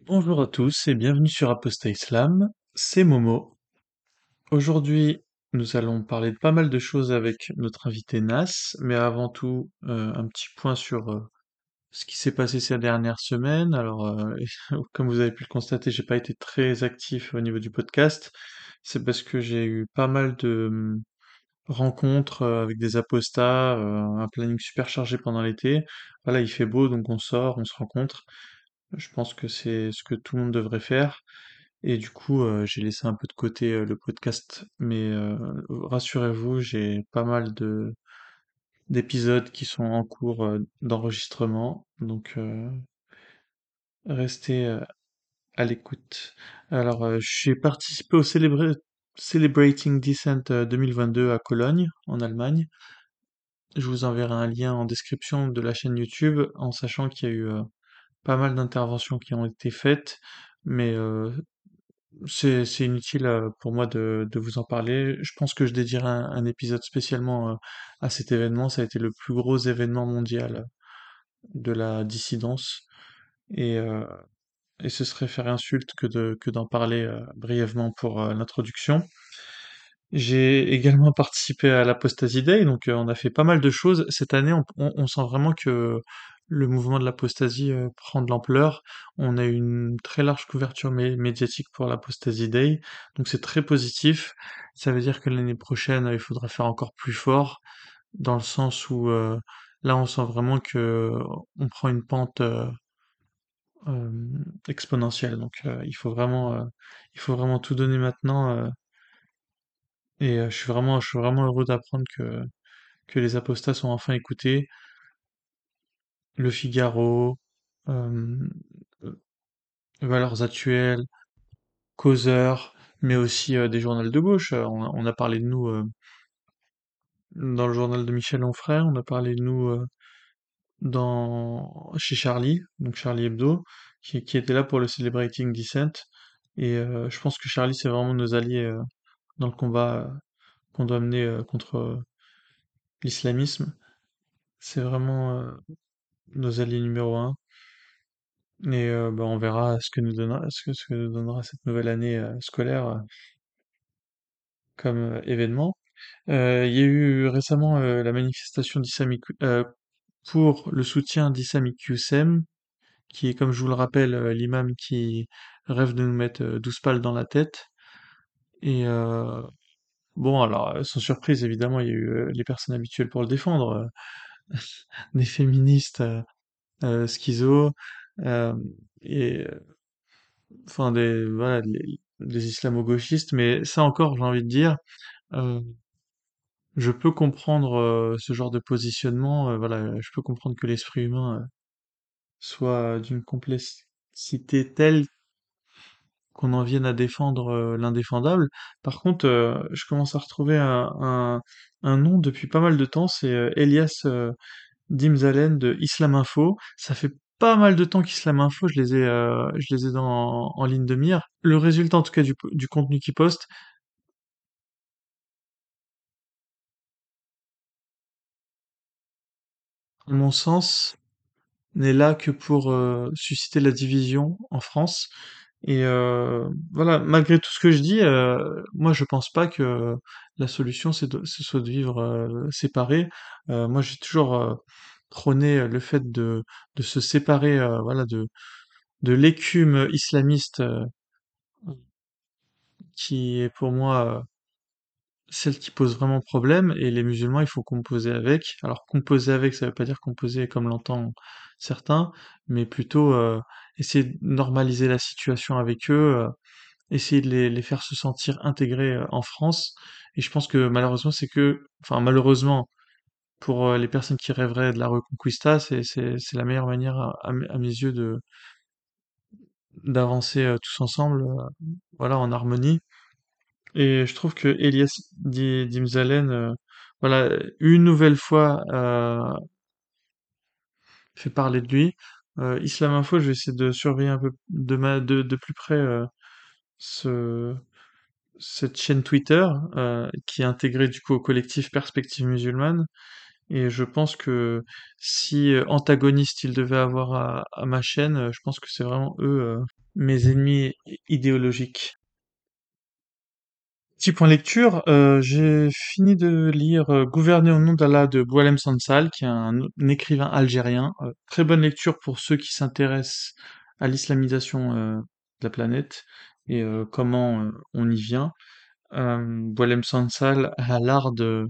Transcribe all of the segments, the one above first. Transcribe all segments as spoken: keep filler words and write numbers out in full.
Bonjour à tous et bienvenue sur Apostat Islam, c'est Momo. Aujourd'hui, nous allons parler de pas mal de choses avec notre invité Nas, mais avant tout, euh, un petit point sur euh, ce qui s'est passé ces dernières semaines. Alors, euh, comme vous avez pu le constater, j'ai pas été très actif au niveau du podcast. C'est parce que j'ai eu pas mal de hum, rencontres euh, avec des apostats, euh, un planning super chargé pendant l'été. Voilà, il fait beau, donc on sort, on se rencontre. Je pense que c'est ce que tout le monde devrait faire. Et du coup, euh, j'ai laissé un peu de côté euh, le podcast, mais euh, rassurez-vous, j'ai pas mal de d'épisodes qui sont en cours euh, d'enregistrement, donc euh, restez euh, à l'écoute. Alors, euh, j'ai participé au Celebra- Celebrating Descent euh, deux mille vingt-deux à Cologne, en Allemagne. Je vous enverrai un lien en description de la chaîne YouTube, en sachant qu'il y a eu euh, pas mal d'interventions qui ont été faites, mais euh, C'est, c'est inutile euh, pour moi de, de vous en parler. Je pense que je dédierai un, un épisode spécialement euh, à cet événement. Ça a été le plus gros événement mondial de la dissidence. Et, euh, et ce serait faire insulte que de, que d'en parler euh, brièvement pour euh, l'introduction. J'ai également participé à l'Apostasy Day, donc euh, on a fait pas mal de choses. Cette année, on, on- on sent vraiment que le mouvement de l'apostasie euh, prend de l'ampleur. On a eu une très large couverture mé- médiatique pour l'Apostasy Day, donc c'est très positif. Ça veut dire que l'année prochaine, euh, il faudra faire encore plus fort, dans le sens où euh, là, on sent vraiment que on prend une pente euh, euh, exponentielle. Donc, euh, il faut vraiment, euh, il faut vraiment tout donner maintenant. euh, et euh, je suis vraiment, je suis vraiment heureux d'apprendre que, que les apostats sont enfin écoutés. Le Figaro, euh, euh, Valeurs Actuelles, Causeur, mais aussi euh, des journaux de gauche. Euh, On a, on a parlé de nous euh, dans le journal de Michel Onfray, on a parlé de nous euh, dans chez Charlie, donc Charlie Hebdo, qui, qui était là pour le Celebrating Dissent. Et euh, je pense que Charlie, c'est vraiment nos alliés euh, dans le combat euh, qu'on doit mener euh, contre euh, l'islamisme. C'est vraiment euh, nos alliés numéro un. Et euh, bah, on verra ce que nous donnera, ce que, ce que nous donnera cette nouvelle année euh, scolaire euh, comme euh, événement. Euh, Il y a eu récemment euh, la manifestation d'Issam Iqu- euh, pour le soutien d'Issam Iqiyoussem, qui est, comme je vous le rappelle, euh, l'imam qui rêve de nous mettre euh, douze balles dans la tête. Et euh, bon, alors, euh, sans surprise, évidemment, il y a eu euh, les personnes habituelles pour le défendre, euh, des féministes euh, euh, schizo, euh, et enfin des voilà les, les islamo-gauchistes, mais ça encore j'ai envie de dire euh, je peux comprendre euh, ce genre de positionnement, euh, voilà, je peux comprendre que l'esprit humain euh, soit d'une complexité telle qu'on en vienne à défendre euh, l'indéfendable. Par contre, euh, je commence à retrouver un, un, un nom depuis pas mal de temps, c'est euh, Elias euh, Dimzalen de Islam Info. Ça fait pas mal de temps qu'Islam Info, je les ai, euh, je les ai dans, en ligne de mire. Le résultat, en tout cas, du, du contenu qu'ils postent, à mon sens, n'est là que pour euh, susciter la division en France. Et euh, voilà, malgré tout ce que je dis, euh, moi je pense pas que la solution c'est de, ce soit de vivre euh, séparés. Euh, moi j'ai toujours euh, prôné le fait de, de se séparer, euh, voilà, de, de l'écume islamiste euh, qui est pour moi celle qui pose vraiment problème, et les musulmans, il faut composer avec. Alors composer avec, ça veut pas dire composer comme l'entendent certains, mais plutôt euh, essayer de normaliser la situation avec eux, euh, essayer de les, les faire se sentir intégrés euh, en France. Et je pense que malheureusement, c'est que, enfin malheureusement, pour euh, les personnes qui rêveraient de la Reconquista, c'est c'est c'est la meilleure manière à, à mes à mes yeux de d'avancer euh, tous ensemble, euh, voilà, en harmonie. Et je trouve que Elias Di- Dimzalen, euh, voilà, une nouvelle fois, euh, fait parler de lui. Euh, Islam Info, je vais essayer de surveiller un peu de, ma, de, de plus près euh, ce, cette chaîne Twitter, euh, qui est intégrée du coup au collectif Perspective Musulmane. Et je pense que si euh, antagoniste il devait avoir à, à ma chaîne, euh, je pense que c'est vraiment eux, euh, mes ennemis idéologiques. Petit point lecture, euh, j'ai fini de lire euh, Gouverner au nom d'Allah de Boualem Sansal, qui est un, un écrivain algérien. Euh, très bonne lecture pour ceux qui s'intéressent à l'islamisation euh, de la planète et euh, comment euh, on y vient. Euh, Boualem Sansal a l'art de,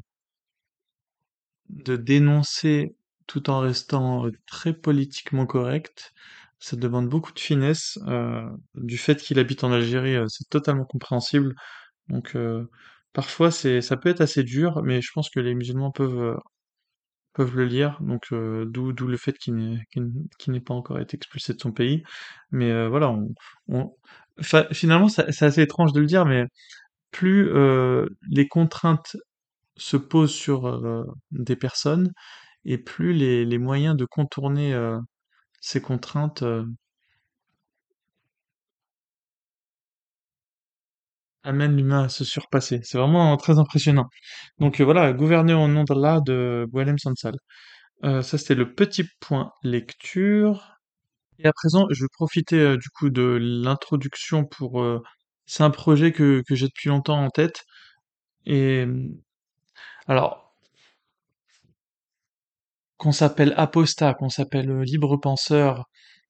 de dénoncer tout en restant euh, très politiquement correct. Ça demande beaucoup de finesse. Euh, du fait qu'il habite en Algérie, euh, c'est totalement compréhensible. Donc euh, parfois c'est ça peut être assez dur, mais je pense que les musulmans peuvent euh, peuvent le lire. Donc euh, d'où d'où le fait qu'il n'ait qu'il n- qu'il n'ait pas encore été expulsé de son pays. Mais euh, voilà, on, on- enfin, finalement ça- c'est assez étrange de le dire, mais plus euh, les contraintes se posent sur euh, des personnes, et plus les, les moyens de contourner euh, ces contraintes euh, amènent l'humain à se surpasser. C'est vraiment très impressionnant. Donc euh, voilà, Gouverner au nom d'Allah de Boualem Sansal. Euh, ça, c'était le petit point lecture. Et à présent, je vais profiter euh, du coup de l'introduction pour... euh, c'est un projet que, que j'ai depuis longtemps en tête. Et euh, alors, qu'on s'appelle apostat, qu'on s'appelle euh, libre penseur,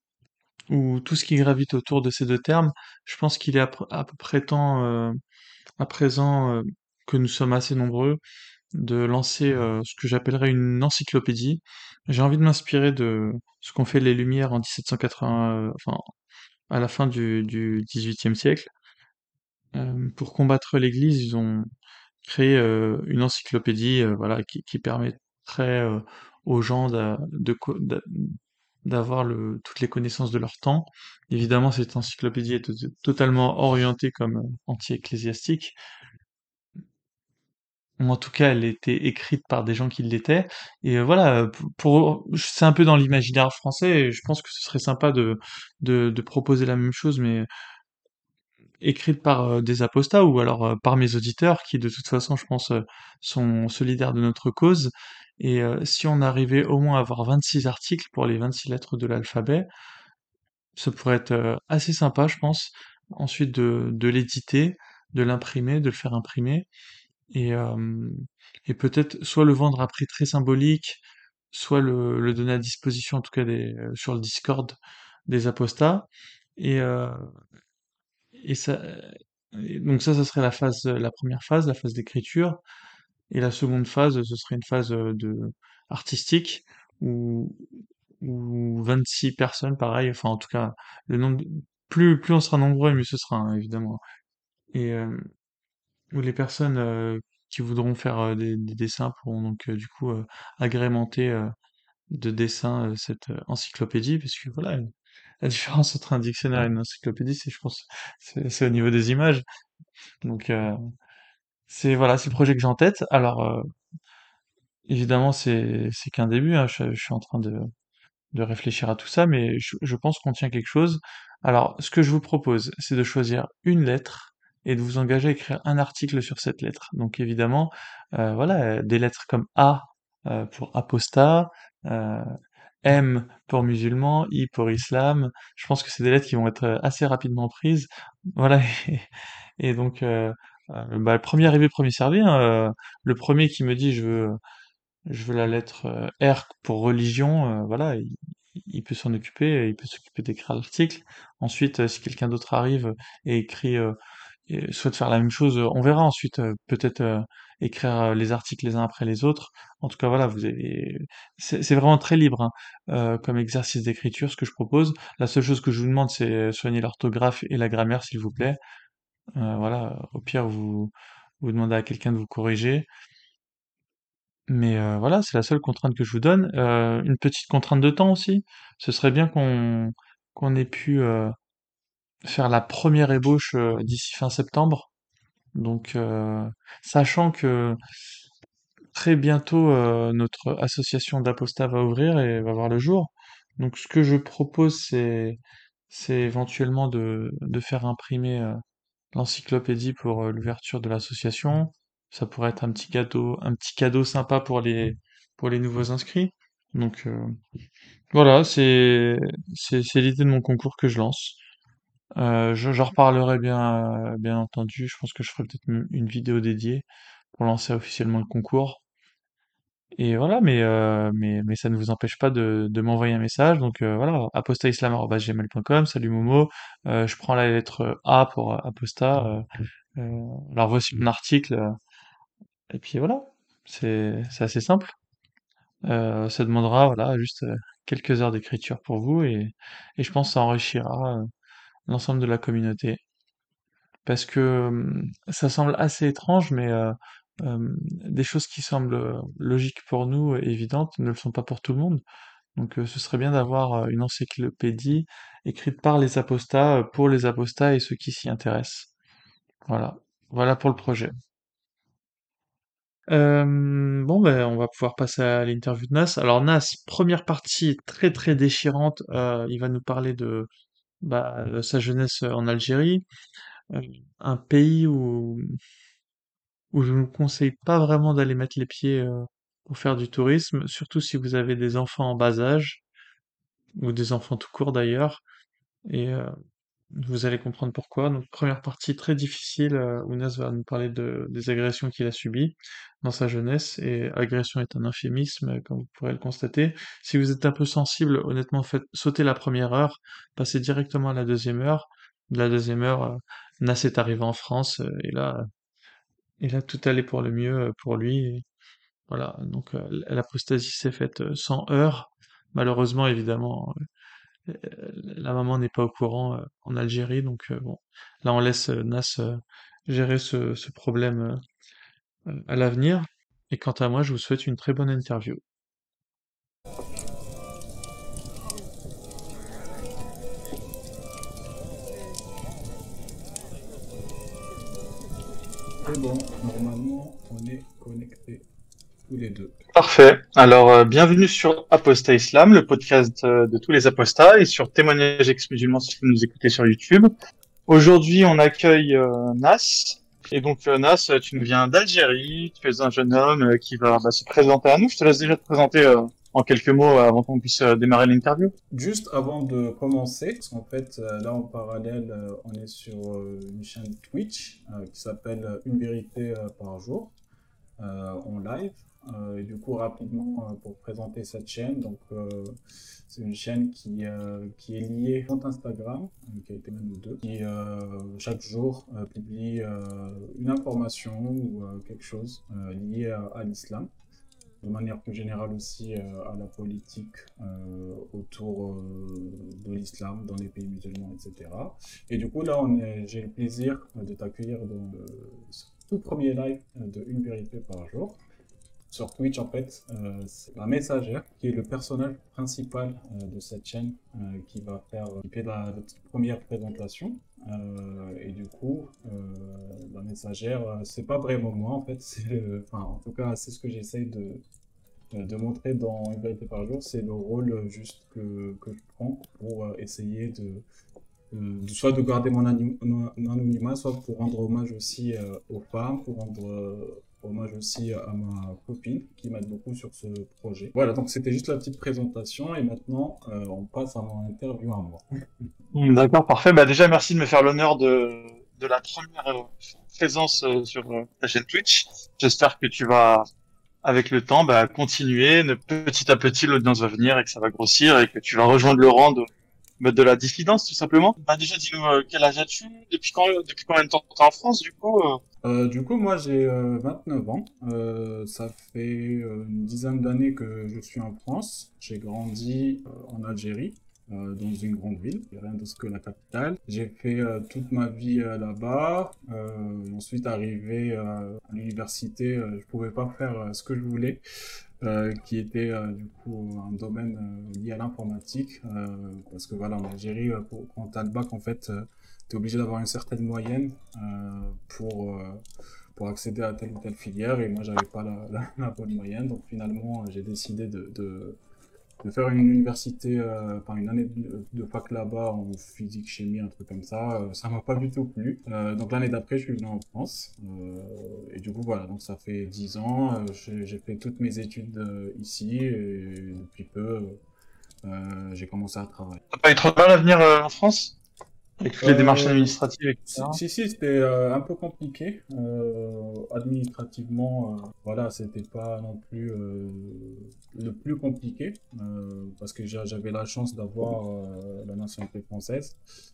ou tout ce qui gravite autour de ces deux termes, je pense qu'il est à, pr- à peu près temps, euh, à présent, euh, que nous sommes assez nombreux, de lancer euh, ce que j'appellerais une encyclopédie. J'ai envie de m'inspirer de ce qu'ont fait les Lumières en dix-sept cent quatre-vingts, euh, enfin à la fin du, du dix-huitième siècle. Euh, pour combattre l'Église, ils ont créé euh, une encyclopédie, euh, voilà, qui, qui permettrait euh, aux gens d'a- de, co- d'a- d'avoir le, toutes les connaissances de leur temps. Évidemment, cette encyclopédie est to- totalement orientée comme euh, anti-ecclésiastique, ou en tout cas, elle était écrite par des gens qui l'étaient. Et euh, voilà, pour, pour- c'est un peu dans l'imaginaire français, et je pense que ce serait sympa de, de, de proposer la même chose, mais écrite par euh, des apostats ou alors euh, par mes auditeurs qui, de toute façon, je pense, euh, sont solidaires de notre cause. Et euh, si on arrivait au moins à avoir vingt-six articles pour les vingt-six lettres de l'alphabet, ça pourrait être euh, assez sympa, je pense. Ensuite, de, de l'éditer, de l'imprimer, de le faire imprimer et, euh, et peut-être soit le vendre à prix très symbolique, soit le, le donner à disposition, en tout cas des, euh, sur le Discord des apostats. Et, euh, et ça, et donc ça, ça serait la phase, la première phase, la phase d'écriture. Et la seconde phase, ce serait une phase euh, de artistique où, où vingt-six personnes, pareil, enfin en tout cas, le nombre de- plus, plus on sera nombreux, mieux ce sera, hein, évidemment. Et euh, où les personnes euh, qui voudront faire euh, des, des dessins pourront donc euh, du coup euh, agrémenter euh, de dessins euh, cette euh, encyclopédie, puisque voilà, la différence entre un dictionnaire et une encyclopédie, c'est, je pense, c'est c'est au niveau des images. Donc euh, c'est voilà, c'est le projet que j'ai en tête. Alors euh, évidemment, c'est c'est qu'un début, hein. Je, je suis en train de de réfléchir à tout ça, mais je, je pense qu'on tient quelque chose. Alors, ce que je vous propose, c'est de choisir une lettre et de vous engager à écrire un article sur cette lettre. Donc évidemment, euh, voilà, euh, des lettres comme A euh, pour apostat, euh, M pour musulman, I pour islam. Je pense que c'est des lettres qui vont être euh, assez rapidement prises. Voilà. Et, donc, euh, euh, bah, le premier arrivé, premier servi, hein. Euh, le premier qui me dit je veux je veux la lettre euh, R pour religion, euh, voilà, il, il peut s'en occuper, il peut s'occuper d'écrire l'article. Ensuite, euh, si quelqu'un d'autre arrive et écrit, euh, et souhaite faire la même chose, euh, on verra ensuite, euh, peut-être euh, écrire euh, les articles les uns après les autres. En tout cas, voilà, vous avez, c'est c'est vraiment très libre hein, euh, comme exercice d'écriture, ce que je propose. La seule chose que je vous demande, c'est euh, soigner l'orthographe et la grammaire, s'il vous plaît. Euh, voilà, au pire, vous vous demandez à quelqu'un de vous corriger. Mais euh, voilà, c'est la seule contrainte que je vous donne. Euh, une petite contrainte de temps aussi. Ce serait bien qu'on qu'on ait pu euh, faire la première ébauche euh, d'ici fin septembre. Donc, euh, sachant que très bientôt euh, notre association d'Aposta va ouvrir et va voir le jour. Donc, ce que je propose, c'est c'est éventuellement de de faire imprimer euh, l'encyclopédie pour euh, l'ouverture de l'association. Ça pourrait être un petit cadeau, un petit cadeau sympa pour les pour les nouveaux inscrits. Donc euh, voilà, c'est c'est c'est l'idée de mon concours que je lance. Euh, je, j'en reparlerai bien, euh, bien entendu. Je pense que je ferai peut-être une une vidéo dédiée pour lancer officiellement le concours. Et voilà, mais, euh, mais, mais ça ne vous empêche pas de, de m'envoyer un message. Donc euh, voilà, apostaislam arobase gmail point com. Salut Momo. Euh, je prends la lettre A pour euh, aposta. Euh, euh, alors voici mon article. euh, Et puis voilà, c'est c'est assez simple. Euh, ça demandera voilà juste euh, quelques heures d'écriture pour vous et, et je pense que ça enrichira euh, l'ensemble de la communauté. Parce que hum, ça semble assez étrange, mais euh, hum, des choses qui semblent euh, logiques pour nous, et évidentes, ne le sont pas pour tout le monde. Donc euh, ce serait bien d'avoir euh, une encyclopédie écrite par les apostats, euh, pour les apostats et ceux qui s'y intéressent. Voilà. Voilà pour le projet. Euh, bon, ben, on va pouvoir passer à l'interview de Nas. Alors Nas, première partie très très déchirante. Euh, il va nous parler de, bah, de sa jeunesse en Algérie, euh, un pays où où je ne vous conseille pas vraiment d'aller mettre les pieds euh, pour faire du tourisme, surtout si vous avez des enfants en bas âge ou des enfants tout court d'ailleurs. Et euh, vous allez comprendre pourquoi. Donc, première partie très difficile, euh, où Nas va nous parler de, des agressions qu'il a subies dans sa jeunesse, et agression est un euphémisme, euh, comme vous pourrez le constater. Si vous êtes un peu sensible, honnêtement, faites sauter la première heure, passez directement à la deuxième heure. De la deuxième heure, euh, Nas est arrivé en France, euh, et là, et là, tout allait pour le mieux euh, pour lui. Et voilà, donc euh, l'apostasie s'est faite euh, sans heurts. Malheureusement, évidemment, euh, la maman n'est pas au courant euh, en Algérie, donc euh, bon, là on laisse euh, Nas euh, gérer ce, ce problème euh, à l'avenir. Et quant à moi, je vous souhaite une très bonne interview. C'est bon, normalement on est connectés tous les deux. Parfait. Alors, euh, bienvenue sur Apostat Islam, le podcast euh, de tous les apostats, et sur Témoignages ex-musulmans si vous nous écoutez sur YouTube. Aujourd'hui, on accueille euh, Nas. Et donc, euh, Nas, euh, tu nous viens d'Algérie, tu es un jeune homme euh, qui va bah, se présenter à nous. Je te laisse déjà te présenter euh, en quelques mots euh, avant qu'on puisse euh, démarrer l'interview. Juste avant de commencer, parce qu'en fait euh, là en parallèle euh, on est sur euh, une chaîne Twitch euh, qui s'appelle euh, Une vérité euh, par jour euh, en live. Euh, et du coup rapidement euh, pour présenter cette chaîne, donc euh, c'est une chaîne qui, euh, qui est liée à compte Instagram, euh, qui a été même deux, qui euh, chaque jour euh, publie euh, une information ou euh, quelque chose euh, lié à, à l'islam. De manière plus générale aussi euh, à la politique euh, autour euh, de l'islam dans les pays musulmans, et cetera. Et du coup, là, on est, j'ai le plaisir euh, de t'accueillir dans le ce tout premier live euh, de Une vérité par jour. Sur Twitch, en fait, euh, c'est la messagère qui est le personnage principal euh, de cette chaîne euh, qui va faire euh, qui fait la, la petite première présentation. Euh, et du coup, euh, la messagère, euh, c'est pas vraiment moi en fait, c'est le- enfin, en tout cas, c'est ce que j'essaye de, euh, de montrer dans Une vérité par jour, c'est le rôle euh, juste que, que je prends pour euh, essayer de, euh, de- soit de garder mon anim- mon anonymat, soit pour rendre hommage aussi euh, aux femmes, pour rendre euh, hommage aussi à ma copine qui m'aide beaucoup sur ce projet. Voilà, donc c'était juste la petite présentation et maintenant euh, on passe à mon interview à moi. Mm, D'accord, parfait. Bah déjà, merci de me faire l'honneur de, de la première euh, présence euh, sur euh, ta chaîne Twitch. J'espère que tu vas, avec le temps, bah, continuer. Ne- Petit à petit, l'audience va venir et que ça va grossir et que tu vas rejoindre le rang de, bah, de la dissidence, tout simplement. Bah déjà, dis-nous euh, quel âge as-tu? Depuis quand, depuis combien de temps t'es en France, du coup? euh Euh, du coup, moi j'ai euh, vingt-neuf ans. Euh, ça fait euh, une dizaine d'années que je suis en France. J'ai grandi euh, en Algérie, euh, dans une grande ville, rien d'autre que la capitale. J'ai fait euh, toute ma vie euh, là-bas. Euh, ensuite, arrivé euh, à l'université, euh, je pouvais pas faire euh, ce que je voulais, euh, qui était euh, du coup un domaine euh, lié à l'informatique. Euh, parce que voilà, en Algérie, euh, pour, quand t'as le bac, en fait, euh, tu es obligé d'avoir une certaine moyenne euh, pour, euh, pour accéder à telle ou telle filière. Et moi, j'avais pas la, la, la bonne moyenne. Donc finalement, euh, j'ai décidé de, de, de faire une université, euh, enfin une année de, de fac là-bas en physique, chimie, un truc comme ça, euh, ça m'a pas du tout plu. Euh, donc l'année d'après, je suis venu en France. Euh, et du coup, voilà, donc ça fait dix ans. euh, j'ai j'ai fait toutes mes études euh, ici et depuis peu, euh, j'ai commencé à travailler. T'as pas eu trop de mal à venir euh, en France? Avec toutes les démarches Euh, administratives, si, et cetera. si, si, c'était euh, un peu compliqué. Euh, administrativement, euh, voilà, c'était pas non plus euh, le plus compliqué, euh, parce que j'a- j'avais la chance d'avoir euh, la nationalité française.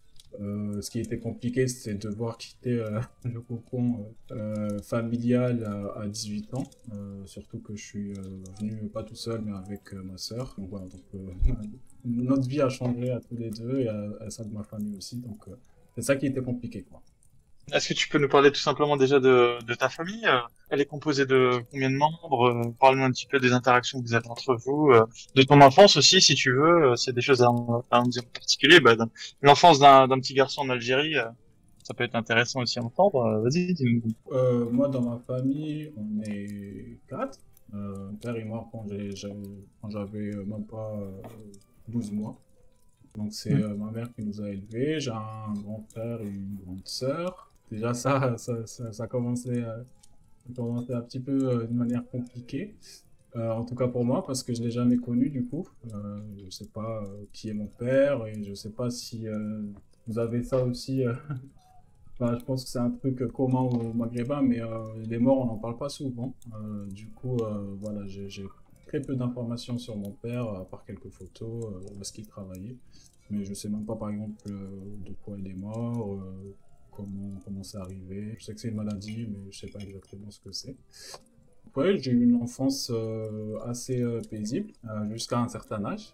Euh, ce qui était compliqué, c'est de devoir quitter euh, le cocon euh, familial à, à dix-huit ans. Euh, surtout que je suis euh, venu pas tout seul, mais avec euh, ma sœur. Donc voilà, donc, euh, notre vie a changé à tous les deux et à, à celle de ma famille aussi. Donc euh, c'est ça qui était compliqué, quoi. Est-ce que tu peux nous parler tout simplement déjà de, de ta famille? euh, Elle est composée de combien de membres? euh, Parle-nous un petit peu des interactions que vous avez entre vous, euh, de ton enfance aussi, si tu veux. euh, S'il y a des choses à, en- à en dire en particulier, bah, d'un- l'enfance d'un d'un petit garçon en Algérie, euh, ça peut être intéressant aussi à entendre. euh, Vas-y, dis-nous. Euh, moi, dans ma famille, on est quatre. Euh, mon père est mort quand j'ai- j'ai- quand j'avais euh, même pas euh, douze mois. Donc c'est Mm. euh, ma mère qui nous a élevés. J'ai un grand frère et une grande sœur. Déjà ça, ça, ça, ça commençait, euh, ça commençait un petit peu euh, d'une manière compliquée. Euh, en tout cas pour moi, parce que je l'ai jamais connu du coup. Euh, je sais pas euh, qui est mon père et je sais pas si euh, vous avez ça aussi. euh, Enfin, je pense que c'est un truc euh, commun au Maghrébin, mais euh, les morts, on n'en parle pas souvent. Euh, du coup, euh, voilà, j'ai j'ai très peu d'informations sur mon père, à part quelques photos, euh, où est-ce qu'il travaillait. Mais je sais même pas, par exemple, euh, de quoi il est mort, euh, comment comment c'est arrivé. Je sais que c'est une maladie, mais je sais pas exactement ce que c'est. Ouais, j'ai eu une enfance euh, assez euh, paisible, euh, jusqu'à un certain âge.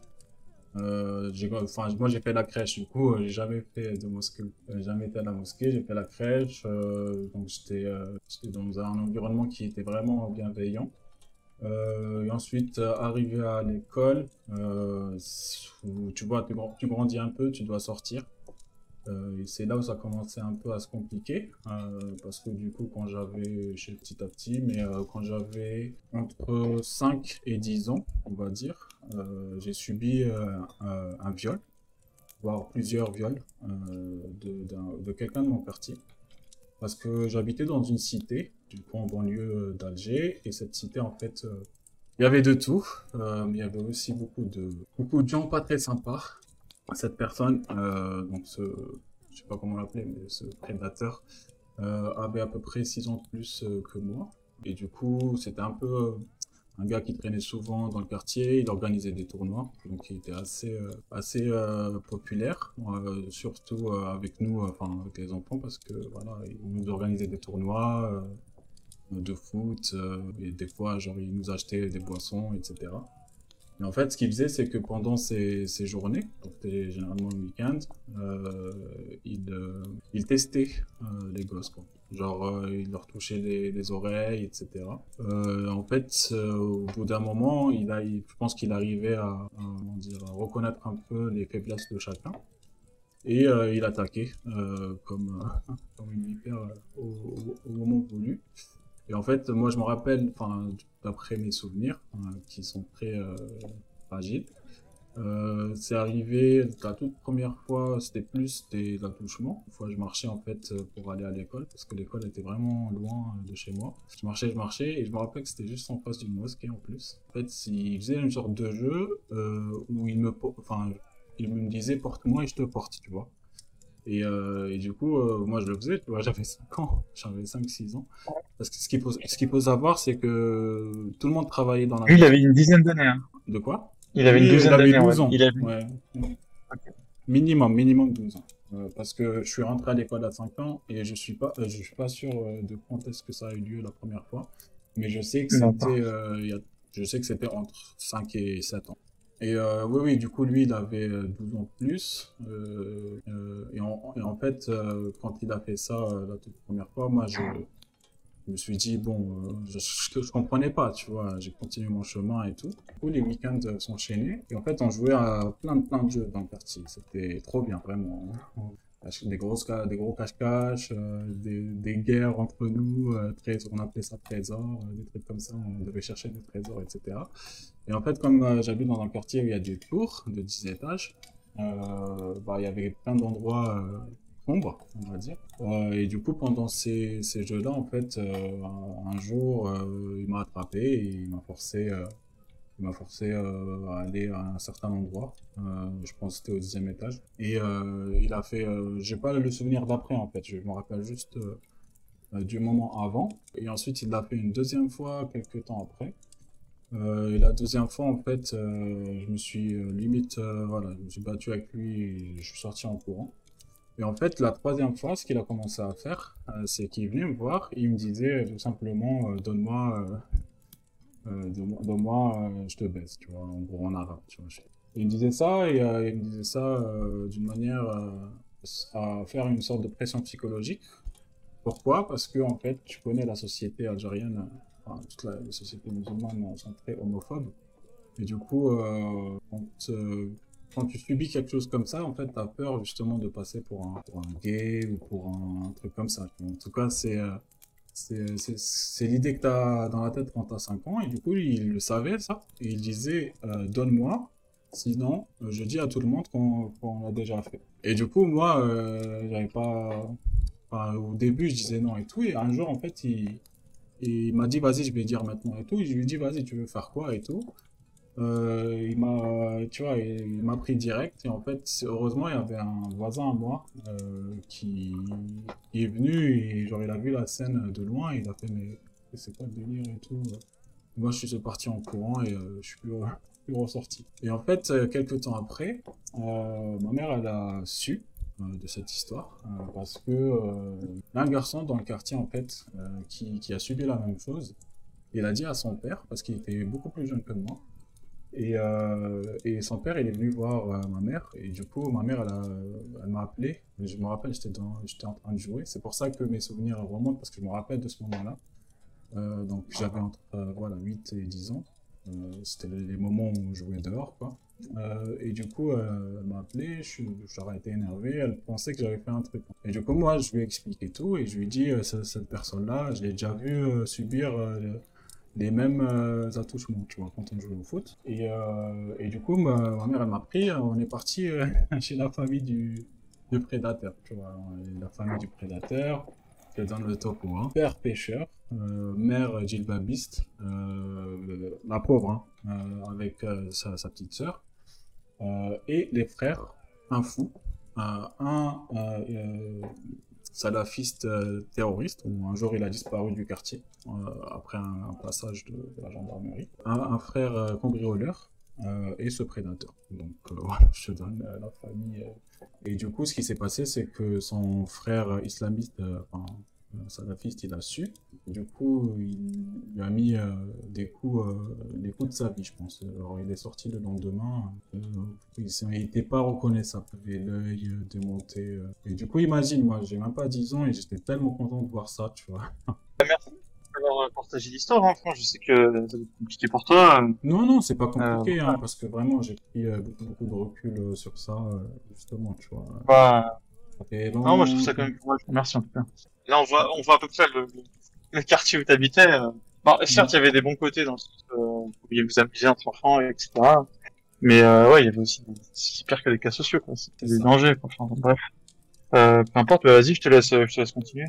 Euh, j'ai, enfin, moi j'ai fait la crèche, du coup, euh, j'ai jamais fait de mosquée, euh, j'ai jamais été à la mosquée, j'ai fait la crèche, euh, donc j'étais euh, j'étais dans un environnement qui était vraiment bienveillant. Euh, et ensuite, euh, arrivé à l'école, euh, où tu vois, tu, grand- tu grandis un peu, tu dois sortir. Euh, et c'est là où ça commençait un peu à se compliquer, euh, parce que du coup, quand j'avais, je sais petit à petit, mais euh, quand j'avais entre cinq et dix ans, on va dire, euh, j'ai subi euh, un, un viol, voire plusieurs viols euh, de, d'un- de quelqu'un de mon quartier. Parce que j'habitais dans une cité, du coup en banlieue d'Alger, et cette cité, en fait, euh, il y avait de tout, euh, mais il y avait aussi beaucoup de, beaucoup de gens pas très sympas. Cette personne, euh, donc ce, je sais pas comment l'appeler, mais ce prédateur, euh, avait à peu près six ans de plus euh, que moi. Et du coup, c'était un peu euh, un gars qui traînait souvent dans le quartier, il organisait des tournois, donc il était assez, euh, assez euh, populaire, euh, surtout euh, avec nous, euh, enfin avec les enfants, parce que voilà, il nous organisait des tournois euh, de foot, euh, et des fois, genre, il nous achetait des boissons, et cetera. Mais en fait, ce qu'il faisait, c'est que pendant ces, ces journées, donc c'était généralement le week-end, euh, il, euh, il testait euh, les gosses, quoi. Genre, euh, il leur touchait les, les oreilles, et cetera. Euh, en fait, euh, au bout d'un moment, il a, il- je pense qu'il arrivait à, à, comment dire, à reconnaître un peu les faiblesses de chacun. Et euh, il attaquait euh, comme, euh, comme une vipère euh, au, au- au moment voulu. Et en fait, moi, je me rappelle, enfin, d'après mes souvenirs, hein, qui sont très euh, fragiles, euh, c'est arrivé la toute première fois, c'était plus des attouchements. Une fois, je marchais en fait euh, pour aller à l'école, parce que l'école était vraiment loin euh, de chez moi. Je marchais, je marchais, et je me rappelle que c'était juste en face d'une mosquée en plus. En fait, il faisait une sorte de jeu euh, où il me, po- enfin, il me disait porte-moi et je te porte, tu vois. Et, euh, et du coup, euh, moi je le faisais, tu vois, j'avais cinq ans, j'avais cinq six ans. Parce que ce qu'il faut, ce qu'il faut savoir, c'est que tout le monde travaillait dans la Lui, il maison. avait une dizaine d'années, hein. De quoi? Il avait une Lui, euh, il douzaine avait d'années, ouais. douze ans. Il avait... Ouais. Ok. Minimum, minimum douze ans. Euh, parce que je suis rentré à l'école à cinq ans et je suis pas, euh, je suis pas sûr euh, de quand est-ce que ça a eu lieu la première fois. Mais je sais que c'était, D'accord. euh, il y a- je sais que c'était entre cinq et sept ans. Et euh, oui, oui, du coup, lui, il avait euh, douze ans de plus. Euh, euh, et, en, et en fait, euh, quand il a fait ça euh, la toute première fois, moi, je, je me suis dit, bon, euh, je, je, je comprenais pas, tu vois, j'ai continué mon chemin et tout. Du coup, les week-ends euh, s'enchaînaient. Et en fait, on jouait à plein de plein de jeux dans le quartier. C'était trop bien, vraiment, hein. des grosses, ca- des gros cache-cache, euh, des, des guerres entre nous, euh, trés- on appelait ça trésor, euh, des trucs comme ça, on devait chercher des trésors, et cetera. Et en fait, comme euh, j'habite dans un quartier où il y a des tours de dix étages, euh, bah, il y avait plein d'endroits euh, sombres, on va dire. Euh, et du coup, pendant ces, ces jeux-là, en fait, euh, un, un jour, euh, il m'a attrapé et il m'a forcé, euh, il m'a forcé euh, à aller à un certain endroit. Euh, je pense que c'était au dixième étage. Et euh, il a fait, euh, j'ai pas le souvenir d'après en fait, je me rappelle juste euh, euh, du moment avant. Et ensuite, il l'a fait une deuxième fois quelques temps après. Euh, et la deuxième fois, en fait, euh, je me suis euh, limite, euh, voilà, je me suis battu avec lui et je suis sorti en courant. Et en fait, la troisième fois, ce qu'il a commencé à faire, euh, c'est qu'il venait me voir et il me disait euh, tout simplement, euh, donne-moi, euh, euh, donne-moi, donne-moi, euh, je te baise, tu vois, en gros en arabe, tu vois. Et il me disait ça et euh, il me disait ça euh, d'une manière euh, à faire une sorte de pression psychologique. Pourquoi? Parce que en fait, tu connais la société algérienne, enfin, toute la, les sociétés musulmanes sont très homophobes. Et du coup, euh, quand, euh, quand tu subis quelque chose comme ça, en fait, t'as peur justement de passer pour un, pour un gay ou pour un, truc comme ça. En tout cas, c'est euh, c'est c'est- c'est l'idée que t'as dans la tête quand t'as cinq ans. Et du coup, il le savait, ça. Et il disait, euh, donne-moi, sinon, euh, je dis à tout le monde qu'on qu'on l'a déjà fait. Et du coup, moi, euh, j'avais pas... Enfin, au début, je disais non et tout. Et un jour, en fait, il, il m'a dit, vas-y, je vais dire maintenant et tout. Et je lui ai dit, vas-y, tu veux faire quoi et tout. Euh, il m'a, tu vois, il, il m'a pris direct et en fait, c'est- heureusement, il y avait un voisin à moi euh, qui, qui est venu et genre il a vu la scène de loin et il a fait mais c'est quoi le délire et tout. Moi, je suis parti en courant et euh, je suis plus, plus ressorti. Et en fait, euh, quelques temps après, euh, ma mère elle a su euh, de cette histoire euh, parce que euh, il y a un garçon dans le quartier en fait euh, qui, qui a subi la même chose. Il a dit à son père parce qu'il était beaucoup plus jeune que moi. Et, euh, et son père, il est venu voir euh, ma mère. Et du coup, ma mère, elle a- elle m'a appelé. Je me rappelle, j'étais dans- j'étais en train de jouer. C'est pour ça que mes souvenirs remontent, parce que je me rappelle de ce moment-là. Euh, donc, j'avais entre euh, voilà, huit et dix ans. Euh, c'était les, les moments où je jouais dehors, quoi. Euh, et du coup, euh, elle m'a appelé, je suis- j'aurais été énervé, elle pensait que j'avais fait un truc. Et du coup, moi, je lui ai expliqué tout et je lui ai dit, euh, ce- cette personne-là, je l'ai déjà vu euh, subir euh, les mêmes euh, attouchements, tu vois, quand on joue au foot. Et, euh, et du coup, ma, ma mère, elle m'a pris, euh, on est parti euh, chez la famille du, du prédateur, tu vois. Et la famille du prédateur, je te donne le topo, hein. Père pêcheur, euh, mère djihadiste, euh, la pauvre, hein, euh, avec euh, sa, sa petite sœur, euh, et les frères, un fou, euh, un euh, euh, salafiste euh, terroriste, où un jour il a disparu du quartier euh, après un, un passage de, de la gendarmerie, un, un frère euh, cambrioleur euh, et ce prédateur. Donc euh, voilà, je te donne euh, la famille. euh. Et du coup, ce qui s'est passé, c'est que son frère euh, islamiste, euh, enfin, euh, salafiste, il a su. Du coup, il lui a mis euh, des coups, euh, des coups de sa vie, je pense. Alors, il est sorti le lendemain. Euh, il n'était pas reconnaissable. Il avait l'œil euh, démonté. euh. Et du coup, imagine, moi, j'ai même pas dix ans et j'étais tellement content de voir ça, tu vois. Merci d'avoir partagé l'histoire, hein. Franchement, je sais que ça va être compliqué pour toi. Non, non, c'est pas Euh, compliqué, hein, voilà. parce que vraiment, j'ai pris euh, beaucoup, beaucoup de recul euh, sur ça, euh, justement, tu vois. Bah, Ça fait non, moi je trouve ça quand longtemps. même courageux. Merci en tout cas. Là, on voit, on voit à peu près le, le, le quartier où tu habitais. Euh. Bon, certes, il y avait des bons côtés dans le sens euh, vous pouviez vous amuser entre enfants, et cetera. Mais euh, ouais, il y avait aussi des- c'est pire que des cas sociaux, quoi. C'était C'est des ça. dangers, quoi. Enfin, bref. Euh, peu importe, bah, vas-y, je te laisse, je te laisse continuer.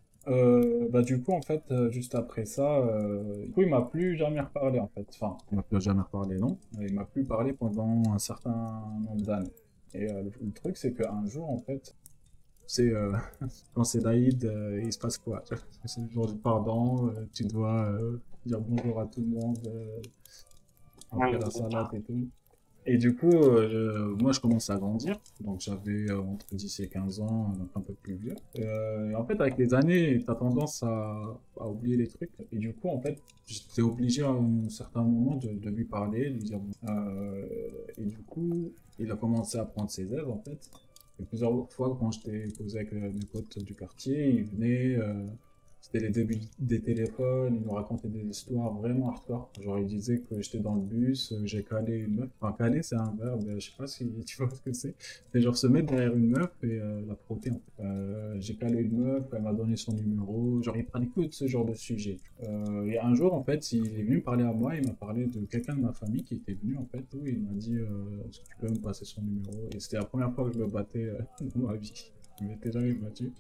Euh, bah du coup en fait euh, juste après ça euh, du coup il m'a plus jamais reparlé en fait enfin il m'a plus jamais reparlé non mais il m'a plus parlé pendant un certain nombre d'années et euh, le, le truc c'est qu'un jour en fait c'est euh, quand c'est l'Aïd euh, il se passe quoi c'est le jour du pardon euh, tu dois euh, dire bonjour à tout le monde euh, après Ouais, la salade et tout. Et du coup, euh, je- moi, je commence à grandir. Donc, j'avais euh, entre dix et quinze ans, donc un peu plus vieux. Euh, et en fait, avec les années, tu as tendance à, à oublier les trucs. Et du coup, en fait, j'étais obligé à un certain moment de, de lui parler, de lui dire. Bon. Euh, et du coup, il a commencé à prendre ses ailes, en fait. Et plusieurs fois, quand j'étais posé avec euh, mes potes du quartier, il venait. euh, c'était les débuts des téléphones, il nous racontait des histoires vraiment hardcore. Genre, il disait que j'étais dans le bus, euh, j'ai calé une meuf. Enfin, caler, c'est un verbe, je sais pas si tu vois ce que c'est. C'est genre se mettre derrière une meuf et euh, la frotter, en fait. Euh, j'ai calé une meuf, elle m'a donné son numéro. Genre, il parlait que de ce genre de sujet. Euh, et un jour, en fait, il est venu me parler à moi, il m'a parlé de quelqu'un de ma famille qui était venu, en fait, où il m'a dit, euh, est-ce que tu peux me passer son numéro? Et c'était la première fois que je me battais euh, dans ma vie. Je m'étais jamais battu.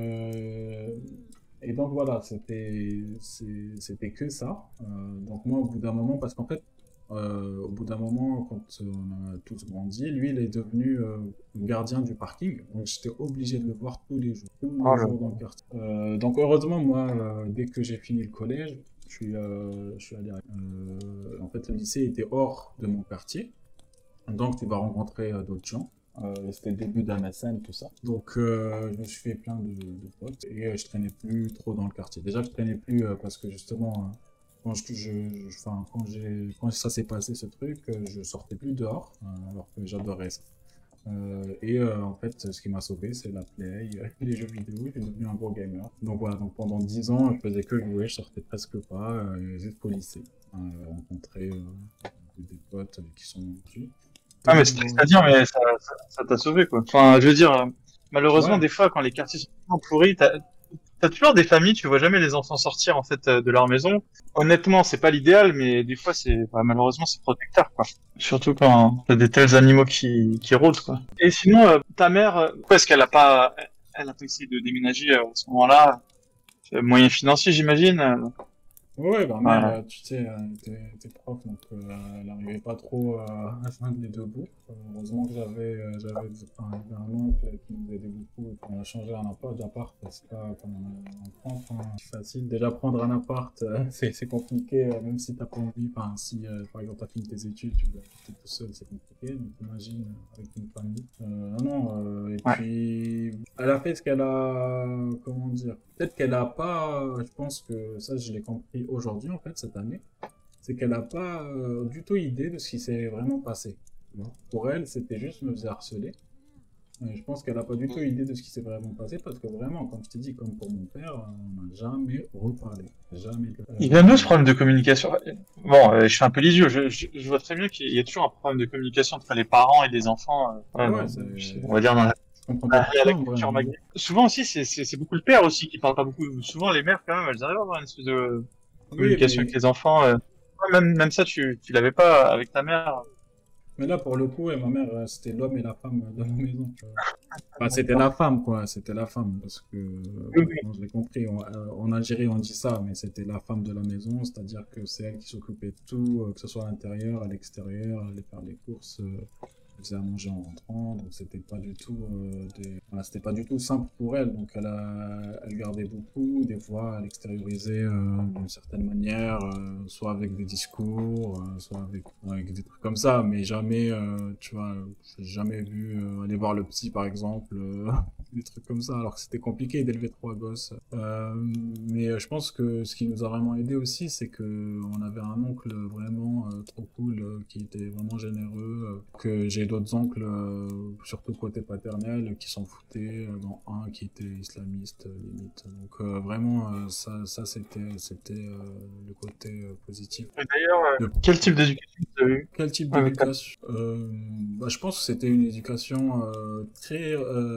Euh, et donc voilà, c'était c'est- c'était que ça. Euh, donc moi, au bout d'un moment, parce qu'en fait, euh, au bout d'un moment, quand on a tous grandi, lui, il est devenu euh, gardien du parking. Donc j'étais obligé de le voir tous les jours, tous Oh les là jours dans le là. quartier. Euh, donc heureusement, moi, euh, dès que j'ai fini le collège, je suis, euh, je suis allé. à- euh, en fait, le lycée était hors de mon quartier. Donc, tu vas rencontrer euh, d'autres gens. Euh, c'était le début d'un M S N, tout ça. Donc, euh, je me suis fait plein de, de potes et euh, je traînais plus trop dans le quartier. Déjà, je traînais plus euh, parce que justement, euh, quand, je, je, je- enfin, quand, j'ai, quand ça s'est passé ce truc, euh, je sortais plus dehors euh, alors que j'adorais ça. Euh, et euh, en fait, ce qui m'a sauvé, c'est la play, euh, les jeux vidéo. Je suis devenu un gros gamer. Donc voilà, donc pendant dix ans, je faisais que jouer, je sortais presque pas, euh, jusqu'au lycée. Euh, rencontrer euh, des potes qui sont dessus. Ah, Et mais c'est triste à bon, dire, mais ça, ça, ça t'a sauvé, quoi. Enfin, je veux dire, euh, malheureusement, ouais, des fois, quand les quartiers sont vraiment pourris, t'as, t'as toujours des familles, tu vois jamais les enfants sortir, en fait, euh, de leur maison. Honnêtement, c'est pas l'idéal, mais des fois, c'est, bah, malheureusement, c'est protecteur, quoi. Surtout quand t'as des tels animaux qui, qui rôdent, quoi. Et sinon, euh, ta mère, euh, pourquoi est-ce qu'elle a pas, elle a pas essayé de déménager euh, à ce moment-là? Euh, Moyen financier, j'imagine. euh, ouais, ouais, ma mère, Ouais. euh, tu sais, elle était, était prof, donc euh, elle n'arrivait pas trop euh, à joindre les deux bouts. Euh, heureusement que j'avais euh, j'avais enfin, j'avais un oncle qui nous aidait beaucoup. Et puis on a changé un appart, d'appart, c'est pas comme en France, hein, c'est facile. Déjà prendre un appart, euh, c'est c'est compliqué, euh, même si t'as pas envie. Enfin, si euh, par exemple t'as fini tes études, tu dois habiter tout seul, c'est compliqué. Donc imagine euh, avec une famille. Euh, non, non, euh, et Ouais. puis elle a fait ce qu'elle a, comment dire, peut-être qu'elle a pas, je pense que ça je l'ai compris aujourd'hui en fait cette année, c'est qu'elle a pas euh, du tout idée de ce qui s'est vraiment passé. Tu vois. Pour elle, c'était juste me faisait harceler. Et je pense qu'elle a pas du tout idée de ce qui s'est vraiment passé parce que vraiment, comme je t'ai dit, comme pour mon père, on n'a jamais reparlé, jamais. Il vient d'où ce Euh, problème de communication? Bon, euh, je suis un peu lisieux, je, je, je vois très bien qu'il y a toujours un problème de communication entre les parents et les enfants, euh, ouais, ouais, ouais, dans- c'est, on va dire dans la, je comprends pas la, la pourquoi en vrai. culture Hein. maghrébine. Souvent aussi, c'est c'est- c'est beaucoup le père aussi qui parle pas beaucoup. Souvent, les mères, quand même, elles arrivent à avoir une espèce de Oui, communication mais avec les enfants. euh. Ouais, Même, même ça, tu, tu l'avais pas avec ta mère. Mais là, pour le coup, et ma mère, euh, c'était l'homme et la femme de la maison. Tu vois. Enfin, c'était la femme, quoi. C'était la femme. Parce que, euh, Oui, oui. maintenant, je l'ai compris. On- euh, en Algérie, on dit ça, mais c'était la femme de la maison. C'est-à-dire que c'est elle qui s'occupait de tout, euh, que ce soit à l'intérieur, à l'extérieur, elle allait faire les courses, euh, elle faisait à manger en rentrant. Donc, c'était pas du tout, euh, des... voilà, c'était pas du tout simple pour elle. Donc, elle, a... elle gardait beaucoup. Des fois, elle extériorisait euh, d'une certaine manière, euh, soit avec des discours, euh, soit avec, avec des trucs comme ça. Mais jamais, euh, tu vois, j'ai jamais vu euh, aller voir le psy, par exemple. euh, des trucs comme ça, alors que c'était compliqué d'élever trois gosses. Euh, mais euh, je pense que ce qui nous a vraiment aidé aussi, c'est que on avait un oncle vraiment euh, trop cool, euh, qui était vraiment généreux, euh, que j'ai d'autres oncles, euh, surtout côté paternel, qui s'en foutaient, euh, dont un qui était islamiste, euh, limite. Donc euh, vraiment, euh, ça, ça c'était, c'était euh, le côté euh, positif. Et d'ailleurs, euh, De quel type d'éducation tu as eu quel type avec ta... d'éducation? Euh, bah, je pense que c'était une éducation euh, très,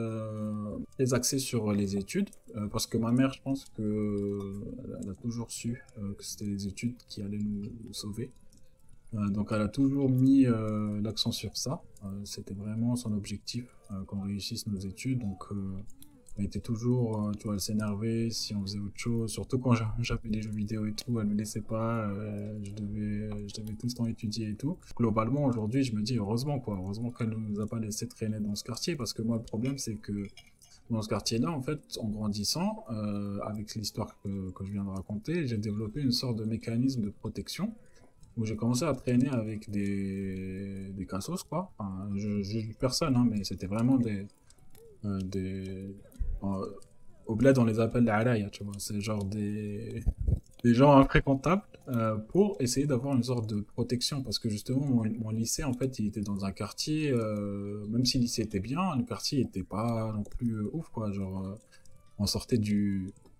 euh, très axée sur les études, euh, parce que ma mère, je pense que elle, elle a toujours su euh, que c'était les études qui allaient nous, nous sauver. Euh, donc elle a toujours mis euh, l'accent sur ça. Euh, c'était vraiment son objectif, euh, qu'on réussisse nos études. Donc euh, elle était toujours, euh, tu vois, elle s'énervait si on faisait autre chose, surtout quand j'a- j'avais des jeux vidéo et tout, elle me laissait pas, euh, je devais, je devais tout le temps étudier et tout. Globalement, aujourd'hui, je me dis heureusement, quoi, heureusement qu'elle ne nous a pas laissé traîner dans ce quartier, parce que moi, le problème, c'est que dans ce quartier-là, en fait, en grandissant, euh, avec l'histoire que, que je viens de raconter, j'ai développé une sorte de mécanisme de protection, où j'ai commencé à traîner avec des, des cassos, quoi. Enfin, je, je juge personne, hein, mais c'était vraiment des, euh, des, euh, au bled, on les appelle les alaya, tu vois. C'est genre des, des gens infréquentables euh, pour essayer d'avoir une sorte de protection. Parce que justement, mon, mon lycée, en fait, il était dans un quartier, euh, même si le lycée était bien, le quartier était pas non plus euh, ouf, quoi. Genre, euh, on sortait du,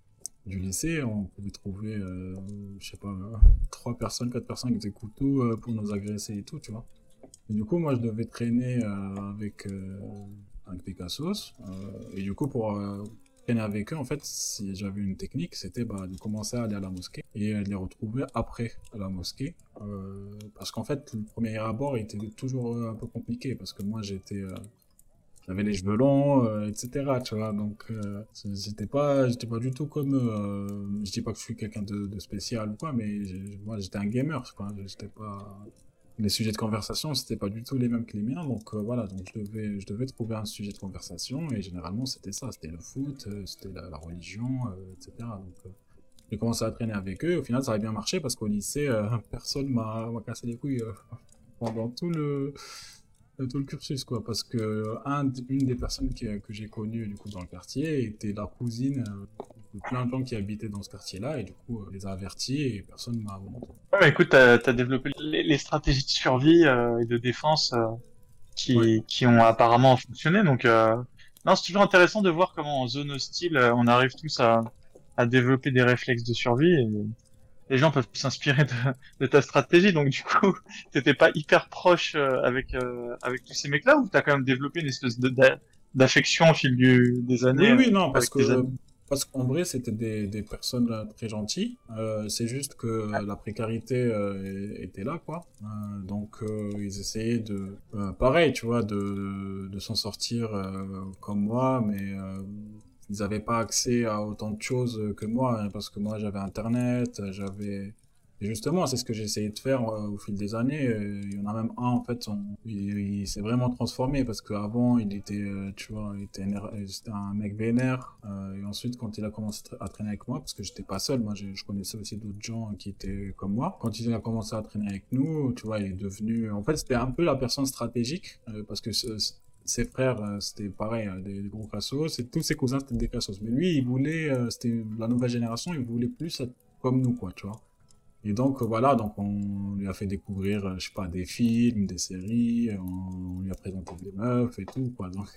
du lycée, on pouvait trouver, euh, je sais pas, euh, trois personnes, quatre personnes avec des couteaux euh, pour nous agresser et tout, tu vois. Et du coup, moi, je devais traîner euh, avec, euh, avec des cassos. Euh, et du coup, pour euh, traîner avec eux, en fait, si j'avais une technique, c'était bah, de commencer à aller à la mosquée et euh, de les retrouver après à la mosquée. Euh, parce qu'en fait, le premier abord était toujours euh, un peu compliqué parce que moi, j'étais, euh, j'avais les cheveux longs, euh, et cetera. Tu vois, donc euh, c'est- j'étais pas, j'étais pas du tout comme eux. Euh, je dis pas que je suis quelqu'un de, de spécial ou quoi, mais j'ai- moi, j'étais un gamer, quoi. J'étais pas les sujets de conversation, c'était pas du tout les mêmes que les miens, donc euh, voilà, donc je devais, je devais trouver un sujet de conversation, et généralement c'était ça, c'était le foot, euh, c'était la, la religion, euh, et cetera. Donc euh, j'ai commencé à traîner avec eux, au final ça a bien marché, parce qu'au lycée, euh, personne m'a m'a cassé les couilles euh, pendant tout le, euh, tout le cursus, quoi, parce que euh, un, d- une des personnes qui, que j'ai connues du coup dans le quartier était la cousine euh, de plein de gens qui habitaient dans ce quartier-là, et du coup, euh, les a avertis, et personne m'a montré. Ouais, mais écoute, t'as, t'as développé les, les stratégies de survie euh, et de défense euh, Ouais. qui, qui ont apparemment fonctionné. Donc, euh, non, c'est toujours intéressant de voir comment en zone hostile, euh, on arrive tous à, à développer des réflexes de survie. Et les gens peuvent s'inspirer de, de ta stratégie. Donc, du coup, t'étais pas hyper proche euh, avec euh, avec tous ces mecs-là, ou t'as quand même développé une espèce de d'a- d'affection au fil du, des Oui, années euh, oui, non, parce avec tes que amis. parce qu'en vrai, c'était des, des personnes euh, très gentilles. Euh, c'est juste que la précarité euh, était là, quoi. Euh, donc, euh, ils essayaient de, euh, pareil, tu vois, de, de s'en sortir euh, comme moi, mais euh, ils n'avaient pas accès à autant de choses que moi, hein, parce que moi, j'avais Internet, j'avais et justement, c'est ce que j'ai essayé de faire euh, au fil des années. Euh, Il y en a même un, en fait, on- il, il s'est vraiment transformé parce qu'avant, il était, euh, tu vois, il était, éner- euh, c'était un mec vénère. Euh, et ensuite, quand il a commencé à tra- à traîner avec moi, parce que j'étais pas seul, moi, je, je connaissais aussi d'autres gens qui étaient comme moi. Quand il a commencé à traîner avec nous, tu vois, il est devenu, en fait, c'était un peu la personne stratégique euh, parce que ce- ce- ses frères, euh, c'était pareil, euh, des, des gros cassos, et tous ses cousins, c'était des cassos. Mais lui, il voulait, euh, c'était la nouvelle génération, il voulait plus être comme nous, quoi, tu vois. Et donc, euh, voilà, donc on lui a fait découvrir, euh, je sais pas, des films, des séries, on, on lui a présenté des meufs et tout, quoi. Donc,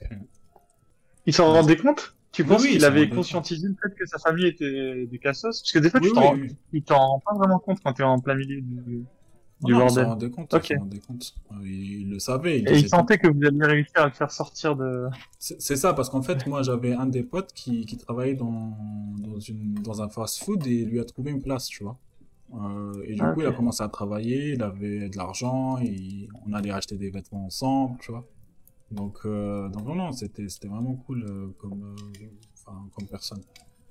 Il s'en euh, rendait compte? Tu oui, penses oui, ils qu'il s'en avait rendaient compte. conscientisé le fait que sa famille était des cassos? Parce que des fois, Oui, tu oui, t'en, oui. tu t'en rends pas vraiment compte quand t'es en plein milieu du, Non, du non, ils s'en bordel. rendaient compte, ils Ok. s'en rendaient compte. Euh, il, il le savait, il Et il disait tout. sentait que vous alliez réussir à le faire sortir de... C'est c'est ça, parce qu'en fait, moi, j'avais un des potes qui, qui travaillait dans, dans une, dans un fast-food et il lui a trouvé une place, tu vois. Euh, et du Ah, coup, il a ok. commencé à travailler, il avait de l'argent, et on allait acheter des vêtements ensemble, tu vois. Donc, euh, donc non, non, c'était, c'était vraiment cool euh, comme, euh, enfin, comme personne.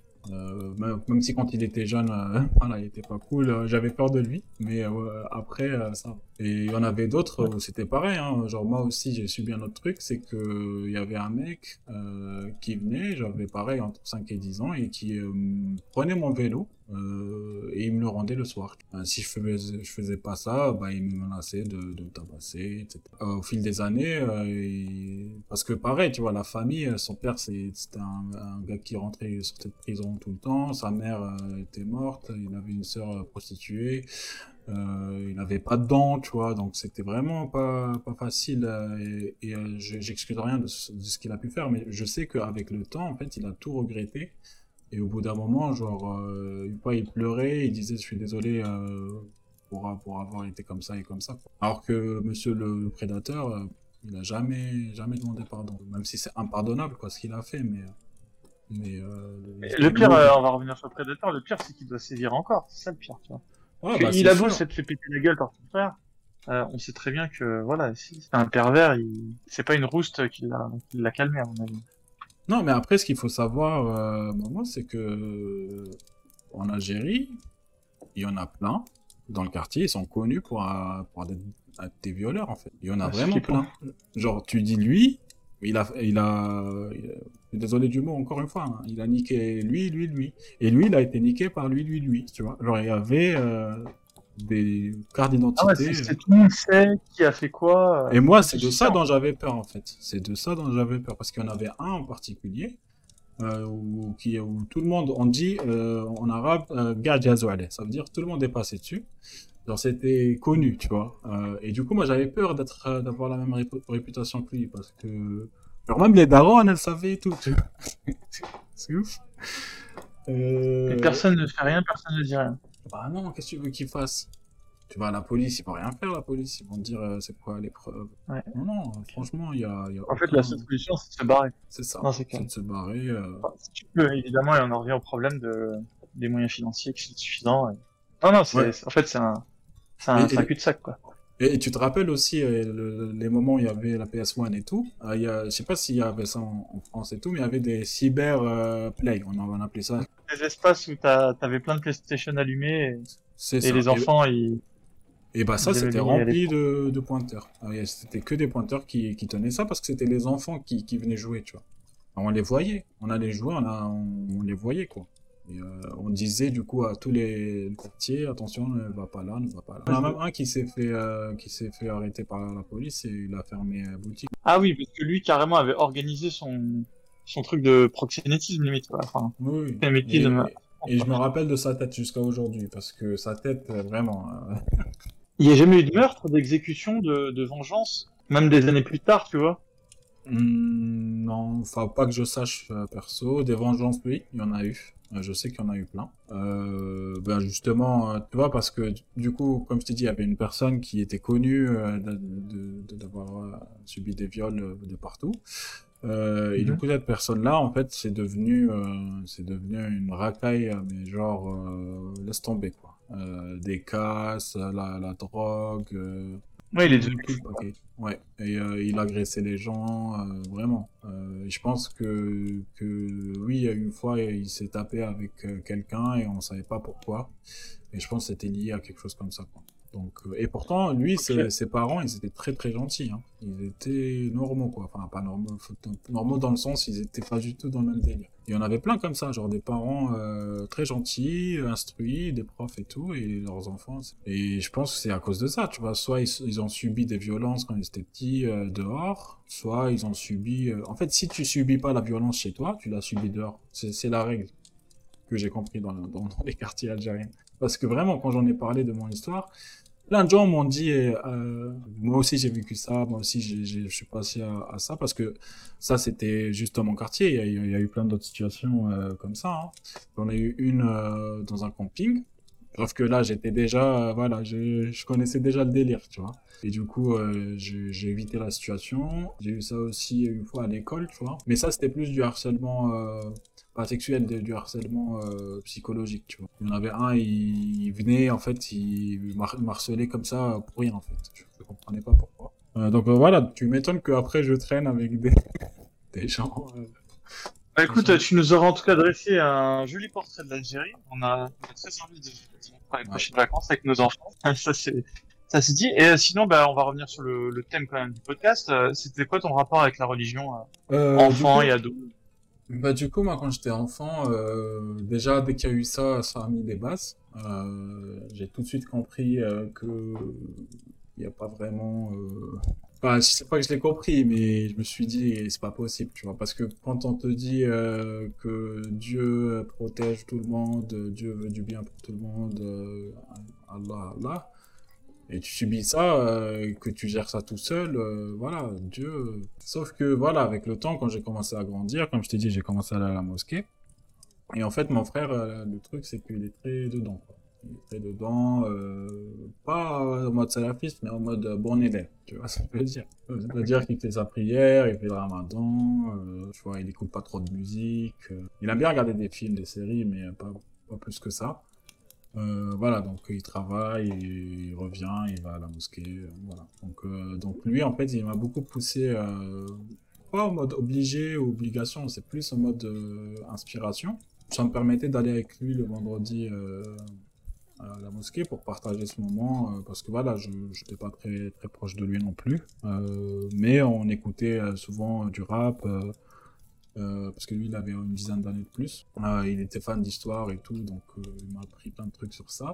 Euh, même, même si quand il était jeune, euh, voilà, il était pas cool, euh, j'avais peur de lui, mais euh, après, euh, ça. Et il y en avait d'autres où c'était pareil, hein, genre moi aussi j'ai subi un autre truc, c'est que il y avait un mec euh, qui venait, j'avais pareil entre cinq et dix ans, et qui euh, prenait mon vélo euh, et il me le rendait le soir. Euh, si je faisais, je faisais pas ça, bah, il me menaçait de, de me tabasser, et cetera. Euh, au fil des années, euh, il- parce que pareil, tu vois, la famille, euh, son père c'est- c'était un, un gars qui rentrait et sortait de prison tout le temps, sa mère euh, était morte, il avait une sœur euh, prostituée, euh, il n'avait pas de dents, tu vois, donc c'était vraiment pas, pas facile. euh, et et euh, je- j'excuse rien de, ce de ce qu'il a pu faire, mais je sais qu'avec le temps, en fait, il a tout regretté. Et au bout d'un moment, genre, euh, une fois, il pleurait, il disait, je suis désolé euh, pour, a- pour avoir été comme ça et comme ça, quoi. Alors que monsieur le, le prédateur, euh, il a jamais, jamais demandé pardon. Même si c'est impardonnable, quoi, ce qu'il a fait, mais, mais euh, Mais le, le pire, le- euh, on va revenir sur le prédateur, le pire, c'est qu'il doit sévir encore. C'est ça le pire, tu vois. ouais, Parce bah qu'il c'est a beau sûr. s'être fait péter la gueule par son frère, euh, on sait très bien que, voilà, si c'est un pervers, il... c'est pas une rouste qui l'a, qui l'a calmé, à mon avis. Non, mais après, ce qu'il faut savoir, euh, maman, c'est que euh, en Algérie, il y en a plein dans le quartier, ils sont connus pour, euh, pour être, être des violeurs, en fait. Il y en a Ouais, c'est vraiment flippant. plein. Genre, tu dis lui, il a, il a, il a- désolé du mot encore une fois, hein, il a niqué lui, lui, lui. Et lui, il a été niqué par lui, lui, lui, tu vois. Genre, il y avait euh, des cartes Ah ouais, d'identité. c'est, euh. c'est tout le monde sait qui a fait quoi, euh, Et moi, en c'est plus, de c'est ça ça, dont j'avais peur, en fait. C'est de ça dont j'avais peur. Parce qu'il y en avait un en particulier euh, où, qui, où tout le monde, on dit euh, en arabe, euh, Gad Yazoualeh. Ça veut dire tout le monde est passé dessus. Genre, c'était connu, tu vois. Euh, et du coup, moi, j'avais peur d'être, euh, d'avoir la même répu- réputation que lui. Parce que. Genre, même les darons, elles savaient et tout. Tu vois. C'est ouf. Et Euh... personne ne fait rien, personne ne dit rien. Bah non, qu'est-ce que tu veux qu'ils fassent? Tu vas à la police, ils vont rien faire, la police. Ils vont te dire euh, c'est quoi les preuves. Ouais. Non, non, franchement, il y a, y a En fait, la aucun... seule solution, c'est de se barrer. C'est ça, Non, c'est c'est clair. de se barrer. euh, Enfin, si tu peux, évidemment, et on en revient au problème de, des moyens financiers qui sont suffisants. et- Non, non, Ouais. c'est, c'est- en fait, c'est un, c'est Et, un, c'est un et, cul-de-sac, quoi. et tu te rappelles aussi euh, le- les moments où il y avait la P S un et tout. Euh, il y a, je sais pas s'il y avait ça en, en France et tout, mais il y avait des cyber euh, play, on, en- on appelait ça. Des espaces où t'as, t'avais plein de PlayStation allumés C'est et, et ça. les Et, enfants, ils, et bah ça, ils aimaient c'était bien y aller. rempli de, de pointeurs. Ah, et c'était que des pointeurs qui, qui tenaient ça parce que c'était les enfants qui, qui venaient jouer, tu vois. Alors, on les voyait, on allait jouer, on, a, on, on les voyait, quoi. Et euh, on disait du coup à tous les quartiers, attention, ne va pas là, ne va pas là. Il y en a même un qui s'est fait, euh, qui s'est fait arrêter par la police et il a fermé la boutique. Ah oui, parce que lui, carrément, avait organisé son, son truc de proxénétisme, limite, quoi. Enfin, Oui, proxénétisme. et, et je me rappelle de sa tête jusqu'à aujourd'hui, parce que sa tête, euh, vraiment... euh, Il n'y a jamais eu de meurtre, d'exécution, de, de vengeance, même des années plus tard, tu vois. hmm, non, enfin, pas que je sache, euh, perso. Des vengeances, oui, il y en a eu. Euh, Je sais qu'il y en a eu plein. Euh, ben justement, euh, tu vois, parce que du coup, comme je t'ai dit, il y avait une personne qui était connue euh, de- de- de- d'avoir euh, subi des viols euh, de partout. Euh, et du Mhm. coup, cette personne-là, en fait, c'est devenu, euh, c'est devenu une racaille, euh, mais genre, euh, laisse tomber, quoi. Euh, des casses, la, la drogue, euh, Ouais, il est tout, devenu tout le fou, quoi. paquet. Ouais. Et euh, il agressait les gens, euh, vraiment. Euh, et je pense que, que, oui, une fois, il s'est tapé avec euh, quelqu'un et on savait pas pourquoi. Et je pense que c'était lié à quelque chose comme ça, quoi. Donc, euh, et pourtant, lui, Ok. ses, ses parents, ils étaient très très gentils, hein. Ils étaient normaux, quoi. Enfin, pas normaux, faut- normaux dans le sens, ils étaient pas du tout dans le même délire. Il y en avait plein comme ça, genre des parents euh, très gentils, instruits, des profs et tout, et leurs enfants. c'est- Et je pense que c'est à cause de ça, tu vois. Soit ils, ils ont subi des violences quand ils étaient petits euh, dehors, soit ils ont subi... euh, En fait, si tu subis pas la violence chez toi, tu l'as subi dehors. C'est c'est la règle que j'ai compris dans, dans, dans les quartiers algériens. Parce que vraiment, quand j'en ai parlé de mon histoire, plein de gens m'ont dit, euh, moi aussi j'ai vécu ça, moi aussi j'ai, j'ai, je suis passé à, à ça, parce que ça c'était juste dans mon quartier, il y a, il y a eu plein d'autres situations euh, comme ça. Hein. J'en ai eu une euh, dans un camping, sauf que là j'étais déjà, euh, voilà, je, je connaissais déjà le délire, tu vois. Et du coup, euh, j'ai, j'ai évité la situation. J'ai eu ça aussi une fois à l'école, tu vois. Mais ça, c'était plus du harcèlement, euh, pas sexuel, de- du harcèlement euh, psychologique, tu vois. Il y en avait un, il, il venait, en fait, il mar- harcelait comme ça pour rien, en fait. Je, je comprenais pas pourquoi. Euh, donc euh, voilà, tu m'étonnes qu'après je traîne avec des, des gens. euh, Bah des écoute, gens... euh, tu nous auras en tout cas dressé un joli portrait de l'Algérie. On a, on a très envie de de faire les Ouais. prochaines vacances avec nos enfants. Ça c'est, ça se dit. Et euh, sinon, bah on va revenir sur le, le thème quand même du podcast. Euh, C'était quoi ton rapport avec la religion, euh, Euh, du enfant coup, et ado? bah, du coup, moi, quand j'étais enfant, euh, déjà, dès qu'il y a eu ça, ça a mis des bases. Euh, j'ai tout de suite compris euh, que il n'y a pas vraiment... Euh... Enfin, je sais pas que je l'ai compris, mais je me suis dit, c'est pas possible, tu vois. Parce que quand on te dit euh, que Dieu protège tout le monde, Dieu veut du bien pour tout le monde, euh, Allah, Allah, et tu subis ça, euh, que tu gères ça tout seul, euh, voilà, Dieu. euh. Sauf que voilà, avec le temps, quand j'ai commencé à grandir, comme je t'ai dit, j'ai commencé à aller à la mosquée. Et en fait, mon frère, euh, le truc, c'est qu'il est très dedans, quoi. Il est très dedans, euh, pas en mode salafiste, mais en mode euh, bon élève, tu vois ce que je veux dire. C'est-à-dire qu'il fait sa prière, il fait le ramadan, euh, tu vois, il écoute pas trop de musique. euh. Il aime bien regarder des films, des séries, mais euh, pas, pas plus que ça. Euh, voilà, donc il travaille, il revient, il va à la mosquée, euh, voilà. Donc, euh, donc lui, en fait, il m'a beaucoup poussé, euh, pas en mode obligé ou obligation, c'est plus en mode euh, inspiration. Ça me permettait d'aller avec lui le vendredi euh, à la mosquée pour partager ce moment, euh, parce que voilà, je n'étais pas très, très proche de lui non plus. Euh, mais on écoutait euh, souvent du rap, euh, euh, parce que lui, il avait une dizaine d'années de plus. Euh, il était fan d'histoire et tout, donc euh, il m'a appris plein de trucs sur ça.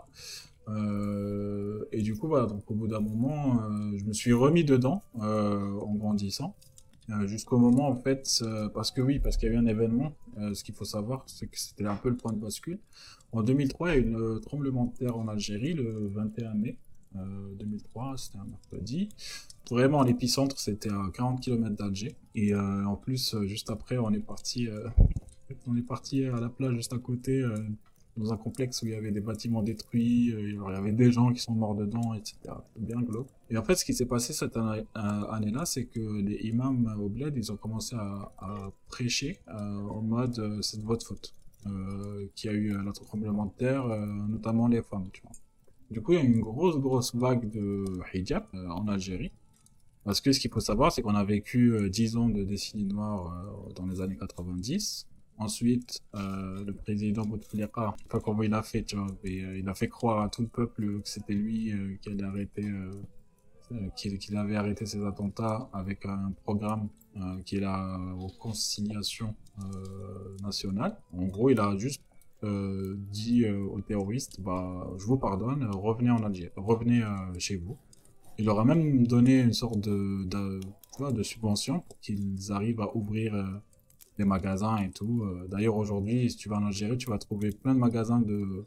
Euh, et du coup, voilà, donc au bout d'un moment, euh, je me suis remis dedans euh, en grandissant. Euh, jusqu'au moment, en fait, euh, parce que oui, parce qu'il y a eu un événement, euh, ce qu'il faut savoir, c'est que c'était un peu le point de bascule. En deux mille trois, il y a eu un tremblement de terre en Algérie, le vingt et un mai euh, deux mille trois, c'était un mercredi. Vraiment, l'épicentre, c'était à quarante kilomètres d'Alger. Et euh, en plus, euh, juste après, on est parti euh, On est parti à la plage juste à côté, euh, dans un complexe où il y avait des bâtiments détruits, euh, il y avait des gens qui sont morts dedans, et cetera. C'était bien glauque. Et en fait, ce qui s'est passé cette année- euh, année-là, c'est que les imams au bled, ils ont commencé à, à prêcher euh, en mode euh, c'est de votre faute. Euh, qu'il y a eu euh, le tremblement de terre, euh, notamment les femmes, tu vois. Du coup, il y a eu une grosse, grosse vague de hijab euh, en Algérie. Parce que ce qu'il faut savoir, c'est qu'on a vécu euh, dix ans de décennie noire euh, dans les années quatre-vingt-dix. Ensuite, euh, le président Bouteflika, je sais pas comment il a fait, tu vois, mais, euh, il a fait croire à tout le peuple que c'était lui euh, qui allait arrêter, euh, euh, qu'il qu'il avait arrêté ces attentats avec un programme euh, qui est la réconciliation euh, nationale. En gros, il a juste euh, dit euh, aux terroristes, bah, je vous pardonne, euh, revenez en Algérie, revenez euh, chez vous. Il leur a même donné une sorte de, de, tu vois, de subvention pour qu'ils arrivent à ouvrir euh, des magasins et tout. Euh, D'ailleurs, aujourd'hui, si tu vas en Algérie, tu vas trouver plein de magasins de,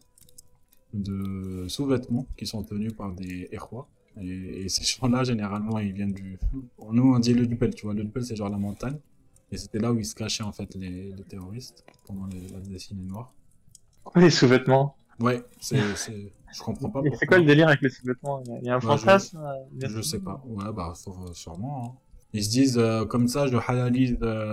de sous-vêtements qui sont tenus par des Ikhwa. Et, et ces gens-là, généralement, ils viennent du... Nous, on dit le Dupel, tu vois. Le Dupel, c'est genre la montagne. Et c'était là où ils se cachaient, en fait, les, les terroristes pendant les, la décennie noire. Les sous-vêtements. Ouais, c'est, c'est... Je comprends pas Et pourquoi. c'est quoi le délire avec les sous-vêtements? Il y a- il y a un Bah, je, fantasme? euh, il y a- je sais pas. Ouais, bah, faut- sûrement, hein. Ils se disent, euh, comme ça, je halalise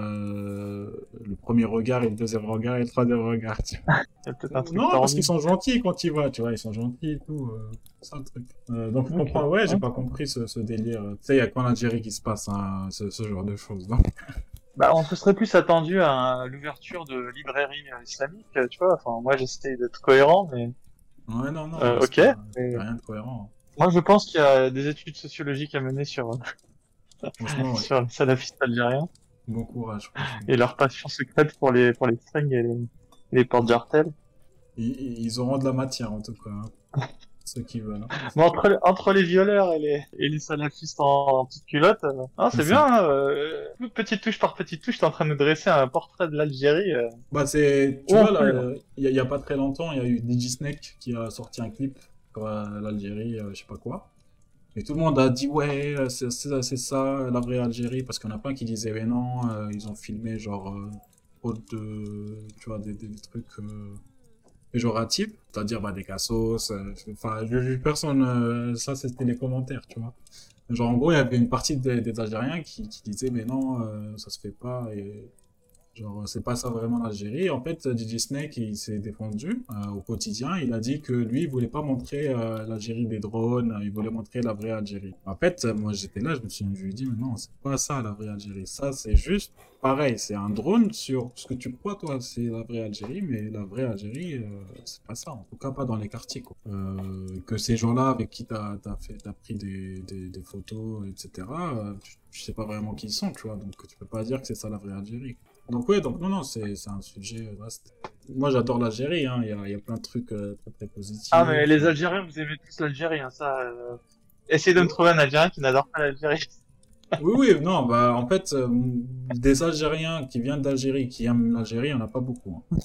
euh, le premier regard et le deuxième regard et le troisième regard. Tu vois. Il y a peut-être un truc Non, parce qu'ils tordu. sont gentils quand ils voient, tu vois, ils sont gentils et tout. Euh, c'est ça le truc. Euh, donc, je Ok. comprends, ouais, j'ai Ouais. pas compris ce, ce délire. Tu sais, il y a qu'en Algérie qui se passe hein, ce, ce genre de choses. Non. Bah, on se serait plus attendu à l'ouverture de librairies euh, islamiques, euh, tu vois. Enfin, moi, j'essaie d'être cohérent, mais Ouais, non, non, euh, c'est ok. pas, Mais y a rien de cohérent. moi, je pense qu'il y a des études sociologiques à mener sur Franchement, ouais. sur les salafistes algériens Bon courage, franchement. et leur passion secrète pour les pour les fringues et les, les porte-jartelles. Ils, ils auront de la matière, en tout cas. Hein. Ceux qui veulent. Hein. Mais entre entre les violeurs et les et les salafistes en, en petite culotte, euh, ah, c'est C'est- bien. Hein, euh, petite touche par petite touche, t'es en train de nous dresser un portrait de l'Algérie. euh. Bah c'est, tu Oh, vois cool. là, il y, a- y a pas très longtemps, il y a eu DigiSnake qui a sorti un clip sur euh, l'Algérie, euh, je sais pas quoi. Et tout le monde a dit ouais, euh, c'est c'est- c'est ça la vraie Algérie, parce qu'il y en a plein qui disaient mais non, euh, ils ont filmé genre euh, trop de, tu vois, des, des, des trucs euh, péjoratifs, c'est-à-dire bah des cassos, euh, enfin je juge personne, euh, ça c'était les commentaires, tu vois. Genre en gros il y avait une partie des, des Algériens qui, qui disaient mais non, euh, ça se fait pas et genre, c'est pas ça vraiment l'Algérie. En fait, D J Snake, il s'est défendu euh, au quotidien. Il a dit que lui, il voulait pas montrer euh, l'Algérie des drones, il voulait montrer la vraie Algérie. En fait, euh, moi j'étais là, je me suis je lui ai dit, mais non, c'est pas ça la vraie Algérie. Ça, c'est juste pareil, c'est un drone sur ce que tu crois, toi, c'est la vraie Algérie, mais la vraie Algérie, euh, c'est pas ça. En tout cas, pas dans les quartiers, quoi. Euh, que ces gens-là avec qui t'as as fait, t'as pris des, des, des photos, et cetera, euh, tu, tu sais pas vraiment qui ils sont, tu vois. Donc, tu peux pas dire que c'est ça la vraie Algérie. Donc ouais, donc non, non, c'est c'est un sujet vaste. Moi, j'adore l'Algérie, hein. Il y a, il y a plein de trucs euh, très, très positifs. Ah, mais les Algériens, vous aimez tous l'Algérie, hein, ça. Euh... Essayez de me trouver un Algérien qui n'adore pas l'Algérie. Oui, oui, non, bah en fait, euh, des Algériens qui viennent d'Algérie, qui aiment l'Algérie, il n'y en a pas beaucoup. Hein.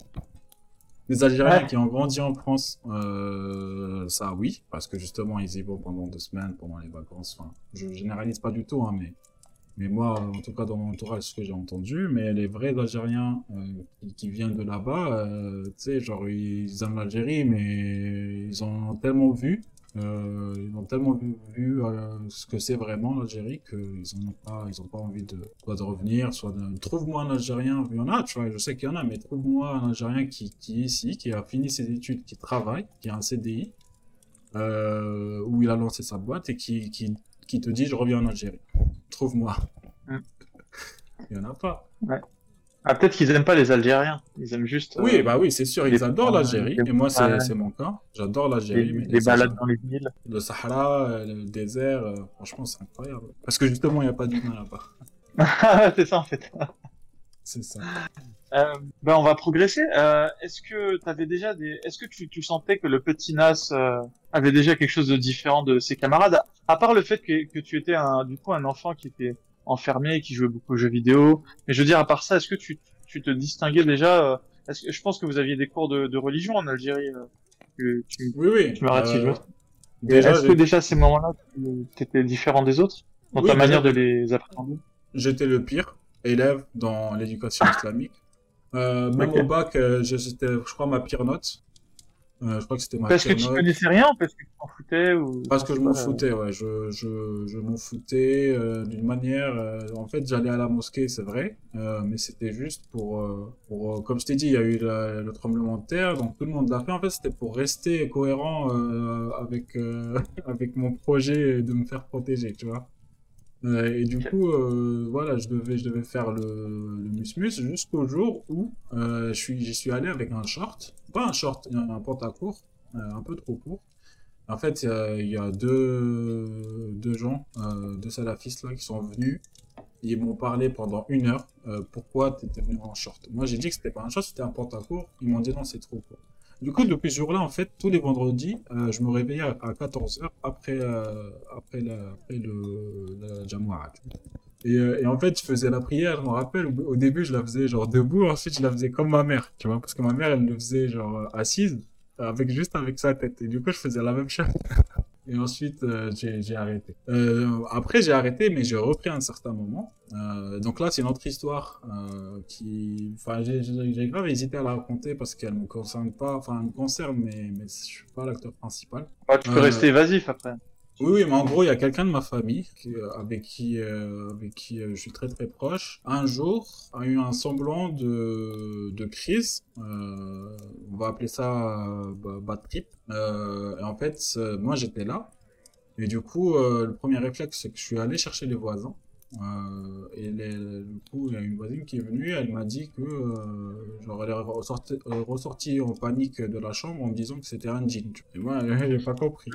Des Algériens Ouais. qui ont grandi en France, euh, ça oui, parce que justement, ils y vont pendant deux semaines, pendant les vacances. Enfin, je généralise pas du tout, hein, mais Mais moi, en tout cas, dans mon entourage, ce que j'ai entendu, mais les vrais Algériens euh, qui, qui viennent de là-bas, euh, tu sais, genre, ils aiment l'Algérie, mais ils ont tellement vu, euh, ils ont tellement vu, vu euh, ce que c'est vraiment l'Algérie qu'ils n'ont pas, ils ont pas envie de, soit de revenir, soit de... Trouve-moi un Algérien, il y en a, tu vois, je sais qu'il y en a, mais trouve-moi un Algérien qui, qui est ici, qui a fini ses études, qui travaille, qui a un C D I, euh, où il a lancé sa boîte et qui, qui, qui te dit, je reviens en Algérie. Trouve-moi. Mm. Il n'y en a pas. Ouais. Ah, peut-être qu'ils aiment pas les Algériens. Ils aiment juste euh, Oui, bah oui, c'est sûr, les ils adorent prendre, l'Algérie. les Et moi, c'est montagnes, c'est mon cas. J'adore les, l'Algérie, mais les les balades Algériens- dans les villes. le Sahara, euh, le désert, euh, franchement, c'est incroyable. Parce que justement, il n'y a pas d'humain là-bas. C'est ça en fait. C'est ça. Euh, ben on va progresser. Euh, est-ce que t'avais déjà des, est-ce que tu, tu sentais que le petit Nas euh, avait déjà quelque chose de différent de ses camarades, à, à part le fait que, que tu étais un, du coup un enfant qui était enfermé, qui jouait beaucoup aux jeux vidéo. Mais je veux dire, à part ça, est-ce que tu, tu te distinguais déjà euh, est-ce que, je pense que vous aviez des cours de, de religion en Algérie. Euh, que tu, Oui, oui. tu m'arrêtes si je me euh, trompe. Et déjà, est-ce que j'ai- déjà ces moments-là, tu étais différent des autres dans Oui, ta déjà. manière de les appréhender? j'étais le pire élève dans l'éducation islamique. Euh, même au Ok. bac, euh, j'ai- j'étais, je crois, ma pire note. Euh, je crois que c'était ma Parce que pire tu note. connaissais rien, parce que tu t'en foutais, ou, Parce enfin, que c'est je quoi m'en la... foutais, ouais. Je, je, je m'en foutais euh, d'une manière. Euh, en fait, j'allais à la mosquée, c'est vrai, euh, mais c'était juste pour, euh, pour euh, comme je t'ai dit, il y a eu la- le tremblement de terre, donc tout le monde l'a fait. En fait, c'était pour rester cohérent euh, avec euh, avec mon projet de me faire protéger, tu vois. Euh, et du Ok. coup, euh, voilà, je devais, je devais faire le, le musmus jusqu'au jour où euh, je suis, j'y suis allé avec un short, pas un short, un, un pantacourt, euh, un peu trop court. En fait, il y a, il y a deux, deux gens, euh, deux salafistes là, qui sont venus. Ils m'ont parlé pendant une heure. Euh, pourquoi tu étais venu en short? Moi, j'ai dit que c'était pas un short, c'était un pantacourt. Ils m'ont dit non, c'est trop court. Du coup, depuis ce jour-là, en fait, tous les vendredis, euh, je me réveillais à, à quatorze heures après, euh, après, la, après le, la Jama'a. Et, euh, et en fait, je faisais la prière, je me rappelle, au, au début, je la faisais genre debout, ensuite, je la faisais comme ma mère, tu vois, parce que ma mère, elle le faisait genre euh, assise, avec, juste avec sa tête. Et du coup, je faisais la même chose. Et ensuite, euh, j'ai j'ai arrêté. Euh, après, j'ai arrêté, mais j'ai repris à un certain moment. Euh, donc là, c'est une autre histoire euh, qui... Enfin, j'ai j'ai- j'ai grave hésité à la raconter parce qu'elle me concerne pas... Enfin, elle me concerne, mais, mais je suis pas l'acteur principal. Bah, tu peux Euh, rester évasif après. oui, oui, mais en gros, il y a quelqu'un de ma famille qui, euh, avec qui, euh, avec qui euh, je suis très très proche. Un jour, a eu un semblant de, de crise. Euh, on va appeler ça euh, bah, bad trip. Euh, et en fait, euh, moi j'étais là. Et du coup, euh, le premier réflexe, c'est que je suis allé chercher les voisins. Euh, et les- du coup, il y a une voisine qui est venue, elle m'a dit que euh, genre, elle est ressorti, euh, ressortie en panique de la chambre en me disant que c'était un djinn. Et moi, j'ai pas compris.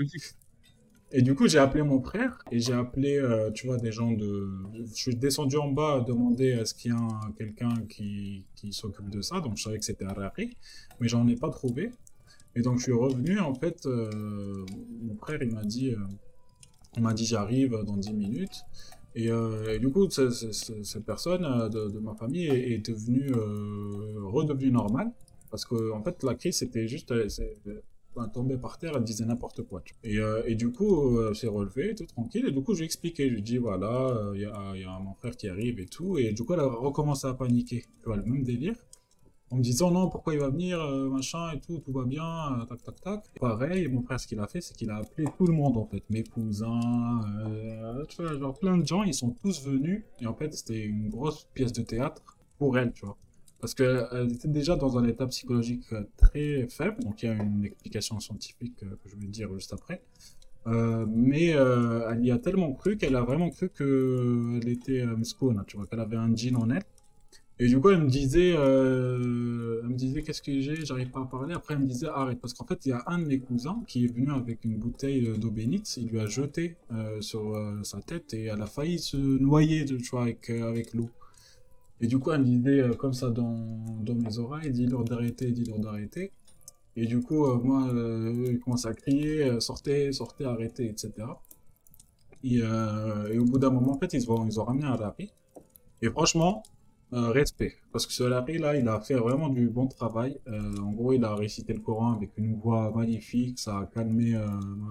Et du coup, j'ai appelé mon frère et j'ai appelé, euh, tu vois, des gens de... Je suis descendu en bas à demander est-ce qu'il y a un- quelqu'un qui, qui s'occupe de ça. Donc, je savais que c'était Harari, mais j'en ai pas trouvé. Et donc, je suis revenu. En fait, euh, mon frère, il m'a dit, euh, il m'a dit j'arrive dans dix minutes. Et, euh, et du coup, ce- ce- ce- cette personne euh, de, de ma famille est, est devenue, euh, redevenue normale. Parce que, en fait, la crise, c'était juste, elle, c'est- elle tombait par terre, elle disait n'importe quoi. Tu vois. Et, euh, et du coup, euh, elle s'est relevée, tout tranquille. Et du coup, je lui ai expliqué. Je lui ai dit, voilà, euh, il y a, il y a mon frère qui arrive et tout. Et du coup, elle a recommencé à paniquer. Tu vois, le même délire en me disant non, pourquoi il va venir, euh, machin et tout, tout va bien, euh, tac tac tac. Pareil, mon frère, ce qu'il a fait, c'est qu'il a appelé tout le monde en fait, mes cousins, euh, tu vois, genre plein de gens, ils sont tous venus, et en fait, c'était une grosse pièce de théâtre pour elle, tu vois. Parce qu'elle était déjà dans un état psychologique euh, très faible, donc il y a une explication scientifique euh, que je vais dire juste après. Euh, mais euh, elle y a tellement cru qu'elle a vraiment cru qu'elle était euh, Mskouna, tu vois, qu'elle avait un djinn en elle. Et du coup, elle me disait, euh, elle me disait qu'est-ce que j'ai, j'arrive pas à parler. Après, elle me disait arrête, parce qu'en fait, il y a un de mes cousins qui est venu avec une bouteille euh, d'eau bénite. Il lui a jeté euh, sur euh, sa tête et elle a failli se noyer, tu vois, avec, euh, avec l'eau. Et du coup, elle me disait euh, comme ça dans, dans mes oreilles, dis-leur d'arrêter, dis-leur d'arrêter. Et du coup, euh, moi, euh, il commence à crier, euh, sortez, sortez, arrêtez, et cetera. Et, euh, et au bout d'un moment, en fait, ils ont, ils ont ramené un Larry. Et franchement, euh, respect. Parce que ce Larry, là, il a fait vraiment du bon travail. Euh, en gros, il a récité le Coran avec une voix magnifique. Ça a calmé euh,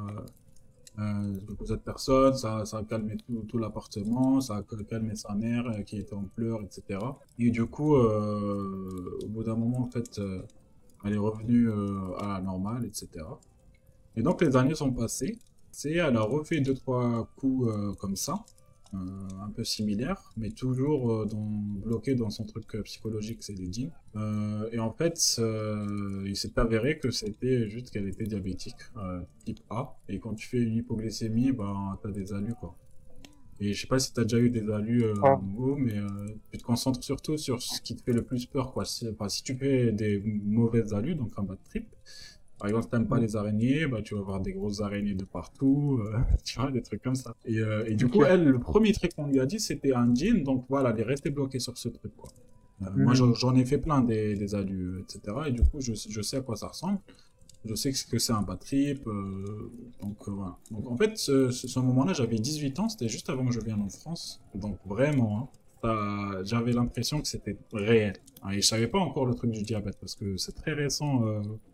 euh, beaucoup cette personne. Ça, ça a calmé tout, tout l'appartement. Ça a calmé sa mère euh, qui était en pleurs, et cetera. Et du coup, euh, au bout d'un moment, en fait, euh, elle est revenue euh, à la normale, et cetera. Et donc les années sont passées. C'est, elle a refait deux, trois coups euh, comme ça, euh, un peu similaires, mais toujours euh, dans, bloqué dans son truc euh, psychologique, c'est les jeans. Euh, et en fait, euh, il s'est avéré que c'était juste qu'elle était diabétique, euh, type A. Et quand tu fais une hypoglycémie, ben, t'as des alus, quoi. Et je sais pas si t'as déjà eu des alus euh, Ah. nouveaux, mais euh, tu te concentres surtout sur ce qui te fait le plus peur, quoi. Si, enfin, si tu fais des mauvaises alus, donc un bad trip, par exemple, si t'aimes pas Mm. les araignées, bah, tu vas avoir des grosses araignées de partout, euh, tu vois, des trucs comme ça. Et, euh, et du coup, Ok. elle, le premier truc qu'on lui a dit, c'était un jean, donc voilà, elle est restée bloquée sur ce truc, quoi. Euh, moi, Mhm. j'en j'en ai fait plein des, des alus, euh, et cetera. Et du coup, je, je sais à quoi ça ressemble. Je sais que que c'est un bad trip, euh, donc euh, voilà. Donc en fait, ce, ce, ce moment-là, j'avais dix-huit ans, c'était juste avant que je vienne en France. Donc vraiment, hein, ça- j'avais l'impression que c'était réel. Hein, et je savais pas encore le truc du diabète, parce que c'est très récent. euh,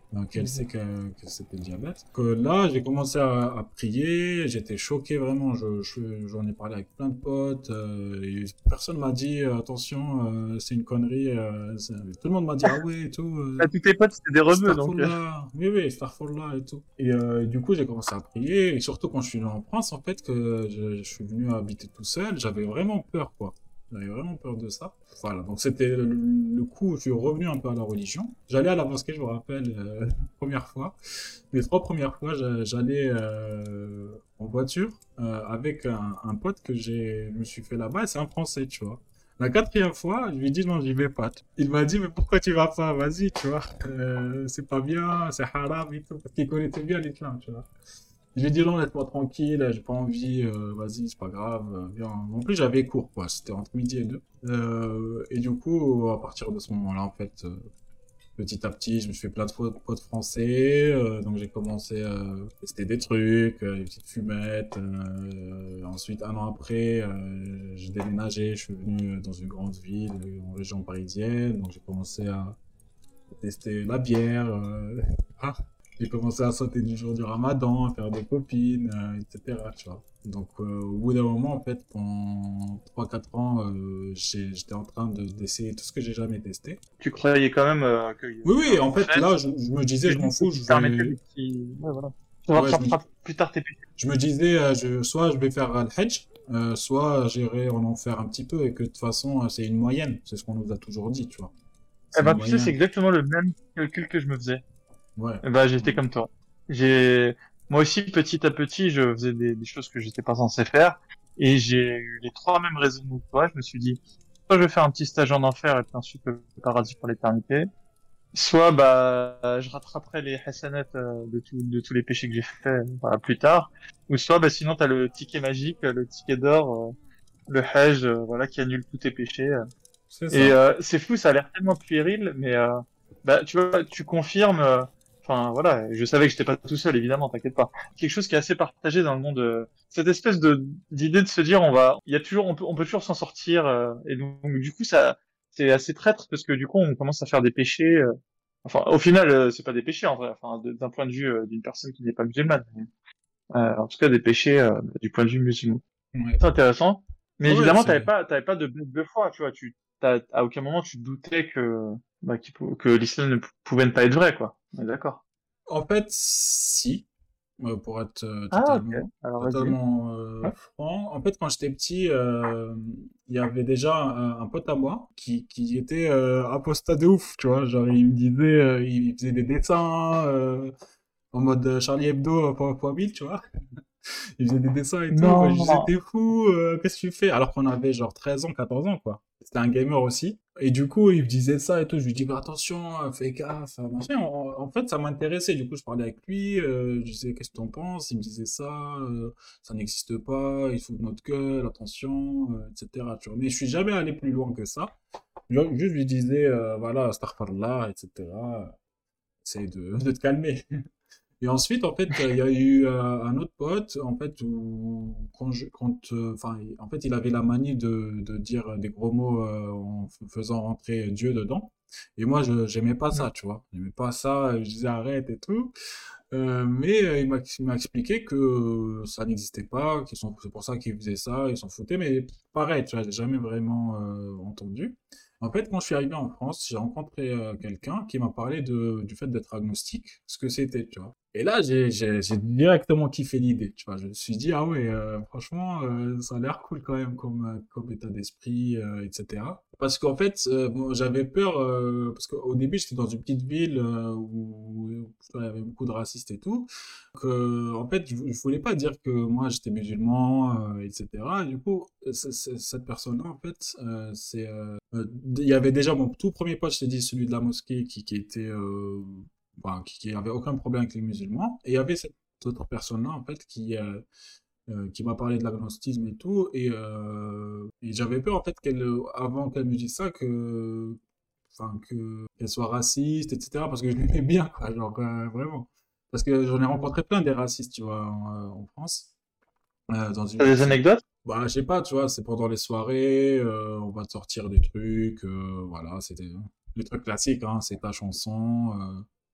Donc elle sait Mhm. que, que c'était le diabète. Que là, j'ai commencé à, à prier, j'étais choqué vraiment, je, je- j'en ai parlé avec plein de potes, euh, et personne m'a dit euh, attention, euh, c'est une connerie. euh, c'est- Tout le monde m'a dit ah ouais et tout. Ah, euh, tous tes potes, c'était des rebeux, donc. euh. Starfall oui, oui, Starfall et tout. Et euh, du coup, j'ai commencé à prier, et surtout quand je suis venu en France, en fait, que je, je suis venu habiter tout seul, j'avais vraiment peur, quoi. J'avais vraiment peur de ça. Voilà, donc c'était le, le coup où je suis revenu un peu à la religion. J'allais à la mosquée, je me rappelle, euh, la première fois. Les trois premières fois, j'a- j'allais euh, en voiture euh, avec un, un pote que j'ai, je me suis fait là-bas, et c'est un Français, tu vois. La quatrième fois, je lui ai dit non, j'y vais pas. Il m'a dit, mais pourquoi tu vas pas? Vas-y, tu vois. Euh, c'est pas bien, c'est haram et tout. Parce qu'il connaissait bien l'islam, tu vois. Je lui ai dit non, laisse-moi tranquille, j'ai pas envie, euh, vas-y, c'est pas grave, euh, viens. En plus, j'avais cours, quoi. C'était entre midi et deux. Euh, et du coup, à partir de ce moment-là, en fait, euh, petit à petit, je me suis fait plein de potes potes français, euh, donc j'ai commencé à tester des trucs, euh, des petites fumettes. Euh, ensuite, un an après, euh, j'ai déménagé, je suis venu dans une grande ville, euh, en région parisienne, donc j'ai commencé à tester la bière. euh, ah, j'ai commencé à sauter du jour du ramadan, à faire des copines, euh, et cetera. Tu vois. Donc, euh, au bout d'un moment, en fait, pendant trois quatre ans, euh, j'ai- j'étais en train de- d'essayer tout ce que j'ai jamais testé. Tu croyais quand même euh, qu'il y Oui, avait oui, en un fait, fait, là, je, je me disais, et je m'en donc ça fous, te je permettait vais. des petits... Ouais, voilà. Tu Ouais, je me, rattraperas plus tard tes péchés. je me disais, euh, je, soit je vais faire euh, le Hajj, euh, soit j'irai en en faire un petit peu, et que de toute façon, euh, c'est une moyenne. C'est ce qu'on nous a toujours dit, tu vois. Eh C'est une ben, tu sais, c'est moyenne. exactement le même calcul que je me faisais. Ouais. Eh ben, j'étais Ouais. comme toi. J'ai, moi aussi, petit à petit, je faisais des, des choses que j'étais pas censé faire. Et j'ai eu les trois mêmes raisonnements que toi. Je me suis dit, soit je vais faire un petit stage en enfer et puis ensuite le paradis pour l'éternité. Soit, bah, je rattraperai les hasanats euh, de, tout, de tous les péchés que j'ai fait euh, voilà, plus tard. Ou soit, bah, sinon, t'as le ticket magique, le ticket d'or, euh, le Hajj, euh, voilà, qui annule tous tes péchés. euh. C'est Et ça. euh, c'est fou, ça a l'air tellement puéril, mais euh, bah tu vois, tu confirmes. euh, Enfin voilà, je savais que j'étais pas tout seul, évidemment, t'inquiète pas. Quelque chose qui est assez partagé dans le monde, euh, cette espèce de d'idée de se dire on va, il y a toujours, on peut, on peut toujours s'en sortir. euh, et donc, du coup ça, c'est assez traître parce que du coup on commence à faire des péchés. euh, enfin au final euh, c'est pas des péchés en vrai, enfin de- d'un point de vue euh, d'une personne qui n'est pas musulmane. mais, euh, en tout cas des péchés euh, du point de vue musulman. Ouais. C'est intéressant. Mais Ouais, ouais, évidemment, t'avais c'est. pas, t'avais pas de doute de foi, tu vois. Tu, t'as, à aucun moment tu doutais que, bah, qu'il pou- que l'islam ne pou- pouvait ne pas être vrai, quoi. On est d'accord. En fait, si. Euh, pour être euh, Ah, ok. totalement, Alors, vas-y. totalement euh, Ouais. franc. En fait, quand j'étais petit, euh, il y avait déjà un, un pote à moi qui, qui était euh, apostat de ouf, tu vois. Genre, il me disait, euh, il faisait des dessins euh, en mode Charlie Hebdo fois, fois mille, tu vois. Il faisait des dessins et tout. Moi, je disais, Non. t'es fou, euh, qu'est-ce que tu fais? Alors qu'on avait genre treize ans, quatorze ans, quoi. C'était un gamer aussi. Et du coup, il me disait ça et tout. Je lui dis, bah, attention, euh, fais gaffe, euh, machin. En, en fait, ça m'intéressait. Du coup, je parlais avec lui. Euh, je disais, qu'est-ce que t'en penses? Il me disait ça. euh, ça n'existe pas. Il faut de notre gueule, attention, euh, et cetera. Tu vois. Mais je suis jamais allé plus loin que ça. Je, juste, je lui disais, euh, voilà, astaghfirullah, et cetera. Essaye de, de te calmer. Et ensuite, en fait, il y a eu euh, un autre pote, en fait, où quand je, quand, euh, enfin, il- en fait, il avait la manie de, de dire des gros mots euh, en f- faisant rentrer Dieu dedans. Et moi, je j'aimais pas Mm. ça, tu vois. J'aimais pas ça. Je disais arrête et tout. Euh, mais euh, il m'a il m'a expliqué que ça n'existait pas, qu'ils sont, c'est pour ça qu'ils faisaient ça, ils s'en foutaient. Mais pareil, tu vois, j'ai jamais vraiment euh, entendu. En fait, quand je suis arrivé en France, j'ai rencontré euh, quelqu'un qui m'a parlé de, du fait d'être agnostique, ce que c'était, tu vois. Et là, j'ai j'ai- j'ai directement kiffé l'idée, tu vois. Je me suis dit, ah ouais, euh, franchement, euh, ça a l'air cool quand même comme, euh, comme état d'esprit, euh, et cetera. Parce qu'en fait, euh, bon, j'avais peur, euh, parce qu'au début, j'étais dans une petite ville euh, où, où il y avait beaucoup de racistes et tout. Donc, euh, en fait, je, je voulais pas dire que moi, j'étais musulman, euh, et cetera. Et du coup, c- c- cette personne-là, en fait, euh, c'est... euh, euh, il y avait déjà mon tout premier pote, je t'ai dit, celui de la mosquée, qui, qui était... euh, enfin, qui, qui avait aucun problème avec les musulmans. Et il y avait cette autre personne-là, en fait, qui, euh, euh, qui m'a parlé de l'agnosticisme et tout. Et, euh, et j'avais peur, en fait, qu'elle, avant qu'elle me dise ça, que, enfin, que, qu'elle soit raciste, et cetera. Parce que je l'aimais bien, quoi, genre, euh, vraiment. Parce que j'en ai rencontré plein des racistes, tu vois, en, en France. Euh, dans T'as une, des c'est- anecdotes? bah, je sais pas, tu vois, c'est pendant les soirées, euh, on va te sortir des trucs, euh, voilà, c'était des trucs classiques, hein, c'est ta chanson, euh,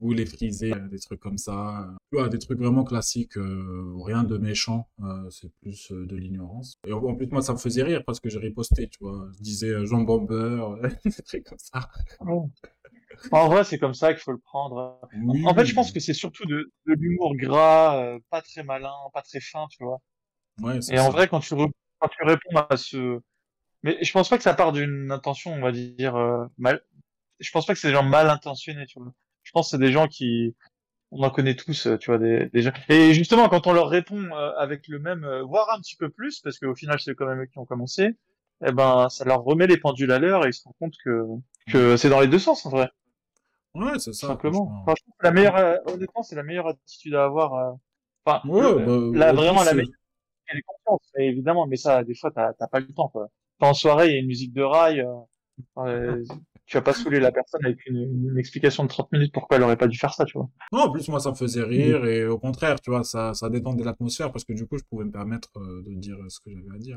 vous les frisez, euh, des trucs comme ça. Euh, tu vois, des trucs vraiment classiques, euh, rien de méchant, euh, c'est plus euh, de l'ignorance. Et en, en plus, moi, ça me faisait rire parce que j'ai riposté, tu vois. Je disais euh, Jean Bomber, des trucs comme ça. Ouais. En vrai, c'est comme ça qu'il faut le prendre. En Oui, en fait, je pense oui, que c'est surtout de, de l'humour gras, euh, pas très malin, pas très fin, tu vois. ouais, c'est Et en ça. vrai, quand tu, re- quand tu réponds à ce... Mais je pense pas que ça part d'une intention, on va dire, euh, mal... Je pense pas que c'est des gens mal intentionnés, tu vois. Je pense que c'est des gens qui... On en connaît tous, euh, tu vois, des, des gens... Et justement, quand on leur répond euh, avec le même, euh, voire un petit peu plus, parce qu'au final, c'est quand même eux qui ont commencé, eh ben, ça leur remet les pendules à l'heure et ils se rendent compte que, que c'est dans les deux sens, en vrai. Ouais, c'est Tout ça, simplement. franchement. Franchement, c'est la meilleure, euh, honnêtement, c'est la meilleure attitude à avoir. euh, Enfin, Ouais, bah, le- là, en vraiment, plus, la euh, meilleure, c'est les confiance, évidemment, mais ça, des fois, t'as t'as pas le temps, quoi. Quand en soirée, il y a une musique de rail, euh, euh, tu vas pas saouler la personne avec une, une explication de trente minutes pourquoi elle aurait pas dû faire ça, tu vois. non, en plus, moi, ça me faisait rire et au contraire, tu vois, ça, ça détendait l'atmosphère parce que du coup, je pouvais me permettre euh, de dire ce que j'avais à dire.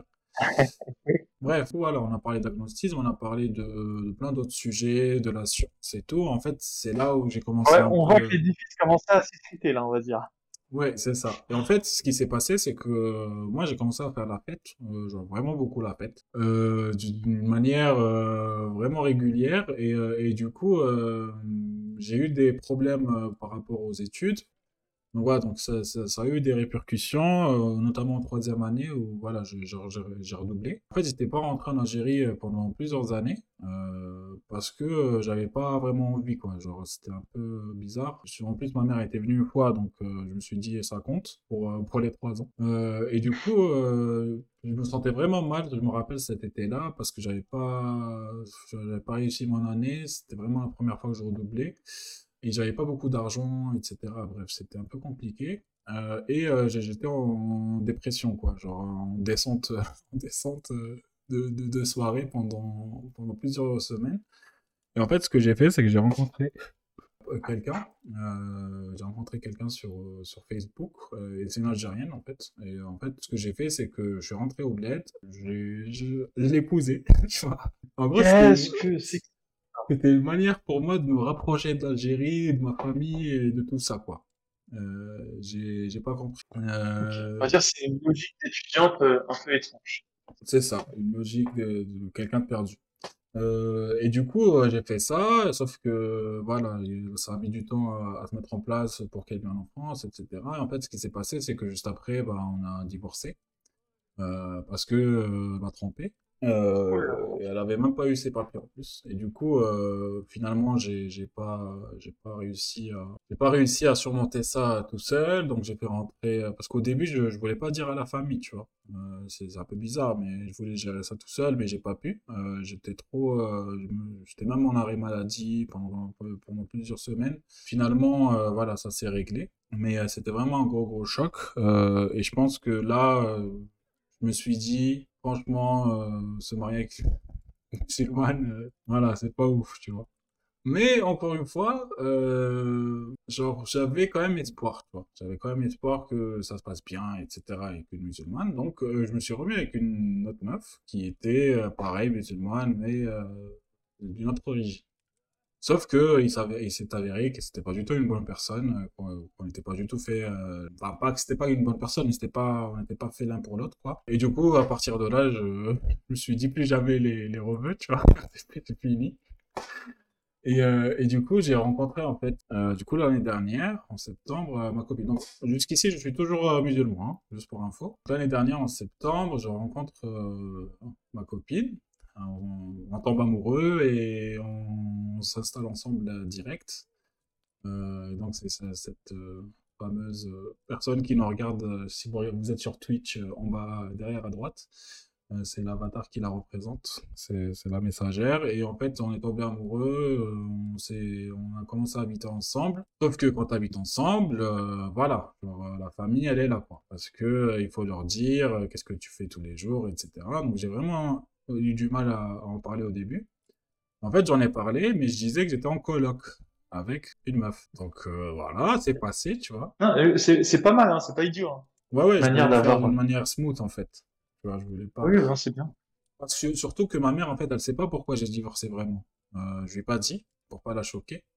Bref, voilà, on a parlé d'agnosticisme, on a parlé de, de plein d'autres sujets, de la science et tout. En fait, c'est là où j'ai commencé Ouais, un on voit que peu. l'édifice commence à s'effriter, là, on va dire. Ouais, c'est ça. Et en fait, ce qui s'est passé, c'est que euh, moi, j'ai commencé à faire la fête, euh, genre vraiment beaucoup la fête, euh, d'une manière euh, vraiment régulière. Et, euh, et du coup, euh, j'ai eu des problèmes euh, par rapport aux études. Donc voilà, donc ça, ça, ça a eu des répercussions, euh, notamment en troisième année où voilà, j'ai j'ai- j'ai- j'ai redoublé. En fait, j'étais pas rentré en Algérie euh, pendant plusieurs années euh, parce que euh, j'avais pas vraiment envie, quoi. Genre, c'était un peu bizarre. Je suis- En plus, ma mère était venue une fois, donc euh, je me suis dit ça compte pour, euh, pour les trois ans. Euh, et du coup, euh, je me sentais vraiment mal. Je me rappelle cet été-là parce que j'avais pas, j'avais pas réussi mon année. C'était vraiment la première fois que je redoublais. Et j'avais pas beaucoup d'argent, et cetera. Bref, c'était un peu compliqué. Euh, et euh, j'ai- j'étais en dépression, quoi, genre en descente, en descente euh, de, de, de soirée pendant, pendant plusieurs semaines. Et en fait, ce que j'ai fait, c'est que j'ai rencontré euh, quelqu'un. Euh, j'ai rencontré quelqu'un sur, euh, sur Facebook, euh, et c'est une Algérienne, en fait. Et en fait, ce que j'ai fait, c'est que je suis rentré au bled, j'ai- je, je l'ai épousé, tu vois. En gros, c'était Qu'est-ce que c'est que c'était une manière pour moi de me rapprocher de l'Algérie, de ma famille et de tout ça, quoi. Euh, j'ai, j'ai pas compris. Ok. On Euh, va dire que c'est une logique d'étudiante euh, un peu étrange. c'est ça, une logique de, de quelqu'un de perdu. Euh, et du coup, euh, j'ai fait ça, sauf que voilà, il- ça a mis du temps à, à se mettre en place pour qu'elle vienne en France, et cetera. Et en fait, ce qui s'est passé, c'est que juste après, bah, on a divorcé. Euh, parce que euh, elle m'a trompé. Euh, et elle avait même pas eu ses papiers en plus. Et du coup, euh, finalement, j'ai j'ai pas j'ai pas réussi à j'ai pas réussi à surmonter ça tout seul. Donc j'ai fait rentrer parce qu'au début, je je voulais pas dire à la famille, tu vois. Euh, c'est c'est un peu bizarre, mais je voulais gérer ça tout seul, mais j'ai pas pu. Euh, j'étais trop euh, je me- j'étais même en arrêt maladie pendant pendant plusieurs semaines. Finalement, euh, voilà, ça s'est réglé. Mais euh, c'était vraiment un gros gros choc. Euh, et je pense que là, euh, je me suis dit, franchement, euh, se marier avec une musulmane, euh, voilà, c'est pas ouf, tu vois. Mais encore une fois, euh, genre, j'avais quand même espoir, tu vois. J'avais quand même espoir que ça se passe bien, et cetera, avec une musulmane. Donc, euh, je me suis remis avec une autre meuf qui était, euh, pareil, musulmane, mais euh, d'une autre origine. Sauf que il s'avère- il s'est avéré que c'était pas du tout une bonne personne, euh, qu'on qu'on n'était pas du tout fait, euh, enfin, pas que c'était pas une bonne personne, mais c'était pas, on n'était pas fait l'un pour l'autre, quoi. Et du coup, à partir de là, je, je me suis dit plus jamais les, les reveux, tu vois, c'est fini. Et, euh, et du coup, j'ai rencontré en fait, euh, du coup l'année dernière, en septembre, euh, ma copine. Donc jusqu'ici, je suis toujours euh, musulman, hein, juste pour info. L'année dernière, en septembre, je rencontre euh, ma copine. On, on tombe amoureux et on, on s'installe ensemble euh, direct. Euh, donc c'est ça- cette euh, fameuse euh, personne qui nous regarde, euh, si vous vous êtes sur Twitch, euh, en bas euh, derrière à droite. Euh, c'est l'avatar qui la représente, c'est c'est la messagère. Et en fait, on est tombé amoureux, euh, on s'est, on a commencé à habiter ensemble. Sauf que quand tu habites ensemble, euh, voilà, genre, euh, la famille, elle est là, quoi. Parce que euh, il faut leur dire euh, qu'est-ce que tu fais tous les jours, et cetera. Donc j'ai vraiment eu du mal à, à en parler au début. En fait, j'en ai parlé, mais je disais que j'étais en coloc avec une meuf. Donc euh, voilà, c'est passé, tu vois. Non, euh, c'est c'est pas mal, hein, c'est pas idiot, hein. Ouais, ouais, je voulais Manière le faire d'avoir. d'une euh, manière smooth, en fait. Tu vois, je voulais pas. Oui, non, c'est bien. Parce que, surtout que ma mère, en fait, elle sait pas pourquoi j'ai divorcé vraiment. Euh, je lui ai pas dit, pour pas la choquer.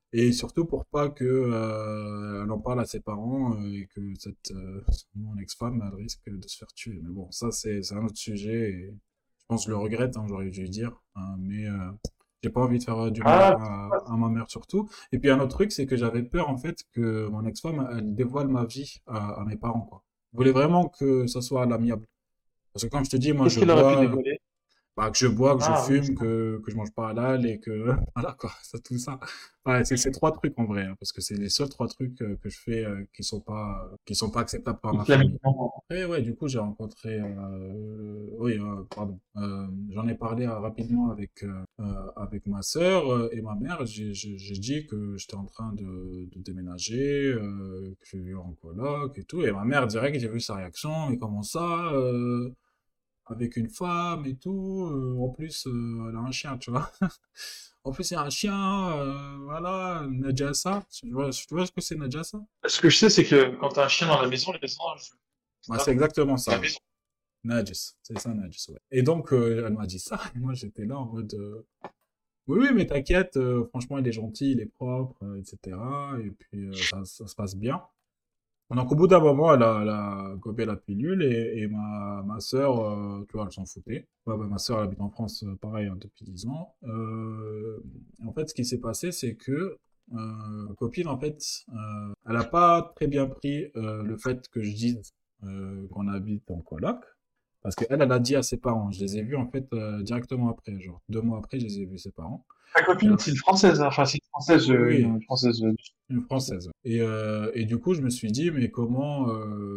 Et surtout pour pas que euh, elle en parle à ses parents euh, et que cette euh, mon ex-femme elle risque de se faire tuer. Mais bon, ça c'est c'est un autre sujet et je pense que je le regrette, hein, j'aurais dû le dire, hein, mais euh, j'ai pas envie de faire euh, du mal Ah, à, à ma mère surtout. Et puis un autre truc, c'est que j'avais peur en fait que mon ex-femme elle dévoile ma vie à, à mes parents quoi. Je voulais vraiment que ça soit à l'amiable. Parce que comme je te dis, moi qu'est-ce je qu'il aurait pu bois, dévoiler? bah, que je bois, que je Ah oui, fume, que, que je mange pas halal et que voilà quoi, ça tout ça. Ouais, c'est ces trois trucs en vrai, hein, parce que c'est les seuls trois trucs euh, que je fais euh, qui sont pas qui sont pas acceptables par ma famille. islamiquement. Et ouais, du coup, j'ai rencontré, euh, oui, euh, pardon, euh, j'en ai parlé euh, rapidement avec euh, euh, avec ma sœur euh, et ma mère. J'ai j'ai j'ai dit que j'étais en train de, de déménager, euh, que je vivais en coloc et tout. Et ma mère direct, j'ai vu sa réaction. Mais comment ça? euh, avec une femme et tout. Euh, en plus, euh, elle a un chien, tu vois. En plus, il y a un chien, euh, voilà, Najasa. Tu vois, tu vois ce que c'est Najasa? Ce que je sais, c'est que quand t'as un chien dans la maison, les anges, c'est Ouais, pas c'est bon. exactement La ça, ouais. maison. Najis, c'est ça, Najis, ouais. Et donc, euh, elle m'a dit ça, et moi j'étais là en mode, euh, oui, oui, mais t'inquiète, euh, franchement, il est gentil, il est propre, euh, et cetera. Et puis, euh, ça, ça se passe bien. Donc, au bout d'un moment, elle a, elle a gobé la pilule et, et ma, ma sœur, euh, tu vois, elle s'en foutait. Ouais, bah, ma sœur, elle habite en France, euh, pareil, hein, depuis dix ans. Euh, en fait, ce qui s'est passé, c'est que euh, ma copine, en fait, euh, elle a pas très bien pris euh, le fait que je dise euh, qu'on habite en coloc. Parce qu'elle, elle a dit à ses parents. Je les ai vus, en fait, euh, directement après. Genre, deux mois après, je les ai vus, ses parents. Ta Et copine, là, c'est une française, hein. Enfin, c'est une française, oui, euh, oui, une française, euh, une française. française. Et, euh, et du coup, je me suis dit, mais comment...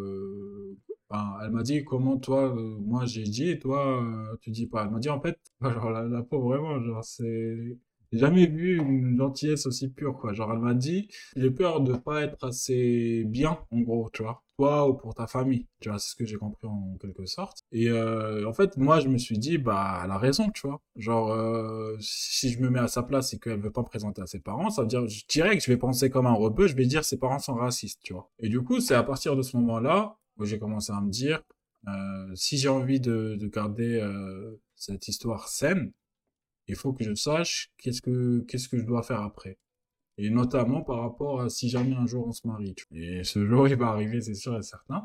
euh, enfin, elle m'a dit, comment toi, euh, moi j'ai dit, et toi, euh, tu dis pas. Elle m'a dit, en fait, genre, la, la pauvre, vraiment, genre, c'est... J'ai jamais vu une gentillesse aussi pure, quoi. Genre, elle m'a dit, j'ai peur de pas être assez bien, en gros, tu vois. Toi ou pour ta famille, tu vois, c'est ce que j'ai compris en quelque sorte. Et euh, en fait, moi, je me suis dit, bah, elle a raison, tu vois. Genre, euh, si je me mets à sa place et qu'elle veut pas me présenter à ses parents, ça veut dire, je dirais que je vais penser comme un rebeu, je vais dire ses parents sont racistes, tu vois. Et du coup, c'est à partir de ce moment-là où j'ai commencé à me dire, euh, si j'ai envie de, de garder euh, cette histoire saine, il faut que je sache qu'est-ce que qu'est-ce que je dois faire après. Et notamment par rapport à si jamais un jour on se marie. Tu vois. Et ce jour, il va arriver, c'est sûr et certain.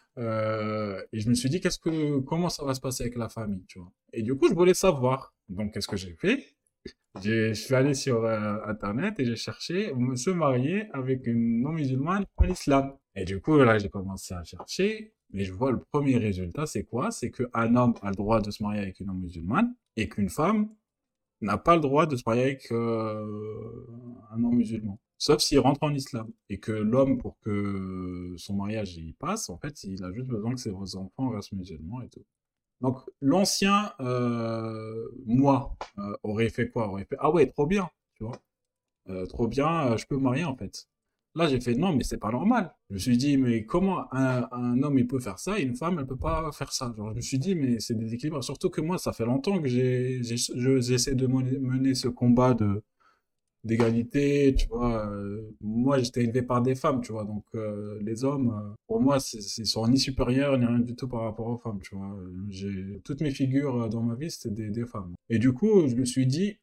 Euh, et je me suis dit, qu'est-ce que, comment ça va se passer avec la famille, tu vois. Et du coup, je voulais savoir. Donc, qu'est-ce que j'ai fait? J'ai- Je suis allé sur euh, Internet et j'ai cherché se marier avec une non-musulmane en islam. Et du coup, là, j'ai commencé à chercher. Et je vois le premier résultat, c'est quoi? C'est qu'un homme a le droit de se marier avec une non-musulmane et qu'une femme n'a pas le droit de se marier avec euh, un non-musulman. Sauf s'il rentre en islam. Et que l'homme, pour que son mariage y passe, en fait, il a juste besoin que ses enfants restent musulmans et tout. Donc, l'ancien euh, moi euh, aurait fait quoi? Aurait fait, ah ouais, trop bien, tu vois. Euh, trop bien, euh, je peux me marier en fait. Là, j'ai fait non, mais c'est pas normal. Je me suis dit, mais comment un, un homme il peut faire ça et une femme elle peut pas faire ça? Genre, je me suis dit, mais c'est des équilibres. Surtout que moi, ça fait longtemps que j'ai, j'ai, je- j'essaie de mener mener ce combat de d'égalité, tu vois. Euh, moi, j'étais élevé par des femmes, tu vois. Donc, euh, les hommes, euh, pour moi, c'est- c'est- ils sont ni supérieurs ni rien du tout par rapport aux femmes, tu vois. Euh, J'ai toutes mes figures euh, dans ma vie, c'était des, des femmes. Et du coup, je me suis dit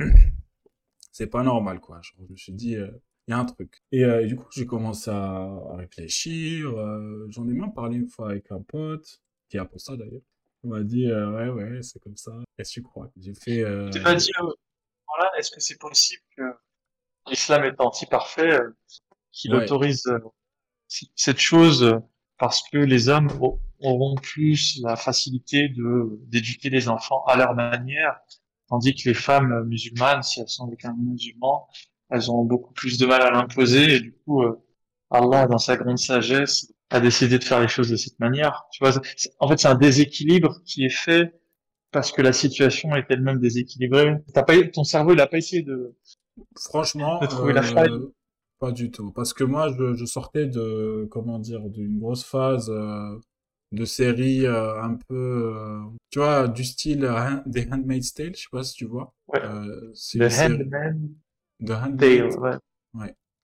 c'est pas normal, quoi. Genre, je me suis dit, il y a un truc. Et, euh, et du coup, j'ai commencé à, à réfléchir. euh, J'en ai même parlé une fois avec un pote, qui est pour ça d'ailleurs. Il m'a dit, euh, ouais, ouais, c'est comme ça. Qu'est-ce que tu crois? J'ai fait, Tu t'es euh, pas dit, euh, voilà, est-ce que c'est possible que l'islam est anti-parfait, euh, qu'il ouais, autorise euh, c- cette chose euh, parce que les hommes au- auront plus la facilité de d'éduquer les enfants à leur manière, tandis que les femmes euh, musulmanes, si elles sont avec un musulman, elles ont beaucoup plus de mal à l'imposer et du coup, euh, Allah, dans sa grande sagesse, a décidé de faire les choses de cette manière. Tu vois, c'est- c'est- en fait, c'est un déséquilibre qui est fait parce que la situation est elle-même déséquilibrée. T'as pas, ton cerveau, il a pas essayé de, de franchement, trouver la faille. euh, pas du tout. Parce que moi, je, je sortais de, comment dire, d'une grosse phase euh, de série euh, un peu, euh, tu vois, du style euh, Han- des Handmaid's Tale, je sais pas si tu vois. Ouais. Euh, c'est The une série Handmaid's de Handmaid. Tale, ouais. Ouais.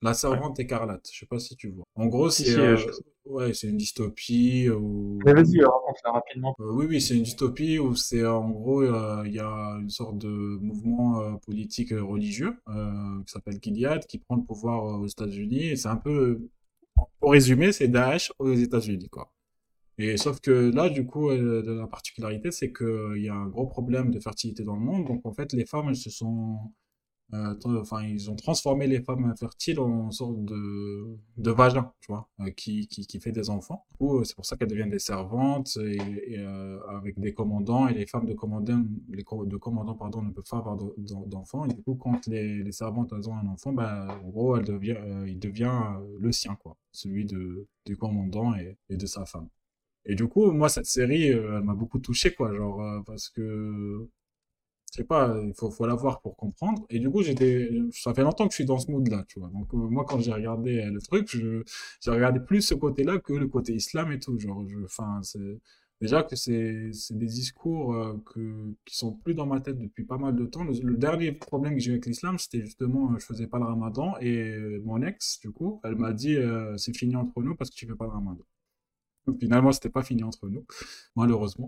La Ouais. Servante écarlate, je sais pas si tu vois. En gros, Si, c'est si, euh, je... euh, ouais, c'est une dystopie où Mais vas-y, raconte-la rapidement. euh, oui, oui, c'est une dystopie où c'est euh, en gros euh, il y a une sorte de mouvement euh, politique euh, religieux euh, qui s'appelle Gilead qui prend le pouvoir euh, aux États-Unis et c'est un peu pour résumer, c'est Daesh aux États-Unis quoi. Et sauf que là, du coup, euh, la particularité, c'est qu'il y a un gros problème de fertilité dans le monde. Donc, en fait, les femmes, elles se sont euh, tra- enfin, ils ont transformé les femmes infertiles en sorte de, de vagin, tu vois, euh, qui, qui, qui fait des enfants. Du coup, euh, c'est pour ça qu'elles deviennent des servantes et, et, euh, avec des commandants et les femmes de commandants, les co- de commandants, pardon, ne peuvent pas avoir de- d'en- d'enfants. Et du coup, quand les, les servantes elles ont un enfant, bah, en gros, elle devient, euh, il devient euh, le sien, quoi, celui de, du commandant et, et de sa femme. Et du coup, moi, cette série, euh, elle m'a beaucoup touché, quoi, genre, euh, parce que je sais pas, il faut, faut la voir pour comprendre. Et du coup, j'étais, ça fait longtemps que je suis dans ce mood-là, tu vois. Donc, euh, moi, quand j'ai regardé euh, le truc, je, j'ai regardé plus ce côté-là que le côté islam et tout. Genre, je, enfin, c'est, déjà que c'est, c'est des discours euh, que, qui sont plus dans ma tête depuis pas mal de temps. Le, le dernier problème que j'ai eu avec l'islam, c'était justement, euh, je faisais pas le ramadan et euh, mon ex, du coup, elle m'a dit, euh, c'est fini entre nous parce que tu fais pas le ramadan. Donc, finalement, c'était pas fini entre nous, malheureusement.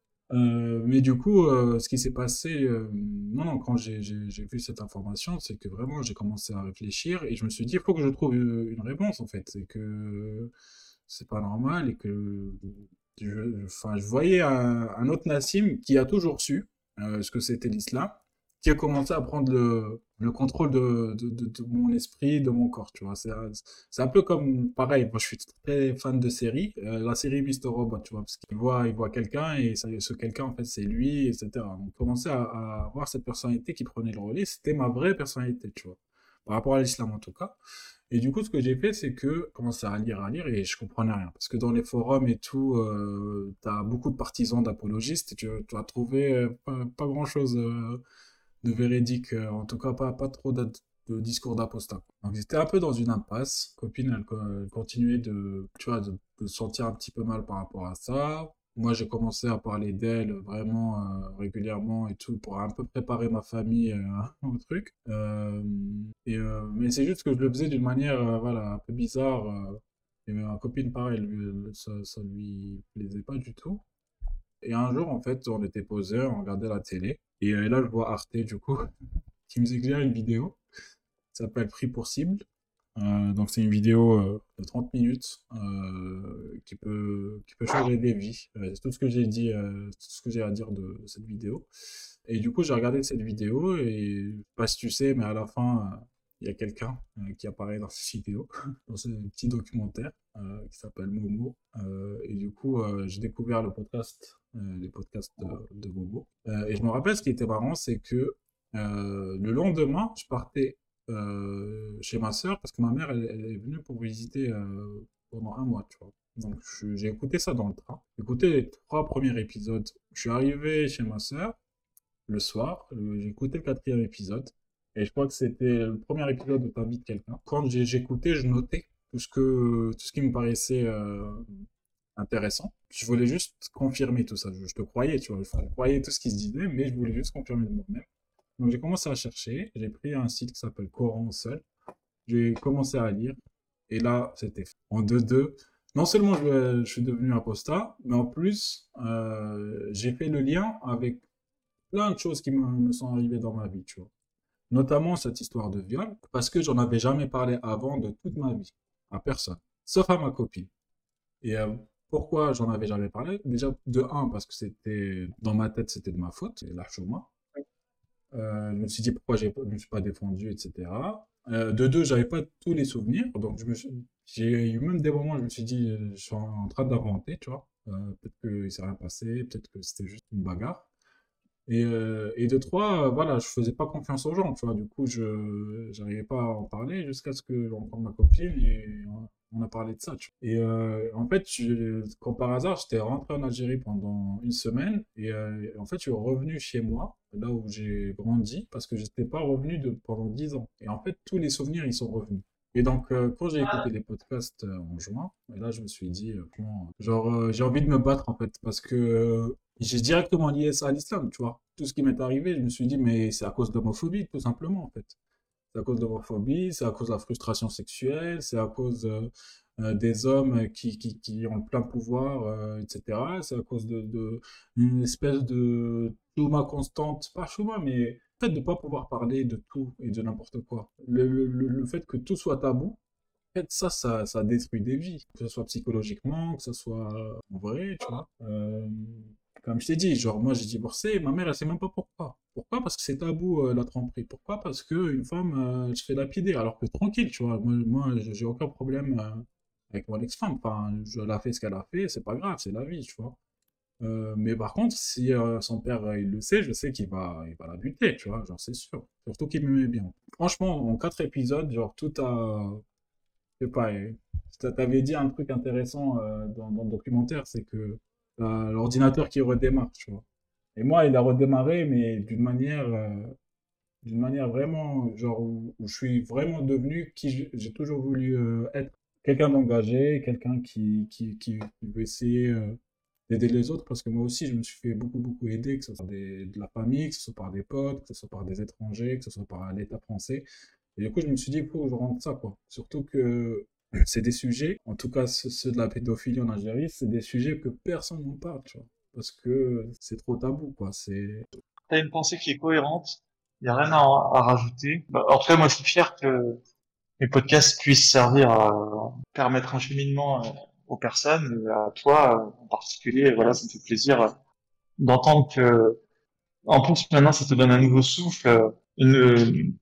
Euh, mais du coup, euh, ce qui s'est passé, euh, non, non, quand j'ai j'ai- j'ai vu cette information, c'est que vraiment j'ai commencé à réfléchir et je me suis dit, il faut que je trouve euh, une réponse en fait. C'est que c'est pas normal et que je, enfin, je voyais un, un autre Nassim qui a toujours su euh, ce que c'était l'islam, qui a commencé à prendre le, le contrôle de, de, de, de mon esprit, de mon corps, tu vois. C'est un, c'est un peu comme, pareil, moi je suis très fan de séries, euh, la série Mister Robot, tu vois, parce qu'il voit, il voit quelqu'un et ça, ce quelqu'un en fait c'est lui, et cetera. Donc commencer à, à avoir cette personnalité qui prenait le relais, c'était ma vraie personnalité, tu vois, par rapport à l'islam en tout cas. Et du coup, ce que j'ai fait, c'est que je commençais à lire, à lire, et je comprenais rien. Parce que dans les forums et tout, euh, t'as beaucoup de partisans, d'apologistes, et tu, tu vas trouver euh, pas, pas grand-chose euh, de véridique, euh, en tout cas pas, pas trop de, de discours d'apostat. Donc j'étais un peu dans une impasse. Copine, elle, co- elle continuait de, tu vois, de, de se sentir un petit peu mal par rapport à ça. Moi, j'ai commencé à parler d'elle vraiment euh, régulièrement et tout pour un peu préparer ma famille euh, au truc. Euh, et, euh, mais c'est juste que je le faisais d'une manière euh, voilà, un peu bizarre. euh, et ma copine, pareil, lui, ça, ça lui plaisait pas du tout. Et un jour, en fait, on était posé, on regardait la télé. Et euh, là, je vois Arte, du coup, qui me suggère une vidéo. Ça s'appelle Pris pour cible. Euh, donc, c'est une vidéo euh, de trente minutes euh, qui peut, qui peut changer des vies. Euh, c'est tout ce que j'ai dit, euh, tout ce que j'ai à dire de, de cette vidéo. Et du coup, j'ai regardé cette vidéo et je sais pas si tu sais, mais à la fin, euh, il y a quelqu'un euh, qui apparaît dans cette vidéo, dans ce petit documentaire euh, qui s'appelle Momo. Euh, et du coup, euh, j'ai découvert le podcast, euh, les podcasts de, de Momo. Euh, et je me rappelle, ce qui était marrant, c'est que euh, le lendemain, je partais euh, chez ma sœur parce que ma mère, elle, elle est venue pour visiter euh, pendant un mois, tu vois. Donc, je- j'ai écouté ça dans le train. J'ai écouté les trois premiers épisodes. Je suis arrivé chez ma sœur le soir. euh, J'ai écouté le quatrième épisode. Et je crois que c'était le premier épisode où t'invites quelqu'un. Quand j'ai j'ai écouté, je notais tout ce que, tout ce qui me paraissait euh, intéressant. Je voulais juste confirmer tout ça. Je, je te croyais, tu vois. Je croyais tout ce qui se disait, mais je voulais juste confirmer de moi-même. Donc j'ai commencé à chercher. J'ai pris un site qui s'appelle Coran seul. J'ai commencé à lire. Et là, c'était fait. En deux deux. Non seulement je, je suis devenu apostat, mais en plus, euh, j'ai fait le lien avec plein de choses qui me, me sont arrivées dans ma vie, tu vois. Notamment cette histoire de viol, parce que j'en avais jamais parlé avant de toute ma vie, à personne, sauf à ma copine. Et euh, pourquoi j'en avais jamais parlé? Déjà, de un, parce que c'était, dans ma tête, c'était de ma faute, et largement. Euh, je me suis dit pourquoi j'ai- je ne me suis pas défendu, et cetera. Euh, de deux, j'avais pas tous les souvenirs, donc je me suis, j'ai eu même des moments où je me suis dit, euh, je suis en, en train d'inventer, tu vois. Euh, peut-être qu'il s'est rien passé, peut-être que c'était juste une bagarre. Et, euh, et de trois, euh, voilà, je faisais pas confiance aux gens, tu vois. Du coup, je j'arrivais pas à en parler jusqu'à ce que je rencontre ma copine et on on a parlé de ça, tu vois. Et euh, en fait, je, quand par hasard, j'étais rentré en Algérie pendant une semaine et euh, en fait, je suis revenu chez moi, là où j'ai grandi, parce que j'étais pas revenu de, pendant dix ans. Et en fait, tous les souvenirs, ils sont revenus. Et donc, euh, quand j'ai écouté les podcasts euh, en juin, et là, je me suis dit, euh, franchement, genre, euh, j'ai envie de me battre, en fait, parce que euh, j'ai directement lié ça à l'islam, tu vois. Tout ce qui m'est arrivé, je me suis dit, mais c'est à cause de l'homophobie, tout simplement, en fait. C'est à cause de l'homophobie, c'est à cause de la frustration sexuelle, c'est à cause euh, euh, des hommes qui, qui, qui ont le plein pouvoir, euh, et cetera. C'est à cause de, de une espèce de trauma constante, pas trauma, mais le fait de ne pas pouvoir parler de tout et de n'importe quoi. Le, le, le le fait que tout soit tabou, en fait, ça, ça, ça détruit des vies, que ce soit psychologiquement, que ce soit euh, en vrai, tu vois. Euh, comme je t'ai dit, genre, moi, j'ai divorcé, ma mère, elle sait même pas pourquoi. Pourquoi? Parce que c'est tabou, euh, la tromperie. Pourquoi? Parce que une femme, euh, elle se fait lapider, alors que tranquille, tu vois. Moi, moi j'ai j'ai aucun problème euh, avec mon ex-femme. Enfin, je- elle a fait ce qu'elle a fait, c'est pas grave, c'est la vie, tu vois. Euh, mais par contre, si euh, son père, euh, il le sait, je sais qu'il va, il va la buter, tu vois, genre, c'est sûr. Surtout qu'il m'aimait bien. Franchement, en quatre épisodes, genre, tout a je sais pas, et t'a- t'avais dit un truc intéressant euh, dans, dans le documentaire, c'est que euh, l'ordinateur qui redémarre, tu vois. Et moi, il a redémarré, mais d'une manière, euh, d'une manière vraiment, genre, où, où je suis vraiment devenu qui j'ai j'ai toujours voulu euh, être. Quelqu'un d'engagé, quelqu'un qui, qui, qui, qui veut essayer euh, d'aider les autres, parce que moi aussi, je me suis fait beaucoup, beaucoup aider, que ce soit des- de la famille, que ce soit par des potes, que ce soit par des étrangers, que ce soit par l'État français. Et du coup, je me suis dit, il faut que je rentre ça, quoi. Surtout que c'est des sujets, en tout cas ceux ceux de la pédophilie en Algérie, c'est des sujets que personne n'en parle, tu vois. Parce que c'est trop tabou, quoi. C'est... T'as une pensée qui est cohérente, il y a rien à, à rajouter. Bah, en tout cas, moi, je suis fier que mes podcasts puissent servir à permettre un cheminement euh, aux personnes, et à toi euh, en particulier. Et voilà, ça me fait plaisir euh, d'entendre que, en plus, maintenant, ça te donne un nouveau souffle, euh, une,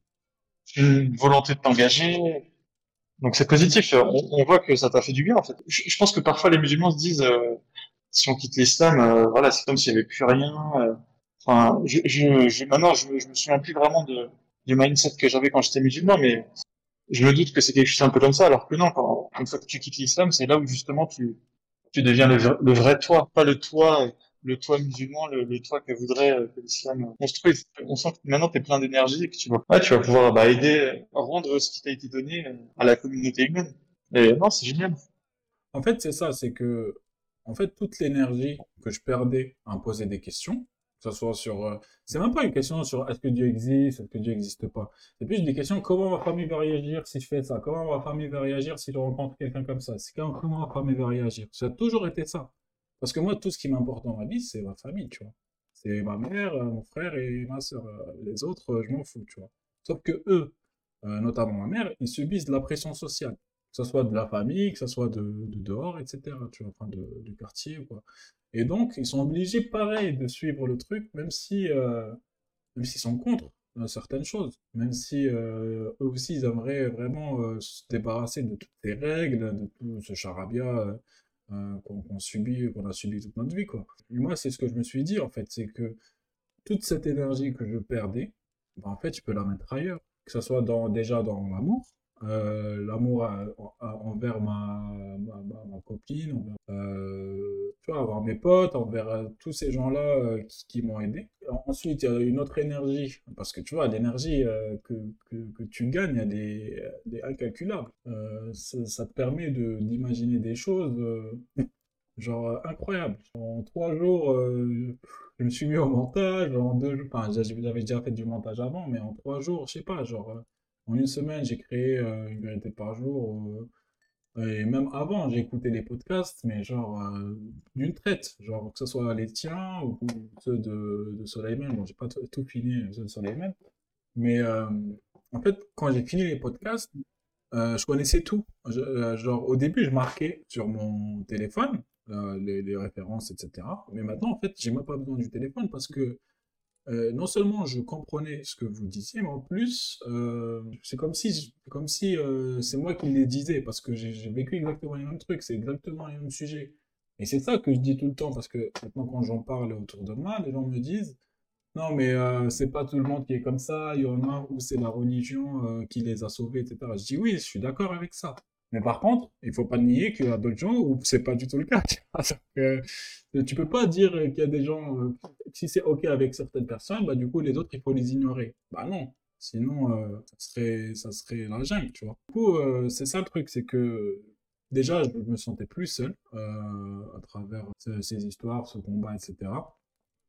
une volonté de t'engager. Donc c'est positif. On, on voit que ça t'a fait du bien, en fait. Je, je pense que parfois les musulmans se disent, euh, si on quitte l'islam, euh, voilà, c'est comme s'il y avait plus rien. euh. Enfin, je, je, je, maintenant, je, je me souviens plus vraiment de, du mindset que j'avais quand j'étais musulman, mais je me doute que c'est quelque chose un peu comme ça, alors que non, quand, une fois que tu quittes l'islam, c'est là où justement tu, tu deviens le, vrai- le vrai toi, pas le toi, euh, le toi musulman, le, le toi que voudrait euh, que l'islam construise. On sent que maintenant t'es plein d'énergie et que tu vas, ouais, tu vas pouvoir bah, aider, euh, rendre ce qui t'a été donné euh, à la communauté humaine. Et non, c'est génial. En fait, c'est ça, c'est que, en fait, toute l'énergie que je perdais à me poser des questions, que ce soit sur... euh, c'est même pas une question sur est-ce que Dieu existe, est-ce que Dieu n'existe pas. C'est plus des questions, comment ma famille va réagir si je fais ça? Comment ma famille va réagir si je rencontre quelqu'un comme ça? C'est quand- comment ma famille va réagir? Ça a toujours été ça. Parce que moi, tout ce qui m'importe dans ma vie, c'est ma famille, tu vois. C'est ma mère, euh, mon frère et ma sœur. Euh, Les autres, euh, je m'en fous, tu vois. Sauf que eux, euh, notamment ma mère, ils subissent de la pression sociale, que ce soit de la famille, que ce soit de, de dehors, et cetera, tu vois, enfin de, du quartier, quoi. Et donc, ils sont obligés, pareil, de suivre le truc, même si, euh, même s'ils sont contre euh, certaines choses, même si euh, eux aussi, ils aimeraient vraiment euh, se débarrasser de toutes ces règles, de tout ce charabia euh, euh, qu'on qu'on subit, qu'on a subi toute notre vie, quoi. Et moi, c'est ce que je me suis dit, en fait, c'est que toute cette énergie que je perdais, bah, en fait, je peux la mettre ailleurs. Que ce soit dans, déjà dans l'amour, euh, l'amour à- à- envers ma, ma, ma- ma copine, envers, euh, tu vois, envers mes potes, envers euh, tous ces gens-là euh, qui, qui m'ont aidé. Ensuite, il y a une autre énergie, parce que tu vois, l'énergie euh, que, que, que tu gagnes, elle est, elle est incalculable. Euh, ça, ça te permet de, d'imaginer des choses. euh, Genre, euh, incroyable. En trois jours, euh, je me suis mis au montage. En deux jours, enfin, j'a- j'avais déjà fait du montage avant, mais en trois jours, je sais pas, genre, euh, en une semaine, j'ai créé euh, une vérité par jour. euh, et même avant, j'ai écouté les podcasts, mais genre, euh, d'une traite. Genre, que ce soit les tiens ou, ou ceux de, de Soleiman. Bon, j'ai pas tout tout fini, ceux de Soleiman. Mais euh, en fait, quand j'ai fini les podcasts, euh, je connaissais tout. Je- euh, genre, au début, je marquais sur mon téléphone euh, les, les références, et cetera. Mais maintenant, en fait, j'ai même pas besoin du téléphone parce que euh, non seulement je comprenais ce que vous disiez, mais en plus, euh, c'est comme si, je- comme si euh, c'est moi qui les disais parce que j'ai j'ai vécu exactement les mêmes trucs, c'est exactement les mêmes sujets. Et c'est ça que je dis tout le temps parce que maintenant, quand j'en parle autour de moi, les gens me disent non, mais euh, c'est pas tout le monde qui est comme ça. Il y en a où c'est la religion euh, qui les a sauvés, et cetera. Je dis oui, je suis d'accord avec ça. Mais par contre, il faut pas nier qu'il y a d'autres gens où c'est pas du tout le cas. Tu vois. Donc, euh, tu peux pas dire qu'il y a des gens, euh, si c'est OK avec certaines personnes, bah du coup les autres il faut les ignorer. Bah non, sinon euh, ça serait, ça serait la jungle, tu vois. Du coup, euh, c'est ça le truc, c'est que déjà je me sentais plus seul euh, à travers ce- ces histoires, ce combat, et cetera.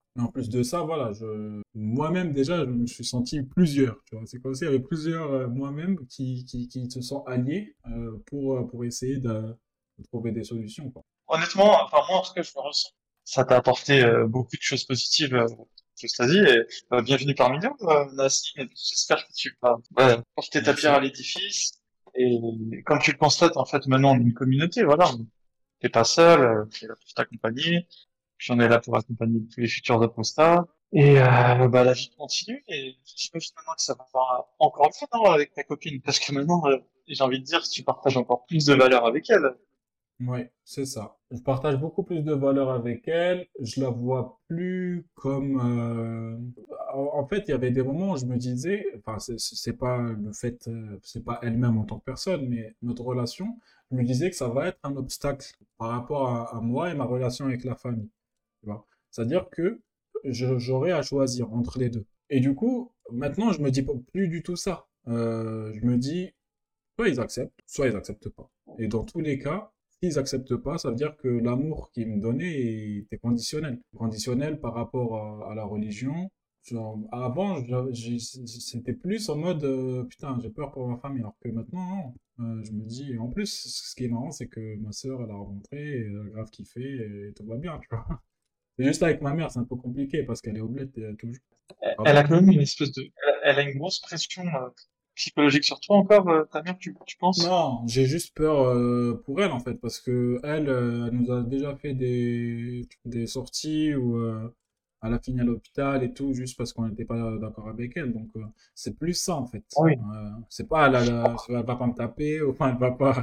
Et en plus de ça, voilà, je, moi-même déjà, je me suis senti plusieurs, tu vois. C'est comme s'il y avait plusieurs euh, moi-même qui, qui, qui se sont alliés euh, pour, euh, pour essayer de, de trouver des solutions, quoi. Honnêtement, enfin moi en tout cas je le ressens. Ça t'a apporté euh, beaucoup de choses positives, euh, Costasie, et euh, bienvenue parmi nous, euh, Nassim. J'espère que tu vas ouais, porter ta pierre à Merci. l'édifice. Et comme tu le constates, en fait, maintenant on est une communauté, voilà. T'es pas seul, euh, t'es là pour t'accompagner. J'en ai là pour accompagner tous les futurs apostats. Et euh, bah la vie continue. Et j'imagine maintenant que ça va encore mieux, non, avec ta copine, parce que maintenant, euh, j'ai envie de dire, tu partages encore plus de valeur avec elle. Oui, c'est ça. Je partage beaucoup plus de valeurs avec elle. Je la vois plus comme. euh, En en fait, il y avait des moments où je me disais, enfin, c'est c'est pas le fait, euh, c'est pas elle-même en tant que personne, mais notre relation. Je me disais que ça va être un obstacle par rapport à, à moi et ma relation avec la famille. Tu vois. C'est-à-dire que je- j'aurais à choisir entre les deux. Et du coup, maintenant, je me dis pas- plus du tout ça. Euh, je me dis, soit ils acceptent, soit ils acceptent pas. Et dans tous les cas, s'ils acceptent pas, ça veut dire que l'amour qu'ils me donnaient était conditionnel. Conditionnel par rapport à, à la religion. Genre, avant, je- j'ai- c'était plus en mode euh, putain, j'ai peur pour ma famille. Alors que maintenant, non. Euh, je me dis, en plus, ce qui est marrant, c'est que ma sœur, elle a rencontré, et elle a grave kiffé, et tout va bien, tu vois. C'est juste avec ma mère, c'est un peu compliqué parce qu'elle est au bled euh, toujours. Elle a Pardon? quand même une espèce de, elle a elle a une grosse pression euh, psychologique sur toi encore, euh, ta mère, tu, tu penses? Non, j'ai juste peur euh, pour elle en fait, parce que elle, euh, elle nous a déjà fait des, des sorties où euh, elle a fini à l'hôpital et tout, juste parce qu'on n'était pas d'accord avec elle. Donc euh, c'est plus ça en fait. Ah oui. Euh, c'est pas elle, elle, elle, elle va pas me taper, ou enfin elle va pas.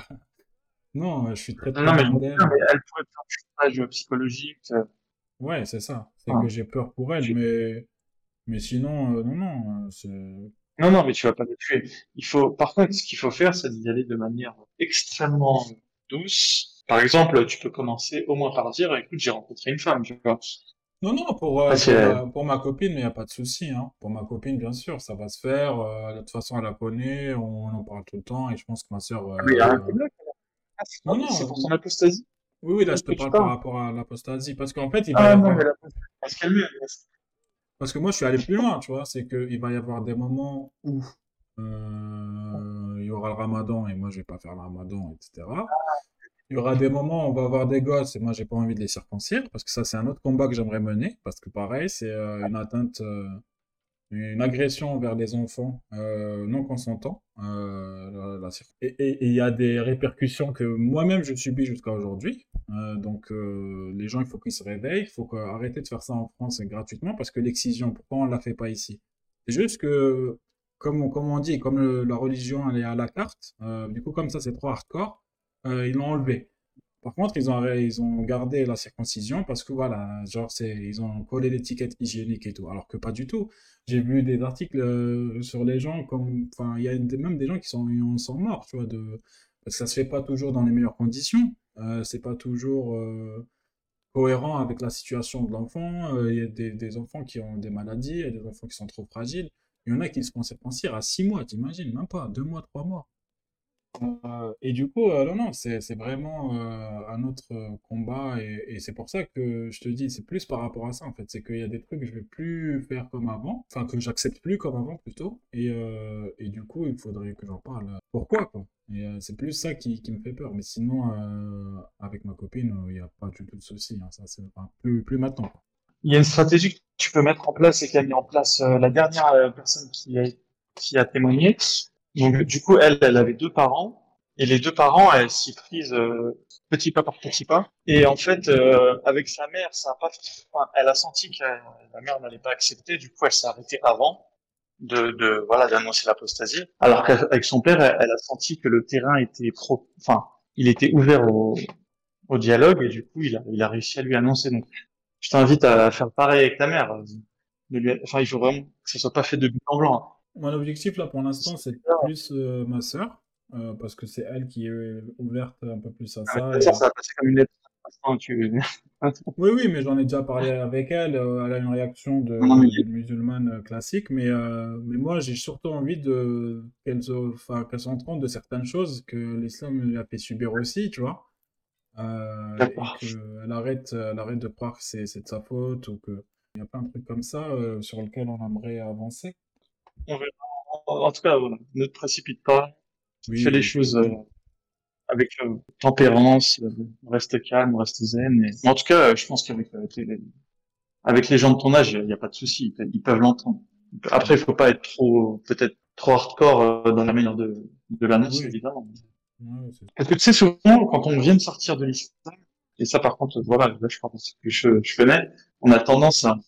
Non, je suis très très Non, mais je loin me dis bien, d'elle. mais elle pourrait faire du stage psychologique. euh, Ouais, c'est ça. C'est que enfin, j'ai peur pour elle, tu- mais mais sinon euh, non non, euh, c'est non, non, mais tu vas pas la tuer. Il faut, par contre, ce qu'il faut faire, c'est d'y aller de manière extrêmement douce. Par exemple, tu peux commencer au moins par dire, écoute, j'ai rencontré une femme, tu vois. non, non, pour, Ah, euh, pour c'est, ma, pour ma copine, il n'y a pas de souci, hein. Pour ma copine, bien sûr, ça va se faire. Euh, de toute façon, elle la connaît, on, en parle tout le temps, et je pense que ma sœur. ah, mais il y a un euh, problème. Ah, c'est pas Non, oui, c'est non, pour euh, son apostasie oui, oui, là, je te que tu parle par parles. rapport à l'apostasie, parce qu'en fait, il va y Ah, non, mais avoir. la va se calmer. Parce que moi, je suis allé plus loin, tu vois, c'est qu'il va y avoir des moments où euh, il y aura le ramadan, et moi, je vais pas faire le ramadan, et cetera. Il y aura des moments où on va avoir des gosses, et moi, j'ai pas envie de les circoncire, parce que ça, c'est un autre combat que j'aimerais mener, parce que pareil, c'est euh, une atteinte. Euh, une agression envers des enfants euh, non consentants. Euh, la- la et et- et il y a des répercussions que moi-même je subis jusqu'à aujourd'hui. Euh, donc euh, les gens, il faut qu'ils se réveillent, il faut qu- arrêter de faire ça en France gratuitement parce que l'excision, pourquoi on ne la fait pas ici? C'est juste que, comme on, comme on dit, comme le- la religion elle est à la carte, euh, du coup comme ça c'est trop hardcore, euh, ils l'ont enlevé. Par contre, ils ont, ils ont gardé la circoncision parce que voilà, genre, c'est, ils ont collé l'étiquette hygiénique et tout. Alors que pas du tout. J'ai vu des articles euh, sur les gens comme, enfin, il y a des- même des gens qui sont, ils sont morts, tu vois, de, parce que ça se fait pas toujours dans les meilleures conditions. Euh, c'est pas toujours euh, cohérent avec la situation de l'enfant. Euh, Il y a des, des enfants qui ont des maladies, il y a des enfants qui sont trop fragiles. Il y en a qui se font circoncire à six mois, t'imagines, même pas, deux mois, trois mois. Euh, et du coup, euh, non, non, c'est, c'est vraiment euh, un autre euh, combat et, et c'est pour ça que je te dis, c'est plus par rapport à ça en fait, c'est qu'il y a des trucs que je vais plus faire comme avant, enfin que j'accepte plus comme avant plutôt, et, euh, et du coup, il faudrait que j'en parle. Pourquoi quoi? Et euh, c'est plus ça qui, qui me fait peur, mais sinon, euh, avec ma copine, euh, il n'y a pas du tout de souci, hein, ça c'est enfin, plus, plus maintenant. Il y a une stratégie que tu peux mettre en place et qu'a mis en place euh, la dernière euh, personne qui a, qui a témoigné. Donc, du coup, elle, elle avait deux parents. Et les deux parents, elle s'y prise euh, petit pas par petit pas. Et en fait, euh, avec sa mère, ça a pas, enfin, elle a senti que la mère n'allait pas accepter. Du coup, elle s'est arrêtée avant de, de voilà, d'annoncer l'apostasie. Alors qu'avec son père, elle, elle a senti que le terrain était pro, enfin, il était ouvert au, au dialogue et du coup, il a, il a réussi à lui annoncer. Donc, je t'invite à faire pareil avec ta mère. De lui- Enfin, il faut vraiment que ça soit pas fait de but en blanc. Mon objectif là pour l'instant, c'est Hein. plus euh, ma sœur, euh, parce que c'est elle qui est ouverte un peu plus à Ah, mais ça. ta sœur, ça va passer comme une lettre. Hein, tu... Oui, oui, mais j'en ai déjà parlé avec elle. euh, Elle a une réaction Non, mais de, d'une musulmane euh, classique, mais, euh, mais moi, j'ai surtout envie de qu'elle se, enfin, qu'elle se rende compte de certaines choses que l'islam lui a fait subir aussi, tu vois, euh, et d'accord. qu'elle arrête, elle arrête de croire que c'est, c'est de sa faute ou que. Il y a plein de trucs comme ça euh, sur lesquels on aimerait avancer. On verra. En, en tout cas, voilà, ne te précipite pas. Fais Oui, les oui, choses euh, avec euh, tempérance, euh, reste calme, reste zen. Et... Mais en tout cas, euh, je pense qu'avec euh, tes- avec les gens de ton âge, il n'y a pas de souci, ils, pe- ils peuvent l'entendre. Après, il faut pas être trop, peut-être trop hardcore euh, dans la manière de, de l'annoncer, oui, évidemment. oui, c'est- Parce que tu sais, souvent, quand on vient de sortir de l'islam, et ça, par contre, voilà, là, je pense que je, je connais, on a tendance à,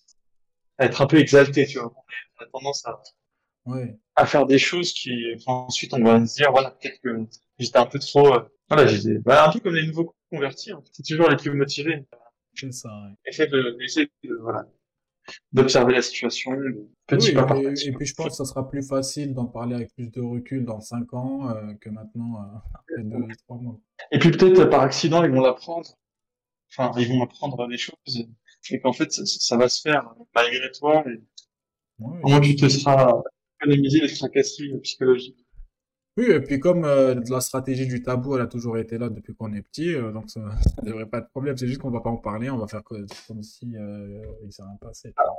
à être un peu exalté, tu vois. On a tendance à, ouais, à faire des choses qui, enfin, ensuite, on va se dire, voilà, peut-être que j'étais un peu trop, euh, voilà, j'étais, voilà, un peu comme les nouveaux convertis, hein. C'est toujours les plus motivés. c'est ça. Ouais. Essayer de, essayer de, voilà, d'observer la situation, Oui, petit pas par et, petit et pas. puis je pense que ça sera plus facile d'en parler avec plus de recul dans cinq ans euh, que maintenant, euh, après deux, trois mois. Et puis peut-être par accident, ils vont l'apprendre, enfin, ils vont apprendre des choses, et qu'en fait, ça, ça va se faire malgré toi, et Oui, au moins c'est tu sûr. te seras économisé les tracasseries psychologiques. Oui, et puis comme euh, la stratégie du tabou, elle a toujours été là depuis qu'on est petit, euh, donc ça, ça devrait pas être de problème. C'est juste qu'on va pas en parler, on va faire co- comme si euh, il s'est rien passé. Tu vois.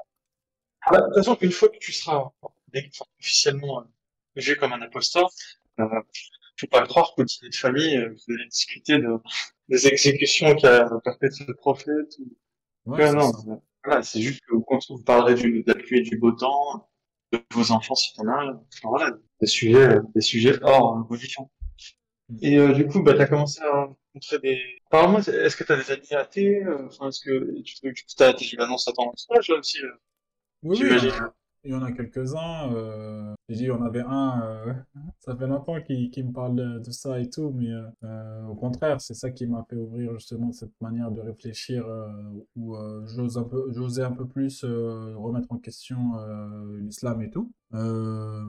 Ah bah, de toute façon, une fois que tu seras enfin, officiellement euh, vu comme un imposteur, euh, faut pas croire qu'au dîner de famille, euh, vous allez discuter de, des exécutions qu'a perpétrées le prophète. Ou... Ouais, Ouais, c'est non, ça. euh, voilà, c'est juste que quand vous parlerez du, de la pluie et du beau temps, de vos enfants si t'en as, enfin, voilà, des sujets, euh, des sujets hors euh, religion. Mm. Et euh, du coup, bah, t'as commencé à rencontrer des... Apparemment, est-ce que t'as des amis athées euh, enfin, est-ce que tu tu- t'as t'as une annonce à ton entourage, là aussi, euh, Oui, oui, il y en j'imagine. a, il y en a quelques-uns. Euh, j'ai dit, il y en avait un, euh, ça fait longtemps qu'il qu'il me parle de, de ça et tout, mais euh, euh, au contraire, c'est ça qui m'a fait ouvrir justement cette manière de réfléchir euh, où euh, j'ose un peu, j'osais un peu plus euh, remettre en question euh, l'islam et tout. Euh,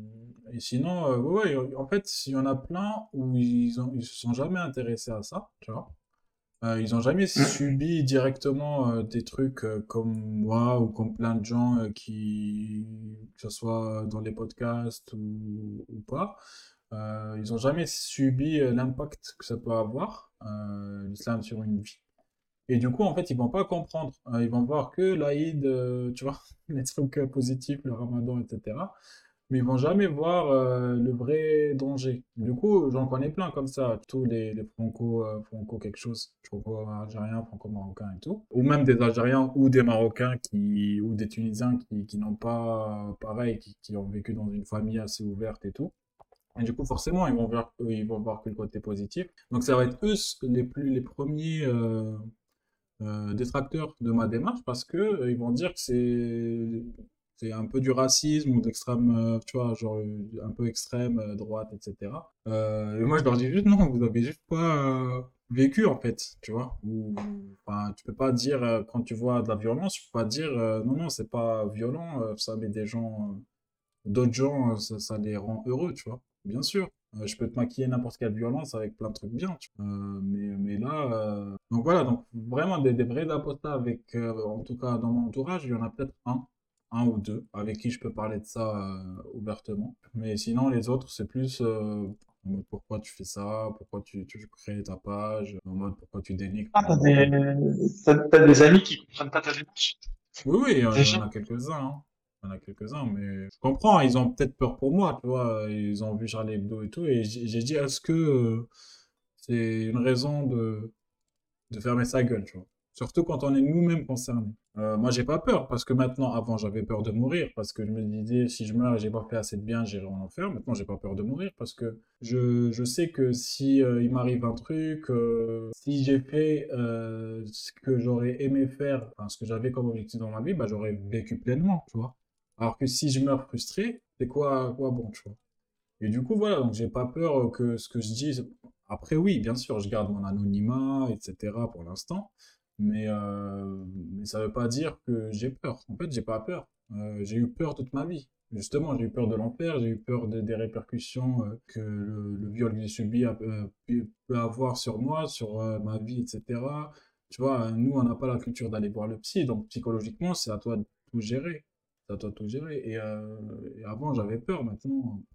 et sinon, euh, ouais, ouais, en fait, il y en a plein où ils ont, ils se sont jamais intéressés à ça, tu vois. Euh, ils n'ont jamais Mm. subi directement euh, des trucs euh, comme moi ou comme plein de gens euh, qui, que ce soit dans les podcasts ou, ou pas, euh, ils n'ont jamais subi euh, l'impact que ça peut avoir, euh, l'islam sur une vie. Et du coup, en fait, ils vont pas comprendre. Euh, ils vont voir que l'Aïd, euh, tu vois, les trucs euh, positifs, le Ramadan, et cetera. Mais ils vont jamais voir euh, le vrai danger. Du coup, j'en connais plein comme ça, tous les, les franco, euh, franco quelque chose, franco-algériens, franco-marocains et tout, ou même des Algériens ou des Marocains qui, ou des Tunisiens qui, qui n'ont pas, euh, pareil, qui, qui ont vécu dans une famille assez ouverte et tout. Et du coup, forcément, ils vont voir, eux, ils vont voir que le côté positif. Donc, ça va être eux les plus, les premiers euh, euh, détracteurs de ma démarche parce que euh, ils vont dire que c'est c'est un peu du racisme ou d'extrême, euh, tu vois, genre euh, un peu extrême, euh, droite, et cetera. Euh, et moi, je leur dis juste non, vous avez juste pas euh, vécu en fait, tu vois. Ou, enfin, tu peux pas dire euh, quand tu vois de la violence, tu peux pas dire euh, non, non, c'est pas violent, euh, ça met des gens, euh, d'autres gens, euh, ça, ça les rend heureux, tu vois. Bien sûr. Euh, je peux te maquiller n'importe quelle violence avec plein de trucs bien, tu vois. Euh, mais, mais là, euh, donc voilà, donc vraiment des, des vrais apostats avec, euh, en tout cas dans mon entourage, il y en a peut-être un, un ou deux, avec qui je peux parler de ça euh, ouvertement. Mais sinon, les autres, c'est plus euh, en mode pourquoi tu fais ça, pourquoi tu, tu crées ta page, en mode pourquoi tu dénigres Ah, par t'as rapport à... des, t'as, t'as des amis qui comprennent pas ta démarche. Oui, oui, il y en Déjà. a quelques-uns, hein. Il y en a quelques-uns, mais je comprends, ils ont peut-être peur pour moi, tu vois, ils ont vu Charlie Hebdo et tout, et j'ai j'ai dit, est-ce que euh, c'est une raison de, de fermer sa gueule, tu vois. Surtout quand on est nous-mêmes concernés. Euh, moi, j'ai pas peur, parce que maintenant, avant, j'avais peur de mourir, parce que je me disais, si je meurs et j'ai pas fait assez de bien, j'irai en enfer. Maintenant, j'ai pas peur de mourir, parce que je, je sais que si euh, il m'arrive un truc, euh, si j'ai fait euh, ce que j'aurais aimé faire, enfin, ce que j'avais comme objectif dans ma vie, bah, j'aurais vécu pleinement, tu vois. Alors que si je meurs frustré, c'est quoi, quoi bon, tu vois. Et du coup, voilà, donc j'ai pas peur que ce que je dise. Après, oui, bien sûr, je garde mon anonymat, et cetera pour l'instant, mais, euh, mais ça veut pas dire que j'ai peur. En fait, j'ai pas peur. Euh, j'ai eu peur toute ma vie. Justement, j'ai eu peur de l'enfer, j'ai eu peur de- des répercussions euh, que le, le viol que j'ai subi a- euh, peut, peut avoir sur moi, sur euh, ma vie, et cetera. Tu vois, nous, on n'a pas la culture d'aller voir le psy, donc psychologiquement, c'est à toi de tout gérer. C'est à toi de tout gérer. Et, euh, et avant, j'avais peur, maintenant.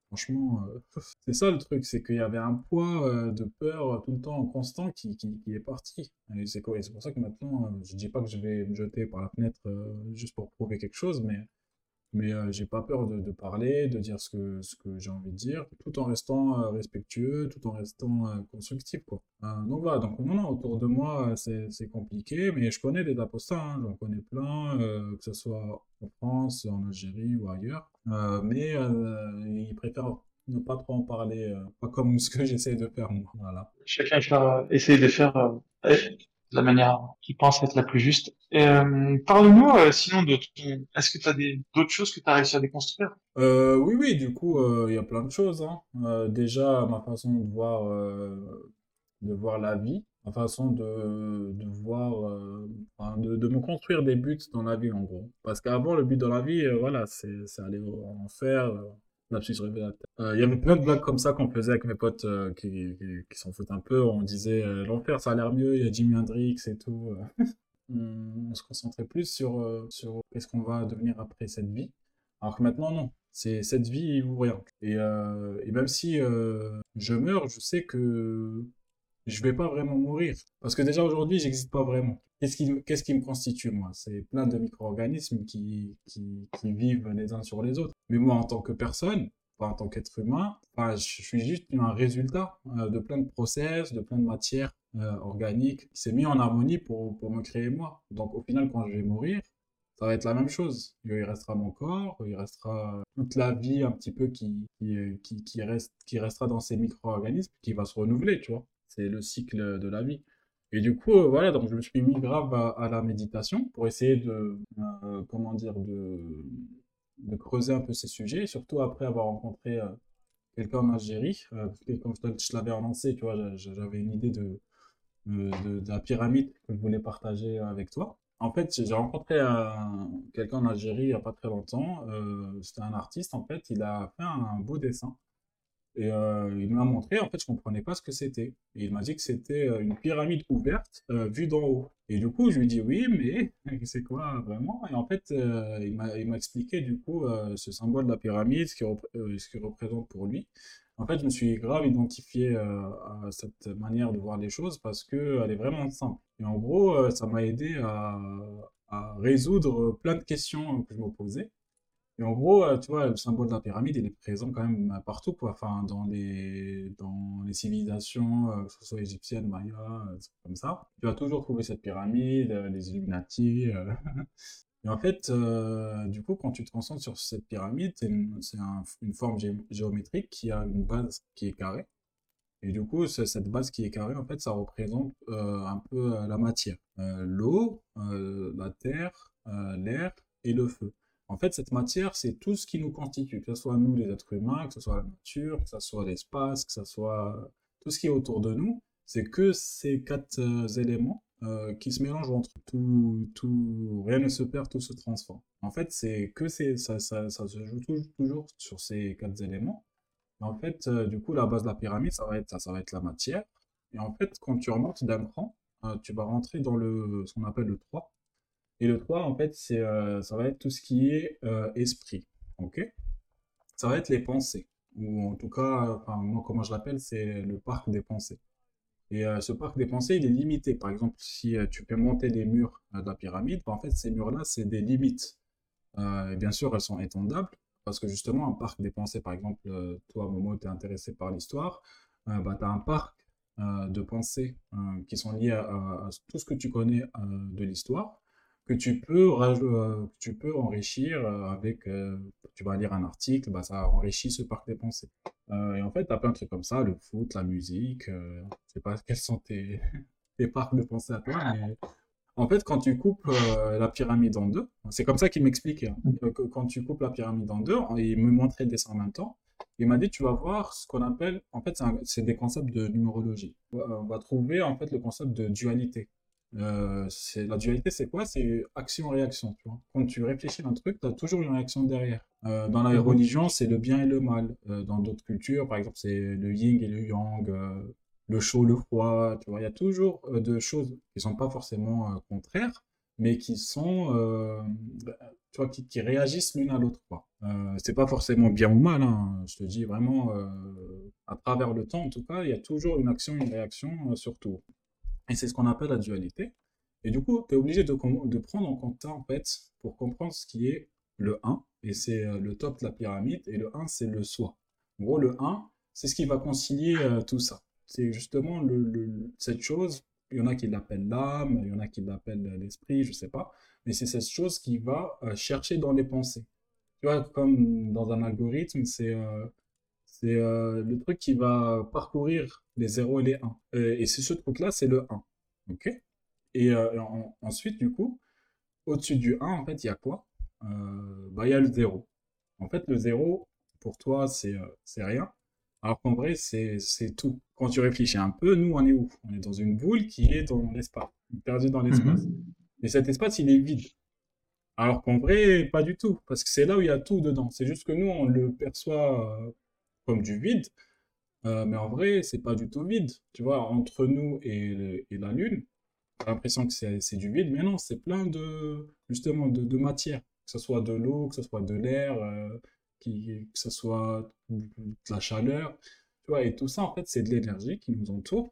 Franchement, euh, c'est ça le truc, c'est qu'il y avait un poids euh, de peur euh, tout le temps constant qui, qui, qui est parti. Et c'est quoi, et c'est pour ça que maintenant, euh, je dis pas que je vais me jeter par la fenêtre euh, juste pour prouver quelque chose, mais mais euh, j'ai pas peur de, de parler, de dire ce que, ce que j'ai envie de dire, tout en restant euh, respectueux, tout en restant euh, constructif, quoi. Euh, donc voilà, donc non, non, autour de moi, euh, c'est, c'est compliqué, mais je connais des apostats, hein, j'en connais plein, euh, que ce soit en France, en Algérie ou ailleurs, Euh, mais euh, ils préfèrent ne pas trop en parler, euh, pas comme ce que j'essaie de faire, moi, voilà. Chacun faire, essayer de faire euh, de la manière qui pense être la plus juste. Et, euh, parle-nous euh, sinon de ton... Est-ce que tu as des d'autres choses que tu as réussi à déconstruire? Euh, oui, oui, du coup, euh, il y a plein de choses, hein. Euh, déjà, ma façon de voir, euh, de voir la vie, ma façon de, de voir, euh, enfin, de, de me construire des buts dans la vie, en gros. Parce qu'avant, le but dans la vie, euh, voilà, c'est, c'est aller au- en enfer, euh, lapsus révélateur. Euh, Il y avait plein de blagues comme ça qu'on faisait avec mes potes euh, qui, qui, qui s'en foutent un peu. On disait, euh, l'enfer, ça a l'air mieux, il y a Jimi Hendrix et tout. On, on se concentrait plus sur, euh, sur qu'est-ce qu'on va devenir après cette vie. Alors que maintenant, non. C'est cette vie ou rien. Et, euh, et même si euh, je meurs, je sais que je vais pas vraiment mourir. Parce que déjà aujourd'hui, j'existe pas vraiment. Qu'est-ce qui, qu'est-ce qui me constitue, moi? C'est plein de micro-organismes qui, qui, qui vivent les uns sur les autres. Mais moi, en tant que personne, pas en tant qu'être humain, enfin, je suis juste un résultat euh, de plein de process, de plein de matières euh, organiques qui s'est mis en harmonie pour, pour me créer moi. Donc au final, quand je vais mourir, ça va être la même chose. Il restera mon corps, il restera toute la vie un petit peu qui, qui, qui, qui reste, qui restera dans ces micro-organismes, qui va se renouveler, tu vois. C'est le cycle de la vie. Et du coup, euh, voilà, donc je me suis mis grave à, à la méditation pour essayer de, euh, comment dire, de, de creuser un peu ces sujets, et surtout après avoir rencontré euh, quelqu'un en Algérie, euh, parce que comme je, te- je l'avais annoncé, tu vois, j'a- j'avais une idée de, de, de- de la pyramide que je voulais partager avec toi. En fait, j'ai rencontré un- quelqu'un en Algérie il n'y a pas très longtemps. Euh, c'était un artiste, en fait. Il a fait un beau dessin. Et euh, il m'a montré, en fait, je comprenais pas ce que c'était. Et il m'a dit que c'était euh, une pyramide ouverte euh, vue d'en haut. Et du coup, je lui ai dit oui, mais c'est quoi vraiment? Et en fait, euh, il m'a il m'a expliqué du coup euh, ce symbole de la pyramide, ce qu'il repré- euh, ce qu'il représente pour lui. En fait, je me suis grave identifié euh, à cette manière de voir les choses parce que elle est vraiment simple. Et en gros, euh, ça m'a aidé à, à résoudre plein de questions que je me posais. Et en gros, euh, tu vois, le symbole de la pyramide, il est présent quand même euh, partout, quoi. Enfin, dans les, dans les civilisations, euh, que ce soit égyptienne, maya, euh, c'est comme ça. Tu vas toujours trouver cette pyramide, euh, les Illuminati. euh. Et en fait, euh, du coup, quand tu te concentres sur cette pyramide, c'est une, c'est un- une forme gé- géométrique qui a une base qui est carrée. Et du coup, c'est- cette base qui est carrée, en fait, ça représente euh, un peu euh, la matière. Euh, l'eau, euh, la terre, euh, l'air et le feu. En fait, cette matière, c'est tout ce qui nous constitue, que ce soit nous, les êtres humains, que ce soit la nature, que ce soit l'espace, que ce soit euh, tout ce qui est autour de nous. C'est que ces quatre euh, éléments euh, qui se mélangent entre tout, tout, rien ne se perd, tout se transforme. En fait, c'est que c'est, ça, ça, ça se joue toujours, toujours sur ces quatre éléments. En fait, euh, du coup, la base de la pyramide, ça va être ça, ça va être la matière. Et en fait, quand tu remontes d'un cran, euh, tu vas rentrer dans le, ce qu'on appelle le trois. Et le trois, en fait, c'est, euh, ça va être tout ce qui est euh, esprit. Ok? Ça va être les pensées. Ou en tout cas, enfin, moi, comment je l'appelle, c'est le parc des pensées. Et euh, ce parc des pensées, il est limité. Par exemple, si euh, tu peux monter les murs euh, de la pyramide, bah, en fait, ces murs-là, c'est des limites. Euh, et bien sûr, elles sont étendables, parce que justement, un parc des pensées, par exemple, euh, toi, Momo, tu es intéressé par l'histoire, euh, bah, tu as un parc euh, de pensées euh, qui sont liés à, à- à tout ce que tu connais euh, de l'histoire, que tu peux, raj- euh, que tu peux enrichir euh, avec, euh, tu vas lire un article, bah, ça enrichit ce parc des pensées. Euh, et en fait, tu as plein de trucs comme ça, le foot, la musique, euh, je sais pas quels sont tes, tes parcs de pensée à toi, mais en fait, quand tu coupes euh, la pyramide en deux, c'est comme ça qu'il m'expliquait, hein, euh, que quand tu coupes la pyramide en deux, il me montrait le dessin en même temps, il m'a dit, tu vas voir ce qu'on appelle, en fait, c'est un- c'est des concepts de numérologie. On va on va trouver, en fait, le concept de dualité. Euh, c'est, la dualité, c'est quoi? C'est action-réaction, tu vois. Quand tu réfléchis à un truc, tu as toujours une réaction derrière. Euh, dans la Mhm. religion, c'est le bien et le mal. Euh, dans d'autres cultures, par exemple, c'est le yin et le yang. Euh, le chaud, le froid, tu vois, il y a toujours euh, de choses qui sont pas forcément euh, contraires, mais qui sont, euh, bah, tu vois, qui, qui réagissent l'une à l'autre, quoi. Euh, c'est pas forcément bien ou mal, hein. Je te dis vraiment, euh, à travers le temps, en tout cas, il y a toujours une action, une réaction, euh, sur tout. Et c'est ce qu'on appelle la dualité. Et du coup, tu es obligé de, com- de prendre en compte ça, en fait, pour comprendre ce qui est le un, et c'est euh, le top de la pyramide, et le un, c'est le soi. En gros, le un, c'est ce qui va concilier euh, tout ça. C'est justement le, le- cette chose, il y en a qui l'appellent l'âme, il y en a qui l'appellent euh, l'esprit, je sais pas, mais c'est cette chose qui va euh, chercher dans les pensées. Tu vois, comme dans un algorithme, c'est euh, c'est euh, le truc qui va parcourir les zéros et les un. Euh, et c'est ce truc-là, c'est le un. OK? Et euh, en- ensuite, du coup, au-dessus du un, en fait, il y a quoi? Euh, bah, il y a le zéro. En fait, le zéro, pour toi, c'est euh, c'est rien. Alors qu'en vrai, c'est c'est tout. Quand tu réfléchis un peu, nous, on est où? On est dans une boule qui est dans l'espace, perdue dans l'espace. Mhm. Et cet espace, il est vide. Alors qu'en vrai, pas du tout, parce que c'est là où il y a tout dedans. C'est juste que nous, on le perçoit euh, comme du vide, euh, mais en vrai, c'est pas du tout vide. Tu vois, entre nous et, le- et la Lune, t'as l'impression que c'est c'est du vide, mais non, c'est plein de, justement, de, de matière. Que ce soit de l'eau, que ce soit de l'air, euh, qui, que ce soit de la chaleur. Tu vois, et tout ça, en fait, c'est de l'énergie qui nous entoure.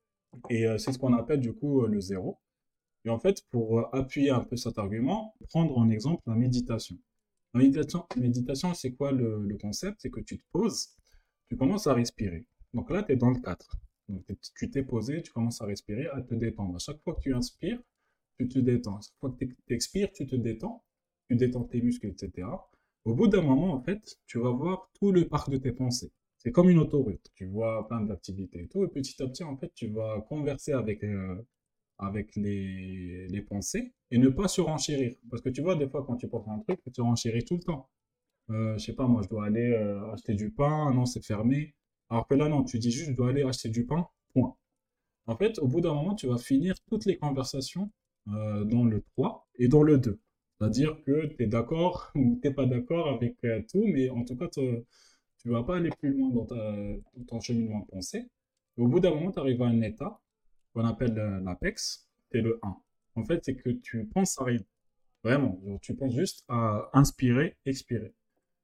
Et euh, c'est ce qu'on appelle, du coup, euh, le zéro. Et en fait, pour euh, appuyer un peu cet argument, prendre en exemple la méditation. La méditation, méditation, c'est quoi le, le concept? C'est que tu te poses, tu commences à respirer. Donc là, tu es dans le quatre. Donc t'es- tu t'es posé, tu commences à respirer, à te détendre. À chaque fois que tu inspires, tu te détends. À chaque fois que tu expires, tu te détends. Tu détends tes muscles, et cetera. Au bout d'un moment, en fait, tu vas voir tout le parc de tes pensées. C'est comme une autoroute. Tu vois plein d'activités et tout. Et petit à petit, en fait, tu vas converser avec, euh, avec les, les pensées et ne pas surenchérir. Parce que tu vois, des fois, quand tu penses à un truc, tu surenchéris tout le temps. Euh, je sais pas, moi, je dois aller euh, acheter du pain, non, c'est fermé. Alors que là, non, tu dis juste, je dois aller acheter du pain, point. En fait, au bout d'un moment, tu vas finir toutes les conversations euh, dans le trois et dans le deux. C'est-à-dire que tu es d'accord ou t'es pas d'accord avec euh, tout, mais en tout cas, te- tu vas pas aller plus loin dans, ta, dans ton cheminement de pensée. Et au bout d'un moment, tu arrives à un état qu'on appelle euh, l'apex, c'est le un. En fait, c'est que tu penses à rien. Vraiment, genre, tu penses juste à inspirer, expirer.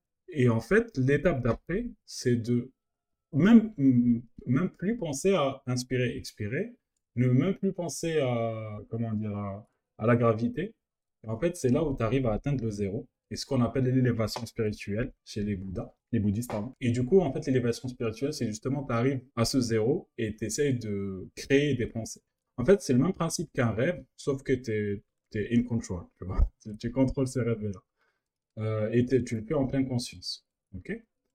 Et en fait, l'étape d'après, c'est de même, même plus penser à inspirer, expirer, ne même plus penser à, comment dire, à, à la gravité. Et en fait, c'est là où tu arrives à atteindre le zéro. Et ce qu'on appelle l'élévation spirituelle chez les Bouddhas, les bouddhistes, pardon. Et du coup, en fait, l'élévation spirituelle, c'est justement, tu arrives à ce zéro et tu essayes de créer des pensées. En fait, c'est le même principe qu'un rêve, sauf que tu es, in control, tu vois. Tu, tu contrôles ces rêves-là. Euh, et t'es- tu le fais en pleine conscience. Ok?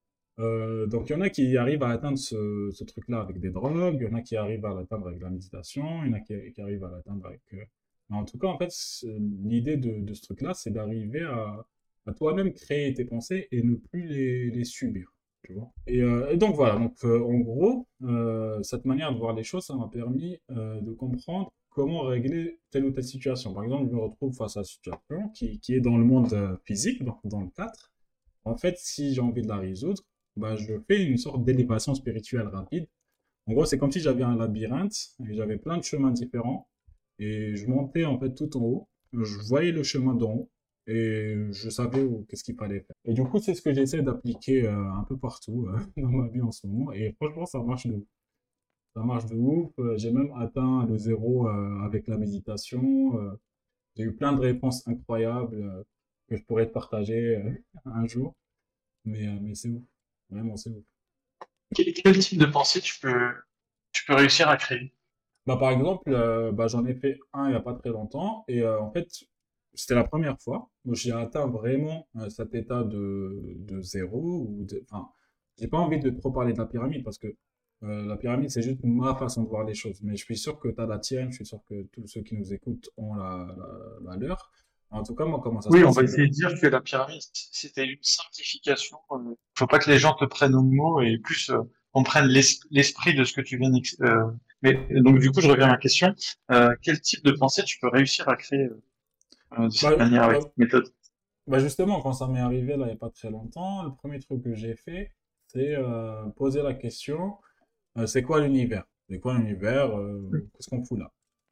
Euh, donc, il y en a qui arrivent à atteindre ce, ce truc-là avec des drogues, il y en a qui arrivent à l'atteindre avec la méditation, il y en a qui, qui arrivent à l'atteindre avec... euh, Mais en tout cas, en fait, c'est- l'idée de, de ce truc-là, c'est d'arriver à, à toi-même créer tes pensées et ne plus les, les subir, tu vois. Et, euh, et donc, voilà. Donc, euh, en gros, euh, cette manière de voir les choses, ça m'a permis euh, de comprendre comment régler telle ou telle situation. Par exemple, je me retrouve face à une situation qui, qui est dans le monde euh, physique, donc dans le quatre. En fait, si j'ai envie de la résoudre, bah, je fais une sorte d'élévation spirituelle rapide. En gros, c'est comme si j'avais un labyrinthe et j'avais plein de chemins différents et je montais en fait tout en haut. Je voyais le chemin d'en haut et je savais où, qu'est-ce qu'il fallait faire. Et du coup, c'est ce que j'essaie d'appliquer euh, un peu partout euh, dans ma vie en ce moment et franchement, ça marche de ouf. Ça marche de ouf. Euh, J'ai même atteint le zéro euh, avec la méditation. Euh, j'ai eu plein de réponses incroyables euh, que je pourrais te partager euh, un jour. Mais, euh, mais c'est ouf. Vraiment, c'est ouf. Quel, quel type de pensée tu peux, tu peux réussir à créer? Bah, par exemple, euh, bah, j'en ai fait un il n'y a pas très longtemps. Et euh, en fait, c'était la première fois où j'ai atteint vraiment euh, cet état de, de zéro. Ou de, enfin, j'ai pas envie de trop parler de la pyramide parce que euh, la pyramide, c'est juste ma façon de voir les choses. Mais je suis sûr que tu as la tienne, je suis sûr que tous ceux qui nous écoutent ont la, la, la leur. En tout cas, moi, comment ça se Oui, on passe, va c'est que essayer de dire que la pyramide, c'était une simplification. Euh, faut pas que les gens te prennent au mot et plus euh, comprennent l'es- l'esprit de ce que tu viens d'ex- euh, Mais donc du coup, je reviens à ma question. Euh, quel type de pensée tu peux réussir à créer euh, de cette bah, manière avec bah, cette méthode? Bah justement, quand ça m'est arrivé là, il n'y a pas très longtemps, le premier truc que j'ai fait, c'est euh, poser la question, euh, c'est quoi l'univers? C'est quoi l'univers? Euh, qu'est-ce qu'on fout là?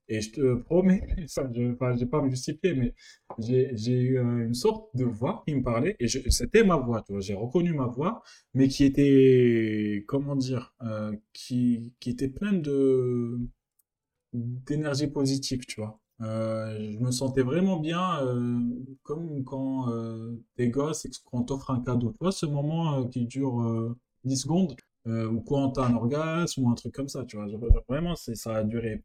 Et je te promets, ça, je, enfin, je vais pas me justifier, mais j'ai, j'ai eu euh, une sorte de voix qui me parlait, et je- c'était ma voix, tu vois, j'ai reconnu ma voix, mais qui était, comment dire, euh, qui, qui était pleine de, d'énergie positive, tu vois. Euh, je me sentais vraiment bien, euh, comme quand euh, t'es gosse et qu'on t'offre un cadeau. Tu vois, ce moment euh, qui dure euh, dix secondes, euh, ou quand t'as un orgasme ou un truc comme ça, tu vois. Genre, vraiment, c'est, ça a duré.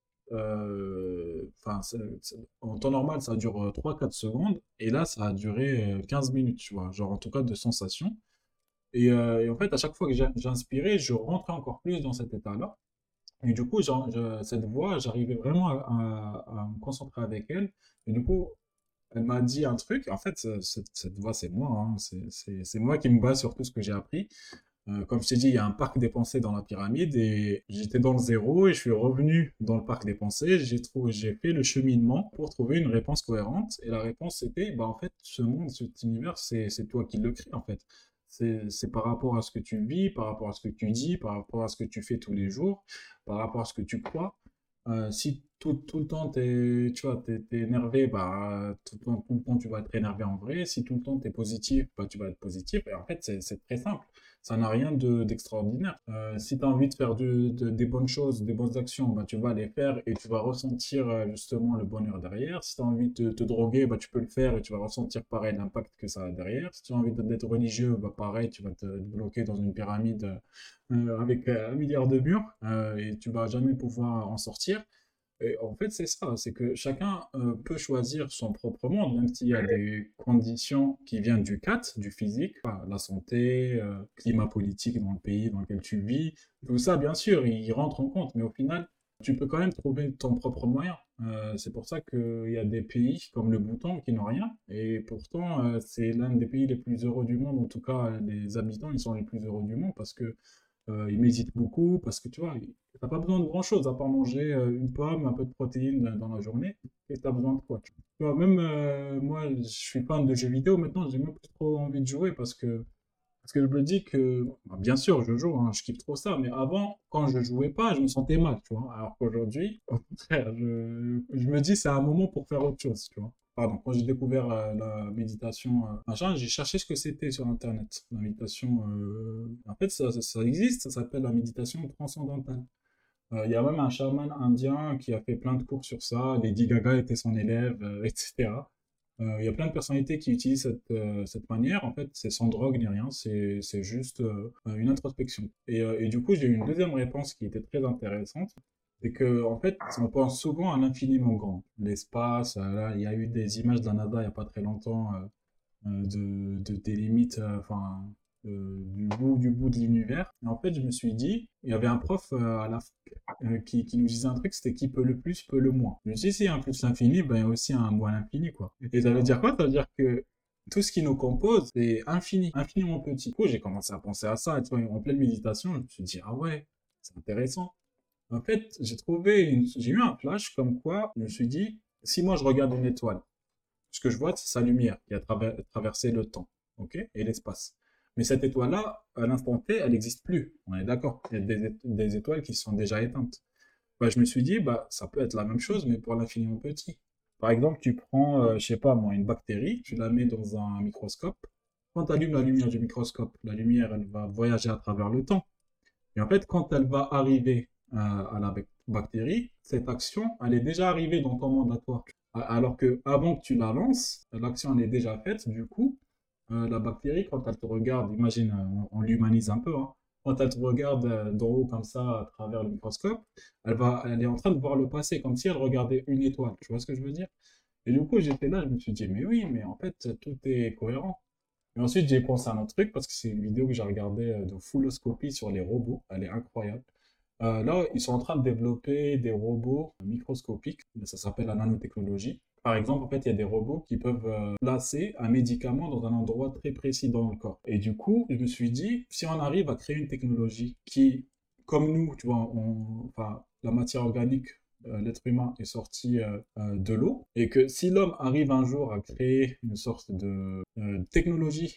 euh, Enfin, c'est- c'est- en temps normal, ça dure euh, trois quatre secondes, et là, ça a duré euh, quinze minutes, tu vois. Genre, en tout cas, de sensation. Et, euh, et en fait, à chaque fois que j'ai- j'inspirais, je rentrais encore plus dans cet état-là. Et du coup, genre, je- cette voix, j'arrivais vraiment à, à- à me concentrer avec elle. Et du coup, elle m'a dit un truc. En fait, ce- cette, cette voix, c'est moi, hein. C'est c'est- c'est moi qui me base sur tout ce que j'ai appris. Euh, comme je t'ai dit, il y a un parc des pensées dans la pyramide et j'étais dans le zéro et je suis revenu dans le parc des pensées. J'ai trouvé, j'ai fait le cheminement pour trouver une réponse cohérente. Et la réponse c'était, bah, en fait, ce monde, cet univers, c'est, c'est toi qui le crée, en fait. C'est, c'est par rapport à ce que tu vis, par rapport à ce que tu dis, par rapport à ce que tu fais tous les jours, par rapport à ce que tu crois. Euh, si tout, tout le temps t'es, tu vois, t'es, t'es énervé, bah, tout le temps, tout le temps tu vas être énervé en vrai. Si tout le temps t'es positif, bah, tu vas être positif. Et en fait, c'est c'est très simple. Ça n'a rien de, d'extraordinaire. Euh, si tu as envie de faire de- de- des bonnes choses, des bonnes actions, bah, tu vas les faire et tu vas ressentir euh, justement le bonheur derrière. Si tu as envie de te droguer, bah, tu peux le faire et tu vas ressentir pareil l'impact que ça a derrière. Si tu as envie de- d'être religieux, bah, pareil, tu vas te bloquer dans une pyramide euh, avec euh, un milliard de murs euh, et tu vas jamais pouvoir en sortir. Et en fait, c'est ça, c'est que chacun euh, peut choisir son propre monde, même s'il y a des conditions qui viennent du quatre, du physique, enfin, la santé, euh, climat politique dans le pays dans lequel tu vis, tout ça, bien sûr, il rentre en compte, mais au final, tu peux quand même trouver ton propre moyen. Euh, c'est pour ça qu'il y a des pays comme le Bhoutan qui n'ont rien, et pourtant, euh, c'est l'un des pays les plus heureux du monde, en tout cas, les habitants, ils sont les plus heureux du monde parce que euh, ils méditent beaucoup parce que tu vois, t'as pas besoin de grand-chose à part manger euh, une pomme, un peu de protéines dans la journée, et t'as besoin de quoi? Tu vois, même euh, moi, je suis fan de jeux vidéo maintenant, j'ai même plus trop envie de jouer parce que parce que je me dis que, bah, bien sûr, je joue, hein, je kiffe trop ça, mais avant, quand je jouais pas, je me sentais mal, tu vois. Alors qu'aujourd'hui, au contraire, je, je me dis c'est un moment pour faire autre chose, tu vois. Pardon, quand j'ai découvert euh, la méditation, euh, machin, j'ai cherché ce que c'était sur Internet. La méditation, euh, en fait, ça, ça, ça existe, ça s'appelle la méditation transcendantale. Euh, Il y a même un chaman indien qui a fait plein de cours sur ça. Lady Gaga était son élève, euh, et cetera. Euh, Il y a plein de personnalités qui utilisent cette, euh, cette manière. En fait, c'est sans drogue ni rien, c'est c'est juste euh, une introspection. Et, euh, et du coup, j'ai eu une deuxième réponse qui était très intéressante. C'est que, en fait, on pense souvent à l'infiniment grand. L'espace, euh, là, il y a eu des images de la NASA il n'y a pas très longtemps, euh, euh, de, de- des limites, euh, enfin, euh, du bout du bout de l'univers. Et en fait, je me suis dit, il y avait un prof euh, à la, euh, qui, qui nous disait un truc, c'était qui peut le plus, peut le moins. Je me suis dit, si un plus l'infini, ben, il y a aussi un moins l'infini, quoi. Et ça veut dire quoi? Ça veut dire que tout ce qui nous compose, c'est infini, infiniment petit. Du coup, j'ai commencé à penser à ça, et tu vois, en pleine méditation, je me suis dit, ah ouais, c'est intéressant. En fait, j'ai trouvé, une- j'ai eu un flash comme quoi, je me suis dit, si moi je regarde une étoile, ce que je vois, c'est sa lumière qui a traver- traversé le temps, ok, et l'espace. Mais cette étoile-là, à l'instant T, elle n'existe plus. On est d'accord. Il y a des, é- des étoiles qui sont déjà éteintes. Bah, je me suis dit, bah, ça peut être la même chose, mais pour l'infiniment petit. Par exemple, tu prends, euh, je sais pas moi, une bactérie, tu la mets dans un microscope. Quand tu allumes la lumière du microscope, la lumière, elle va voyager à travers le temps. Et en fait, quand elle va arriver euh, à la bac- bactérie, cette action, elle est déjà arrivée dans ton monde à toi. A- Alors que avant que tu la lances, l'action elle est déjà faite. Du coup, euh, la bactérie, quand elle te regarde, imagine, euh, on, on l'humanise un peu, hein. Quand elle te regarde euh, d'en haut comme ça, à travers le microscope, elle va, elle est en train de voir le passé, comme si elle regardait une étoile. Tu vois ce que je veux dire? Et du coup, j'étais là, je me suis dit, mais oui, mais en fait, tout est cohérent. Et ensuite, j'ai pensé à un autre truc parce que c'est une vidéo que j'ai regardée euh, de Fulloscopy sur les robots. Elle est incroyable. Euh, là, ils sont en train de développer des robots microscopiques. Ça s'appelle la nanotechnologie. Par exemple, en fait, il y a des robots qui peuvent euh, placer un médicament dans un endroit très précis dans le corps. Et du coup, je me suis dit, si on arrive à créer une technologie qui, comme nous, tu vois, on- enfin, la matière organique, euh, l'être humain est sorti euh, euh, de l'eau, et que si l'homme arrive un jour à créer une sorte de euh, technologie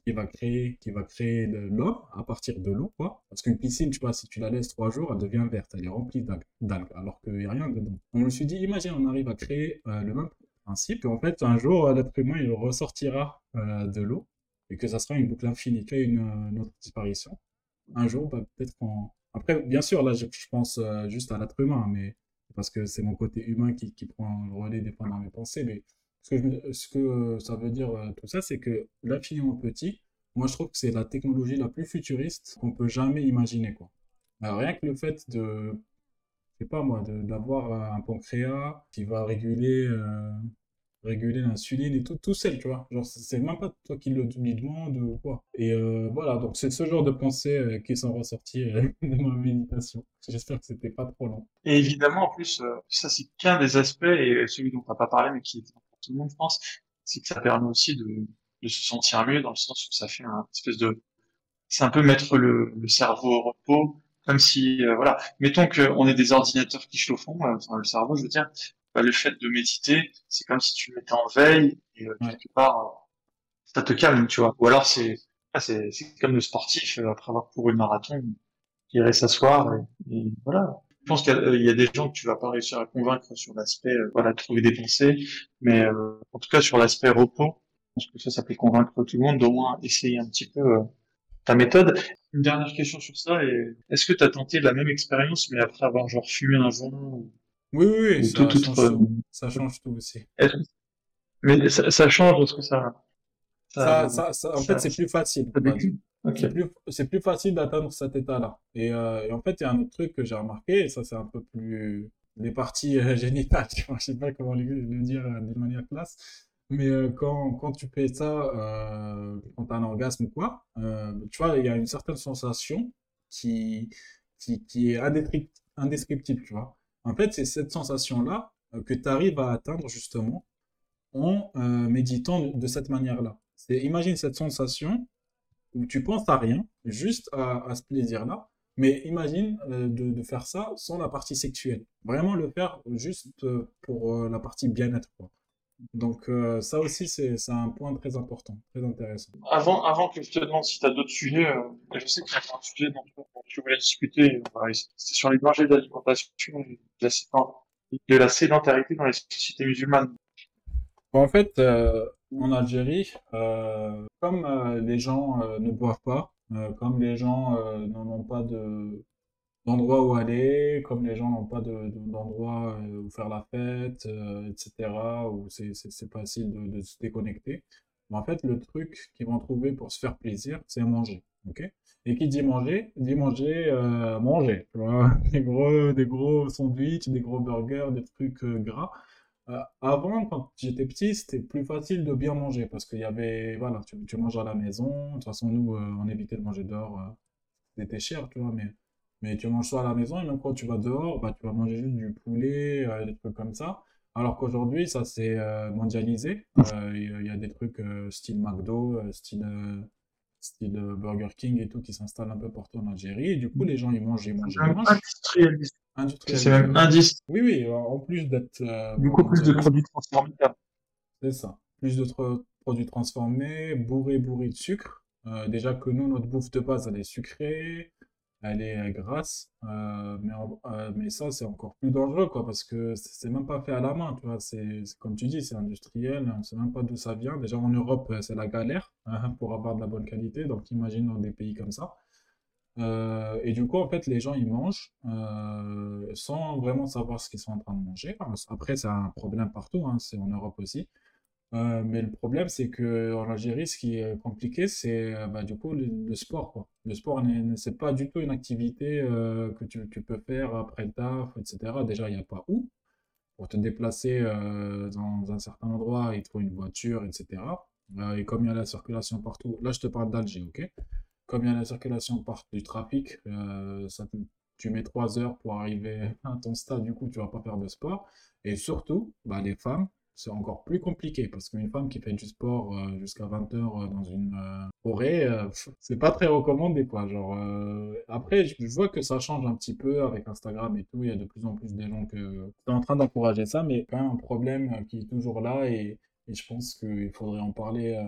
qui va créer, qui va créer de l'homme à partir de l'eau, quoi. Parce qu'une piscine, tu vois, si tu la laisses trois jours, elle devient verte, elle est remplie d'algues, d'algues, alors qu'il n'y a rien dedans. On me suis dit, imagine, on arrive à créer euh, le même principe, et en fait, un jour, euh, l'être humain, il ressortira euh, de l'eau, et que ça sera une boucle infinie, qu'il y a une, euh, une autre disparition. Un jour, bah, peut-être qu'on... Après, bien sûr, là, je, je pense euh, juste à l'être humain, mais parce que c'est mon côté humain qui, qui prend le relais des fois dans mes pensées, mais ce que, je me- ce que ça veut dire euh, tout ça, c'est que l'infiniment petit, moi je trouve que c'est la technologie la plus futuriste qu'on peut jamais imaginer, quoi. Alors, rien que le fait de, je sais pas moi, de- d'avoir euh, un pancréas qui va réguler, euh, réguler l'insuline et tout, tout seul, tu vois. Genre, c'est c'est même pas toi qui le, lui demande ou quoi. Et euh, voilà, donc c'est ce genre de pensées euh, qui sont ressorties euh, de ma méditation. J'espère que c'était pas trop long. Et évidemment, en plus, euh, ça c'est qu'un des aspects, et celui dont on n'a pas parlé, mais qui est important pour tout le monde, je pense, c'est que ça permet aussi de, de se sentir mieux, dans le sens où ça fait un espèce de... C'est un peu mettre le, le cerveau au repos, comme si, euh, voilà, mettons qu'on est des ordinateurs qui chauffent, euh, enfin le cerveau, je veux dire, bah, le fait de méditer, c'est comme si tu le mettais en veille, et euh, Ouais. quelque part, euh, ça te calme, tu vois. Ou alors c'est ah, c'est c'est comme le sportif, euh, après avoir couru le marathon, qui irait s'asseoir et, et voilà. Je pense qu'il y, a il y a des gens que tu vas pas réussir à convaincre sur l'aspect, euh, voilà, trouver des pensées, mais euh, en tout cas sur l'aspect repos, je pense que ça, ça peut convaincre tout le monde d'au moins essayer un petit peu euh, ta méthode. Une dernière question sur ça, et est-ce que tu as tenté la même expérience, mais après avoir genre fumé un joint ou, Oui, oui, oui, ou tout ça autre... change euh, tout. Ça change tout aussi. est-ce que- mais ça, ça change, est-ce que ça, ça, Ça, ça, ça- en fait, ça, c'est plus facile, ça on va dire. décuple? Ok. C'est plus, c'est plus facile d'atteindre cet état-là. Et, euh, et en fait, il y a un autre truc que j'ai remarqué, et ça, c'est un peu plus les parties euh, génitales, tu vois, je sais pas comment le, le dire euh, d'une manière classe, mais euh, quand, quand tu fais ça, euh, quand tu as un orgasme ou quoi, euh, tu vois, il y a une certaine sensation qui, qui, qui est indescript- indescriptible, tu vois. En fait, c'est cette sensation-là euh, que tu arrives à atteindre justement en euh, méditant de cette manière-là. C'est, imagine cette sensation où tu penses à rien, juste à, à ce plaisir-là, mais imagine euh, de, de faire ça sans la partie sexuelle. Vraiment le faire juste euh, pour euh, la partie bien-être, quoi. Donc euh, ça aussi, c'est, c'est un point très important, très intéressant. Avant, avant que je te demande si tu as d'autres sujets, euh, je sais qu'il y a un sujet dont, dont tu voulais discuter, euh, voilà, c'est sur les dangers de l'alimentation et de la, séden- de la sédentarité dans les sociétés musulmanes. Bon, en fait, euh, en Algérie, euh, comme euh, les gens euh, ne boivent pas, euh, comme les gens euh, n'en ont pas de, d'endroits où aller, comme les gens n'ont pas de, de- d'endroit euh, où faire la fête, euh, et cetera, où c'est c'est- c'est facile de, de se déconnecter. Mais en fait, le truc qu'ils vont trouver pour se faire plaisir, c'est manger. Ok? Et qui dit manger, dit manger, euh, manger. Tu vois? Des gros, des gros sandwichs, des gros burgers, des trucs euh, gras. Euh, avant, quand j'étais petit, c'était plus facile de bien manger parce qu'il y avait, voilà, tu, tu manges à la maison. De toute façon, nous, euh, on évitait de manger dehors. euh, c'était cher, tu vois, mais, mais tu manges ça à la maison et même quand tu vas dehors, bah, tu vas manger juste du poulet, euh, des trucs comme ça. Alors qu'aujourd'hui, ça s'est euh, mondialisé. Euh, Il y, a il y a des trucs euh, style McDo, euh, style, euh, style euh, Burger King et tout qui s'installent un peu partout en Algérie. Et du coup, les gens, ils mangent, ils mangent, C'est ils même mangent. industrialisé. C'est Industrialisé, même oui. indice, Oui, oui, en en plus d'être euh, beaucoup plus de mondialisé, produits transformés. c'est ça. Plus de tro- produits transformés, bourrés, bourrés de sucre. Euh, déjà que nous, notre bouffe de base, elle est sucrée, elle est euh, grasse. Euh, mais, en- euh, mais ça, c'est encore plus dangereux, quoi, parce que c'est c'est même pas fait à la main, tu vois. C'est, c'est comme tu dis, c'est industriel, on sait même pas d'où ça vient. Déjà, en Europe, euh, c'est la galère, hein, pour avoir de la bonne qualité. Donc, imagine dans des pays comme ça. Euh, et du coup, en fait, les gens, ils mangent euh, sans vraiment savoir ce qu'ils sont en train de manger. Alors, après, c'est un problème partout, hein, c'est en Europe aussi. Euh, mais le problème, c'est que en Algérie, ce qui est compliqué, c'est euh, bah, du coup le, le sport, quoi. Le sport, n'est- n'est- c'est pas du tout une activité euh, que tu, tu peux faire après le taf, et cetera. Déjà, il n'y a pas où. Pour te déplacer euh, dans un certain endroit, il te faut une voiture, et cetera. Euh, et comme il y a la circulation partout, là, je te parle d'Alger, ok? Comme il y a la circulation partout du trafic, euh, ça te- tu mets trois heures pour arriver à ton stade, du coup, tu vas pas faire de sport. Et surtout, bah, les femmes, c'est encore plus compliqué parce qu'une femme qui fait du sport euh, jusqu'à vingt heures euh, dans une euh, forêt, euh, pff, c'est pas très recommandé, quoi. Genre, euh, après, je je vois que ça change un petit peu avec Instagram et tout. Il y a de plus en plus de gens que, qui sont en train d'encourager ça, mais quand même un problème euh, qui est toujours là et, et je pense qu'il faudrait en parler. euh,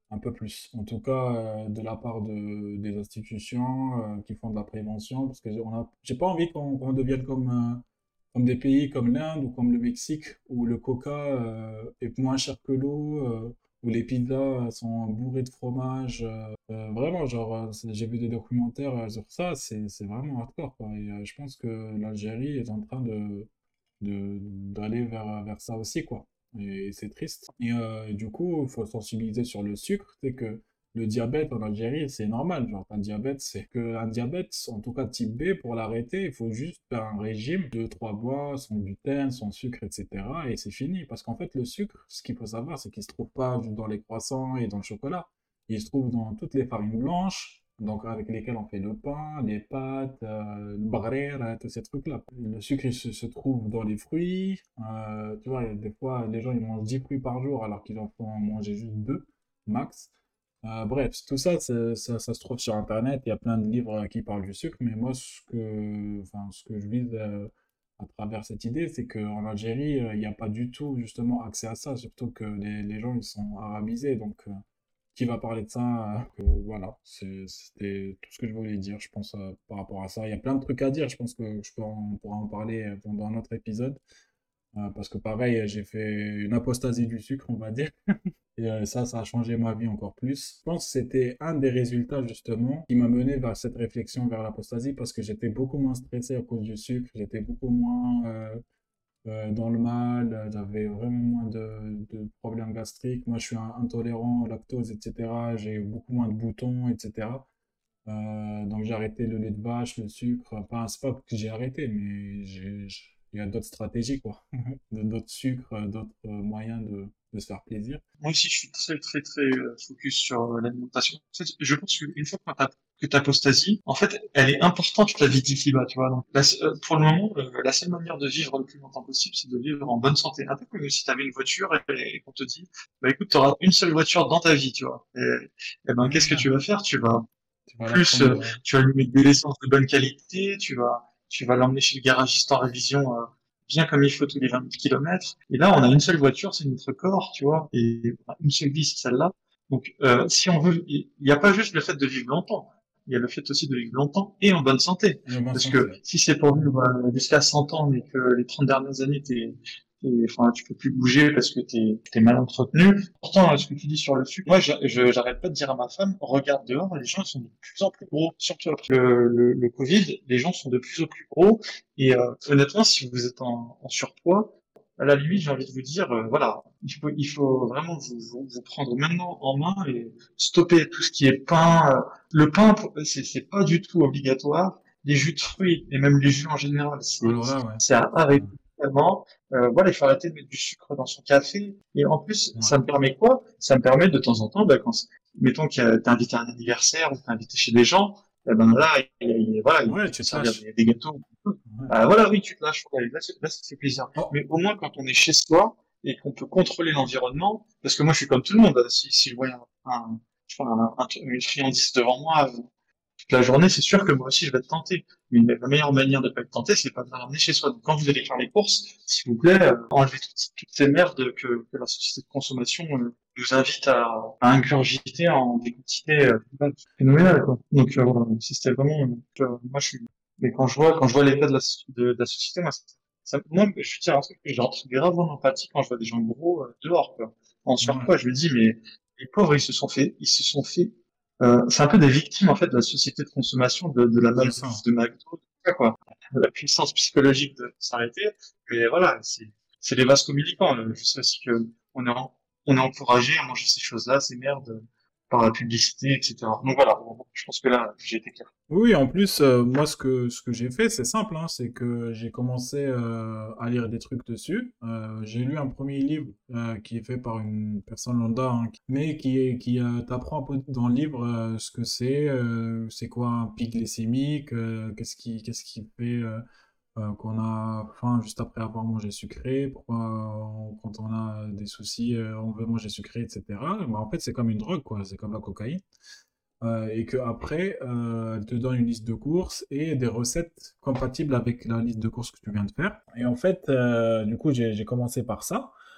un peu plus. En tout cas, euh, de la part de, des institutions euh, qui font de la prévention, parce que on a, j'ai pas envie qu'on qu'on devienne comme, euh, comme des pays comme l'Inde ou comme le Mexique, où le coca euh, est moins cher que l'eau, euh, où les pizzas sont bourrées de fromage. euh, euh, vraiment, genre, euh, c'est- j'ai vu des documentaires euh, sur ça, c'est, c'est vraiment hardcore, quoi. Et euh, je pense que l'Algérie est en train de, de, d'aller vers, vers ça aussi, quoi. Et c'est triste. Et euh, du coup, il faut sensibiliser sur le sucre. C'est que le diabète en Algérie, c'est normal. Genre, un diabète, c'est que un diabète, en tout cas type B, pour l'arrêter, il faut juste faire un régime de trois mois, sans gluten, sans sucre, et cetera. Et c'est fini. Parce qu'en fait, le sucre, ce qu'il faut savoir, c'est qu'il se trouve pas juste dans les croissants et dans le chocolat. Il se trouve dans toutes les farines blanches, donc avec lesquelles on fait le pain, les pâtes, euh, le barrère, tous ces trucs-là. Le sucre, il se, se trouve dans les fruits. Euh, tu vois, il y a des fois, les gens, ils mangent dix fruits par jour alors qu'ils en font manger juste deux, max. Euh, bref, tout ça, c'est- ça, ça se trouve sur Internet. Il y a plein de livres euh, qui parlent du sucre, mais moi, ce que, enfin, ce que je vise euh, à travers cette idée, c'est qu'en Algérie, euh, il n'y a pas du tout, justement, accès à ça, surtout que les, les gens, ils sont arabisés, donc... euh, qui va parler de ça. Euh, que voilà, c'est- c'était tout ce que je voulais dire, je pense, euh, par rapport à ça. Il y a plein de trucs à dire, je pense que je peux en, on pourra en parler euh, pendant un autre épisode. Euh, parce que pareil, j'ai fait une apostasie du sucre, on va dire. Et euh, ça, ça a changé ma vie encore plus. Je pense que c'était un des résultats, justement, qui m'a mené vers cette réflexion vers l'apostasie, parce que j'étais beaucoup moins stressé à cause du sucre, j'étais beaucoup moins euh, euh, dans le mal, euh, j'avais vraiment moins de, de problèmes gastriques. Moi, je suis un- intolérant au lactose, et cetera. J'ai eu beaucoup moins de boutons, et cetera. Euh, donc, j'ai arrêté le lait de vache, le sucre. Enfin, c'est pas que j'ai arrêté, mais j'ai, j'ai- il y a d'autres stratégies, quoi. De- D'autres sucres, euh, d'autres euh, moyens de, de se faire plaisir. Moi aussi, je suis très, très, très euh, focus sur euh, l'alimentation. En fait, je pense qu'une fois que t'as que t'apostasies, en fait, elle est importante, ta vie d'ici-bas, tu vois. Donc, la se- euh, pour le moment, euh, la seule manière de vivre le plus longtemps possible, c'est de vivre en bonne santé. Un peu comme si tu avais une voiture et, et qu'on te dit, bah écoute, tu auras une seule voiture dans ta vie, tu vois. Et, et ben, qu'est-ce que tu vas faire? Tu vas Tu vas la plus, prendre. euh, euh, tu vas lui mettre de l'essence de bonne qualité, tu vas, tu vas l'emmener chez le garagiste en révision, euh, bien comme il faut tous les vingt kilomètres. Et là, on a une seule voiture, c'est notre corps, tu vois, et on a une seule vie, c'est celle-là. Donc, euh, si on veut, il n'y a pas juste le fait de vivre longtemps. Il y a le fait aussi de vivre longtemps et en bonne santé. Et en bonne Parce que santé. si c'est pour vivre euh, jusqu'à cent ans, mais que les trente dernières années, t'es, t'es- enfin, tu peux plus bouger parce que t'es, t'es mal entretenu. Pourtant, euh, ce que tu dis sur le sucre, moi, je, je- j'arrête pas de dire à ma femme, regarde dehors, les gens sont de plus en plus gros. Surtout après le, le, le Covid, les gens sont de plus en plus gros. Et euh, honnêtement, si vous êtes en, en surpoids, à la limite, j'ai envie de vous dire, euh, voilà, il faut, il faut vraiment vous, vous, vous prendre maintenant en main et stopper tout ce qui est pain. euh, Le pain, pour- c'est c'est pas du tout obligatoire. Les jus de fruits et même les jus en général, c'est Alors là, ouais. c'est à arrêter totalement. Euh, voilà, il faut arrêter de mettre du sucre dans son café. Et en plus, Ouais. ça me permet quoi? Ça me permet de temps en temps, bah, quand, mettons que t'es invité à un anniversaire ou t'es invité chez des gens, eh ben là, il, il- voilà, il Ouais, peut tu te servir lâches. des, des gâteaux. Ouais. Ah, voilà, oui, tu te lâches. Ouais, là, c'est- là, ça fait plaisir. Oh, Mais au moins, quand on est chez soi et qu'on peut contrôler l'environnement, parce que moi, je suis comme tout le monde. Si, si je vois un, un, je sais pas, un- un- une friandise devant moi euh, toute la journée, c'est sûr que moi aussi, je vais être tenté. Mais la meilleure manière de pas être tenté, c'est pas de la ramener chez soi. Donc, quand vous allez faire les courses, s'il vous plaît, euh, enlevez toutes, toutes ces merdes que, que la société de consommation euh, nous invite à, à ingurgiter en des quantités euh, phénoménales, quoi. Donc, euh, voilà, si c'était vraiment, euh, moi, je suis mais quand je vois, quand je vois l'état de la, so- de, de la société, moi, ça, ça- moi, je suis dire un truc, j'ai un truc grave en empathie quand je vois des gens gros euh, dehors, quoi. En ouais. surpoids, je me dis, mais les pauvres, ils se sont fait, ils se sont fait, euh, c'est un peu des victimes, en fait, de la société de consommation, de, de la C'est ça. malbouffe, de McDo, tout ça, quoi. La puissance psychologique de s'arrêter. Mais voilà, c'est, c'est les vases communicants. Je sais aussi que on est, en- on est encouragé à manger ces choses-là, ces merdes, par la publicité, et cetera. Donc voilà, bon, je pense que là, j'ai été clair. Oui, en plus, euh, moi, ce que, ce que j'ai fait, c'est simple, hein, c'est que j'ai commencé euh, à lire des trucs dessus. Euh, j'ai lu un premier livre euh, qui est fait par une personne lambda, hein, qui- mais qui, est- qui euh, t'apprend un peu dans le livre euh, ce que c'est, euh, c'est quoi un pic glycémique, euh, qu'est-ce qui, qu'est-ce qui fait euh, euh, qu'on a faim juste après avoir mangé sucré, pourquoi euh, quand on a des soucis, euh, on veut manger sucré, et cetera. Bah, en fait, c'est comme une drogue, quoi, c'est comme la cocaïne. Euh, et que après, euh, elle te donne une liste de courses et des recettes compatibles avec la liste de courses que tu viens de faire. Et en fait, euh, du coup, j'ai j'ai commencé par ça.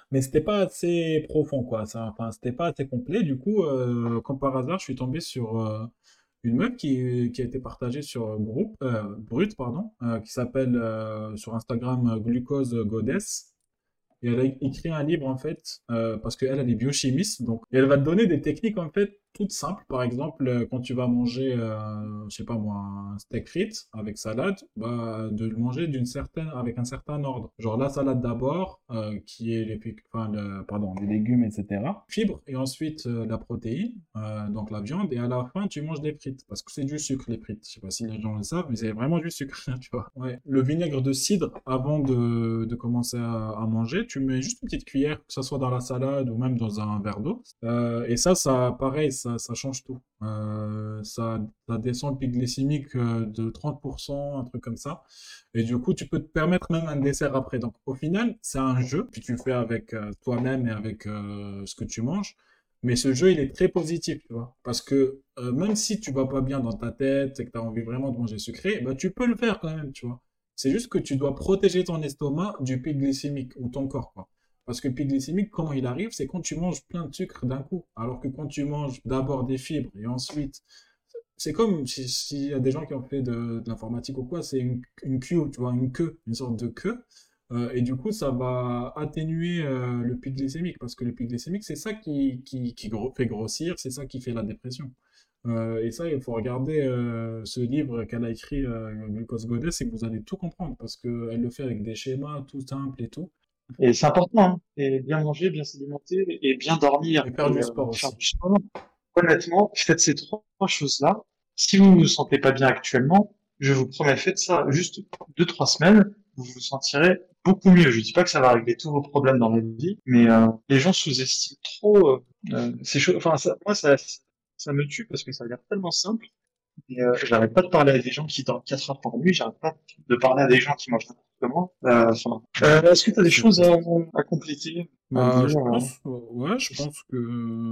Mais c'était pas assez profond, quoi. Ça, enfin, c'était pas assez complet. Du coup, euh, comme par hasard, je suis tombé sur euh, une meuf qui, qui a été partagée sur un groupe, euh, Brut, pardon, euh, qui s'appelle euh, sur Instagram euh, Glucose Goddess. Et elle a écrit un livre, en fait, euh, parce qu'elle, elle est biochimiste. Donc, et elle va te donner des techniques, en fait, toutes simples. Par exemple, euh, quand tu vas manger, euh, je sais pas moi, un steak frites avec salade, bah, de le manger d'une certaine, avec un certain ordre. Genre la salade d'abord, euh, qui est les, pic- enfin, le- pardon, les légumes, et cetera. Fibres, et ensuite euh, la protéine, euh, donc la viande. Et à la fin, tu manges des frites. Parce que c'est du sucre, les frites. Je sais pas si les gens le savent, mais c'est vraiment du sucre, tu vois. Ouais. Le vinaigre de cidre, avant de, de commencer à, à manger, tu mets juste une petite cuillère, que ce soit dans la salade ou même dans un verre d'eau. Euh, et ça, ça, pareil, ça, ça change tout. Euh, ça, ça descend le pic glycémique euh, de trente pour cent, un truc comme ça. Et du coup, tu peux te permettre même un dessert après. Donc, au final, c'est un jeu, puis tu le fais avec euh, toi-même et avec euh, ce que tu manges. Mais ce jeu, il est très positif, tu vois. Parce que euh, même si tu vas pas bien dans ta tête et que tu as envie vraiment de manger sucré, bah, tu peux le faire quand même, tu vois. C'est juste que tu dois protéger ton estomac du pic glycémique ou ton corps, quoi. Parce que le pic glycémique, comment il arrive, c'est quand tu manges plein de sucre d'un coup. Alors que quand tu manges d'abord des fibres et ensuite, c'est comme si- s'il y a des gens qui ont fait de, de l'informatique ou quoi, c'est une, une queue, tu vois, une queue, une sorte de queue. Euh, et du coup, ça va atténuer euh, le pic glycémique, parce que le pic glycémique, c'est ça qui, qui, qui gro- fait grossir, c'est ça qui fait la dépression. Euh, et ça, il faut regarder euh, ce livre qu'elle a écrit, euh, Glucose Goddess, et que vous allez tout comprendre, parce qu'elle le fait avec des schémas tout simples et tout. Et c'est important, hein. Et bien manger, bien s'alimenter et bien dormir Et faire et du euh, sport faire aussi. du sport. Honnêtement, faites ces trois choses-là. Si vous ne vous sentez pas bien actuellement, je vous promets, faites ça juste deux, trois semaines, vous vous sentirez beaucoup mieux. Je dis pas que ça va régler tous vos problèmes dans la vie, mais euh, les gens sous-estiment trop euh, euh, ces choses. Enfin, ça, moi, ça, ça me tue parce que ça a l'air tellement simple. Et, euh, j'arrête pas de parler à des gens qui dorment quatre heures par nuit, j'arrête pas de parler à des gens qui mangent n'importe comment. Euh, enfin, euh, est-ce que tu as des C'est choses vrai. à, à compléter, à Bah, dire? je euh pense, euh, ouais, je pense que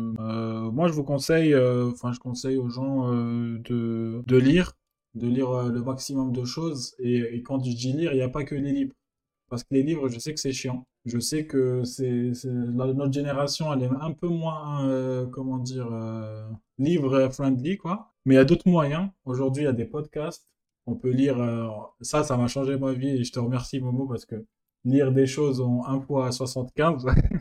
euh, moi je vous conseille, euh, enfin je conseille aux gens euh, de, de lire, de lire euh, le maximum de choses. Et, et quand je dis lire, il n'y a pas que les livres. Parce que les livres, je sais que c'est chiant. Je sais que c'est, c'est- la- notre génération, elle est un peu moins, euh, comment dire, euh, livre friendly, quoi. Mais il y a d'autres moyens. Aujourd'hui, il y a des podcasts. On peut lire. euh, ça, ça m'a changé ma vie et je te remercie, Momo, parce que lire des choses en un fois soixante-quinze,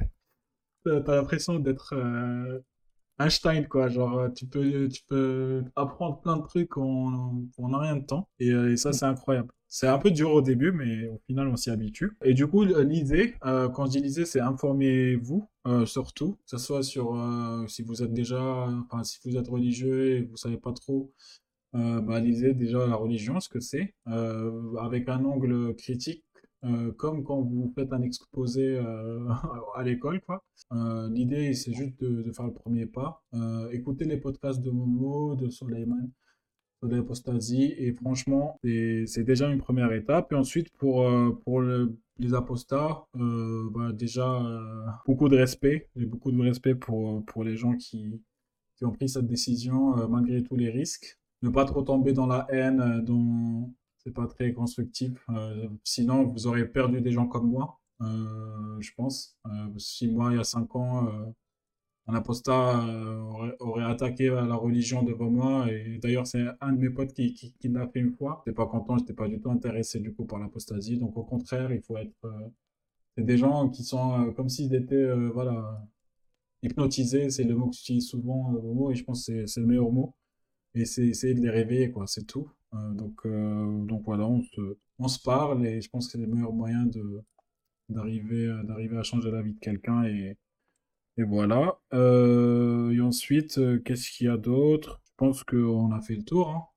t'as t'as l'impression d'être euh, Einstein, quoi. Genre, euh, tu peux, tu peux apprendre plein de trucs en, en rien de temps. Et, euh, et ça, c'est incroyable. C'est un peu dur au début, mais au final, on s'y habitue. Et du coup, euh, lisez. Euh, quand je dis lisez, c'est informez-vous, euh, surtout. Que ce soit sur, euh, si vous êtes déjà, enfin, si vous êtes religieux et vous savez pas trop, euh, bah, lisez déjà la religion, ce que c'est, euh, avec un angle critique, euh, comme quand vous faites un exposé euh, à l'école, quoi. Euh, l'idée, c'est juste de, de faire le premier pas. Euh, écoutez les podcasts de Momo, de Soleiman, de l'Apostasie, et franchement, c'est c'est déjà une première étape. Et ensuite, pour, euh, pour le- les apostats, euh, bah, déjà, euh, beaucoup de respect. J'ai beaucoup de respect pour, pour les gens qui, qui ont pris cette décision euh, malgré tous les risques. Ne pas trop tomber dans la haine, euh, dont c'est pas très constructif. Euh, sinon, vous aurez perdu des gens comme moi, euh, je pense. Euh, si moi, il y a cinq ans, euh, un apostat euh, aurait, aurait attaqué la religion devant moi, et d'ailleurs, c'est un de mes potes qui, qui, qui l'a fait une fois. J'étais pas content, j'étais pas du tout intéressé du coup par l'apostasie. Donc, au contraire, il faut être. Euh, c'est des gens qui sont euh, comme s'ils étaient, euh, voilà, hypnotisés. C'est le mot que j'utilise souvent, euh, mot, et je pense que c'est c'est le meilleur mot. Et c'est essayer de les réveiller, quoi, c'est tout. Euh, donc, euh, donc voilà, on se, on se parle, et je pense que c'est le meilleur moyen de, d'arriver, euh, d'arriver à changer la vie de quelqu'un, et, et voilà. Euh, et ensuite, euh, qu'est-ce qu'il y a d'autre? Je pense qu'on a fait le tour, hein.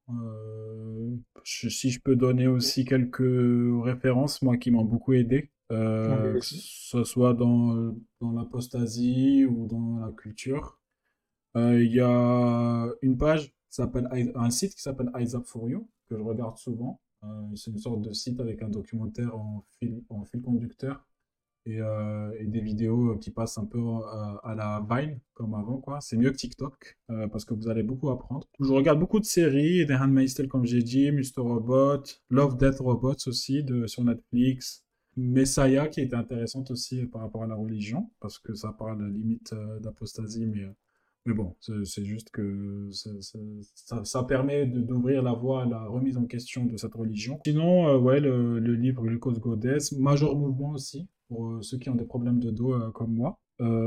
Euh, je- si je peux donner aussi quelques références, moi, qui m'ont beaucoup aidé, Oui, euh, que aussi. ce soit dans, euh, dans l'apostasie ou dans la culture. Euh, Il y a une page qui s'appelle, I- un site qui s'appelle Eyes Up For You, que je regarde souvent. Euh, c'est une sorte de site avec un documentaire en fil, en fil conducteur, et, euh, et des vidéos qui passent un peu à, à la Vine, comme avant, quoi. C'est mieux que TikTok, euh, parce que vous allez beaucoup apprendre. Je regarde beaucoup de séries, des Handmaid's Tale, comme j'ai dit, Mister Robot, Love, Death Robots aussi, de, sur Netflix. Messiah qui était intéressante aussi par rapport à la religion, parce que ça parle limite euh, d'apostasie, mais, euh, mais bon, c'est c'est juste que c'est- c'est- ça, ça permet de- d'ouvrir la voie à la remise en question de cette religion. Sinon, euh, ouais, le, le livre Glucose Goddess, Major Mouvement aussi, pour euh, ceux qui ont des problèmes de dos euh, comme moi.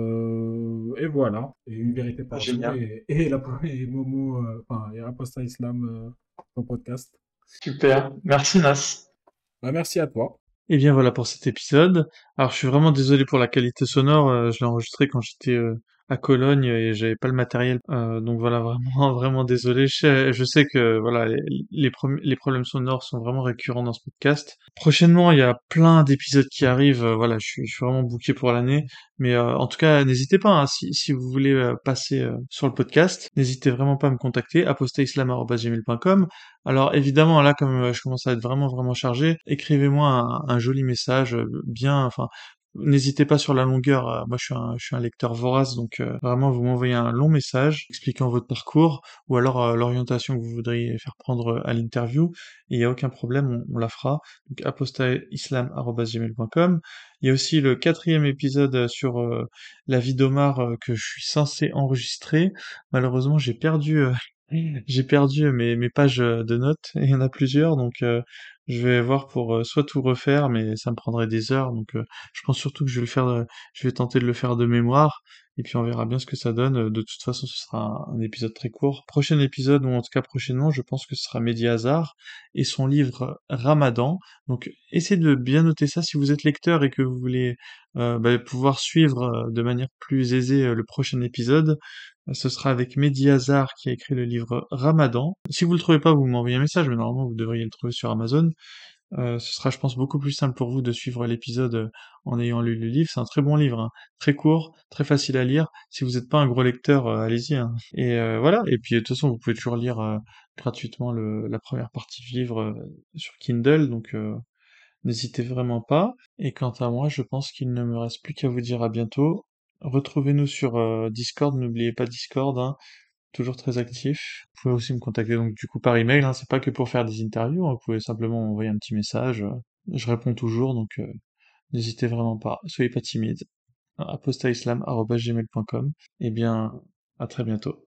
Euh, et voilà, et une vérité Ah, par jour, génial. et, et, la, et Momo, euh, enfin, et Apostat Islam, euh, ton podcast. Super. Merci, Nas. Bah, merci à toi. Et bien voilà pour cet épisode. Alors je suis vraiment désolé pour la qualité sonore, euh, je l'ai enregistré quand j'étais euh, à Cologne et j'avais pas le matériel. Euh, donc voilà, vraiment vraiment désolé. Je sais, je sais que voilà les, les, pro- les problèmes sonores sont vraiment récurrents dans ce podcast. Prochainement, il y a plein d'épisodes qui arrivent. euh, voilà, je suis, je suis vraiment booké pour l'année. Mais euh, en tout cas, n'hésitez pas, hein, si, si vous voulez euh, passer euh, sur le podcast, n'hésitez vraiment pas à me contacter, apostaislam arobase gmail point com. Alors évidemment, là, comme euh, je commence à être vraiment vraiment chargé, écrivez-moi un, un joli message, euh, bien, enfin, n'hésitez pas sur la longueur. euh, Moi, je suis un, je suis un lecteur vorace, donc euh, vraiment, vous m'envoyez un long message expliquant votre parcours ou alors euh, l'orientation que vous voudriez faire prendre euh, à l'interview. Et il n'y a aucun problème, on, on la fera. Donc apostaislam arobase gmail point com. Il y a aussi le quatrième épisode euh, sur euh, la vie d'Omar euh, que je suis censé enregistrer. Malheureusement, j'ai perdu euh, j'ai perdu mes, mes pages euh, de notes, et il y en a plusieurs, donc euh, je vais voir pour euh, soit tout refaire, mais ça me prendrait des heures, donc euh, je pense surtout que je vais le faire, de- je vais tenter de le faire de mémoire, et puis on verra bien ce que ça donne. De toute façon, ce sera un, un épisode très court. Prochain épisode, ou en tout cas prochainement, je pense que ce sera Mehdi Hazard et son livre Ramadan. Donc essayez de bien noter ça si vous êtes lecteur et que vous voulez euh, bah, pouvoir suivre euh, de manière plus aisée euh, le prochain épisode. Ce sera avec Mehdi Hazard qui a écrit le livre Ramadan. Si vous le trouvez pas, vous m'envoyez un message, mais normalement vous devriez le trouver sur Amazon. Euh, ce sera, je pense, beaucoup plus simple pour vous de suivre l'épisode euh, en ayant lu le livre. C'est un très bon livre, hein. Très court, très facile à lire. Si vous n'êtes pas un gros lecteur, euh, allez-y, hein. Et euh, voilà. Et puis de toute façon, vous pouvez toujours lire euh, gratuitement le, la première partie du livre euh, sur Kindle, donc euh, n'hésitez vraiment pas. Et quant à moi, je pense qu'il ne me reste plus qu'à vous dire à bientôt. Retrouvez-nous sur euh, Discord, n'oubliez pas Discord, hein, toujours très actif. Vous pouvez aussi me contacter donc du coup par email, hein, c'est pas que pour faire des interviews, hein, vous pouvez simplement m'envoyer un petit message. euh, Je réponds toujours, donc euh, n'hésitez vraiment pas, soyez pas timide. apostaislam arobase gmail point com. Et bien, à très bientôt.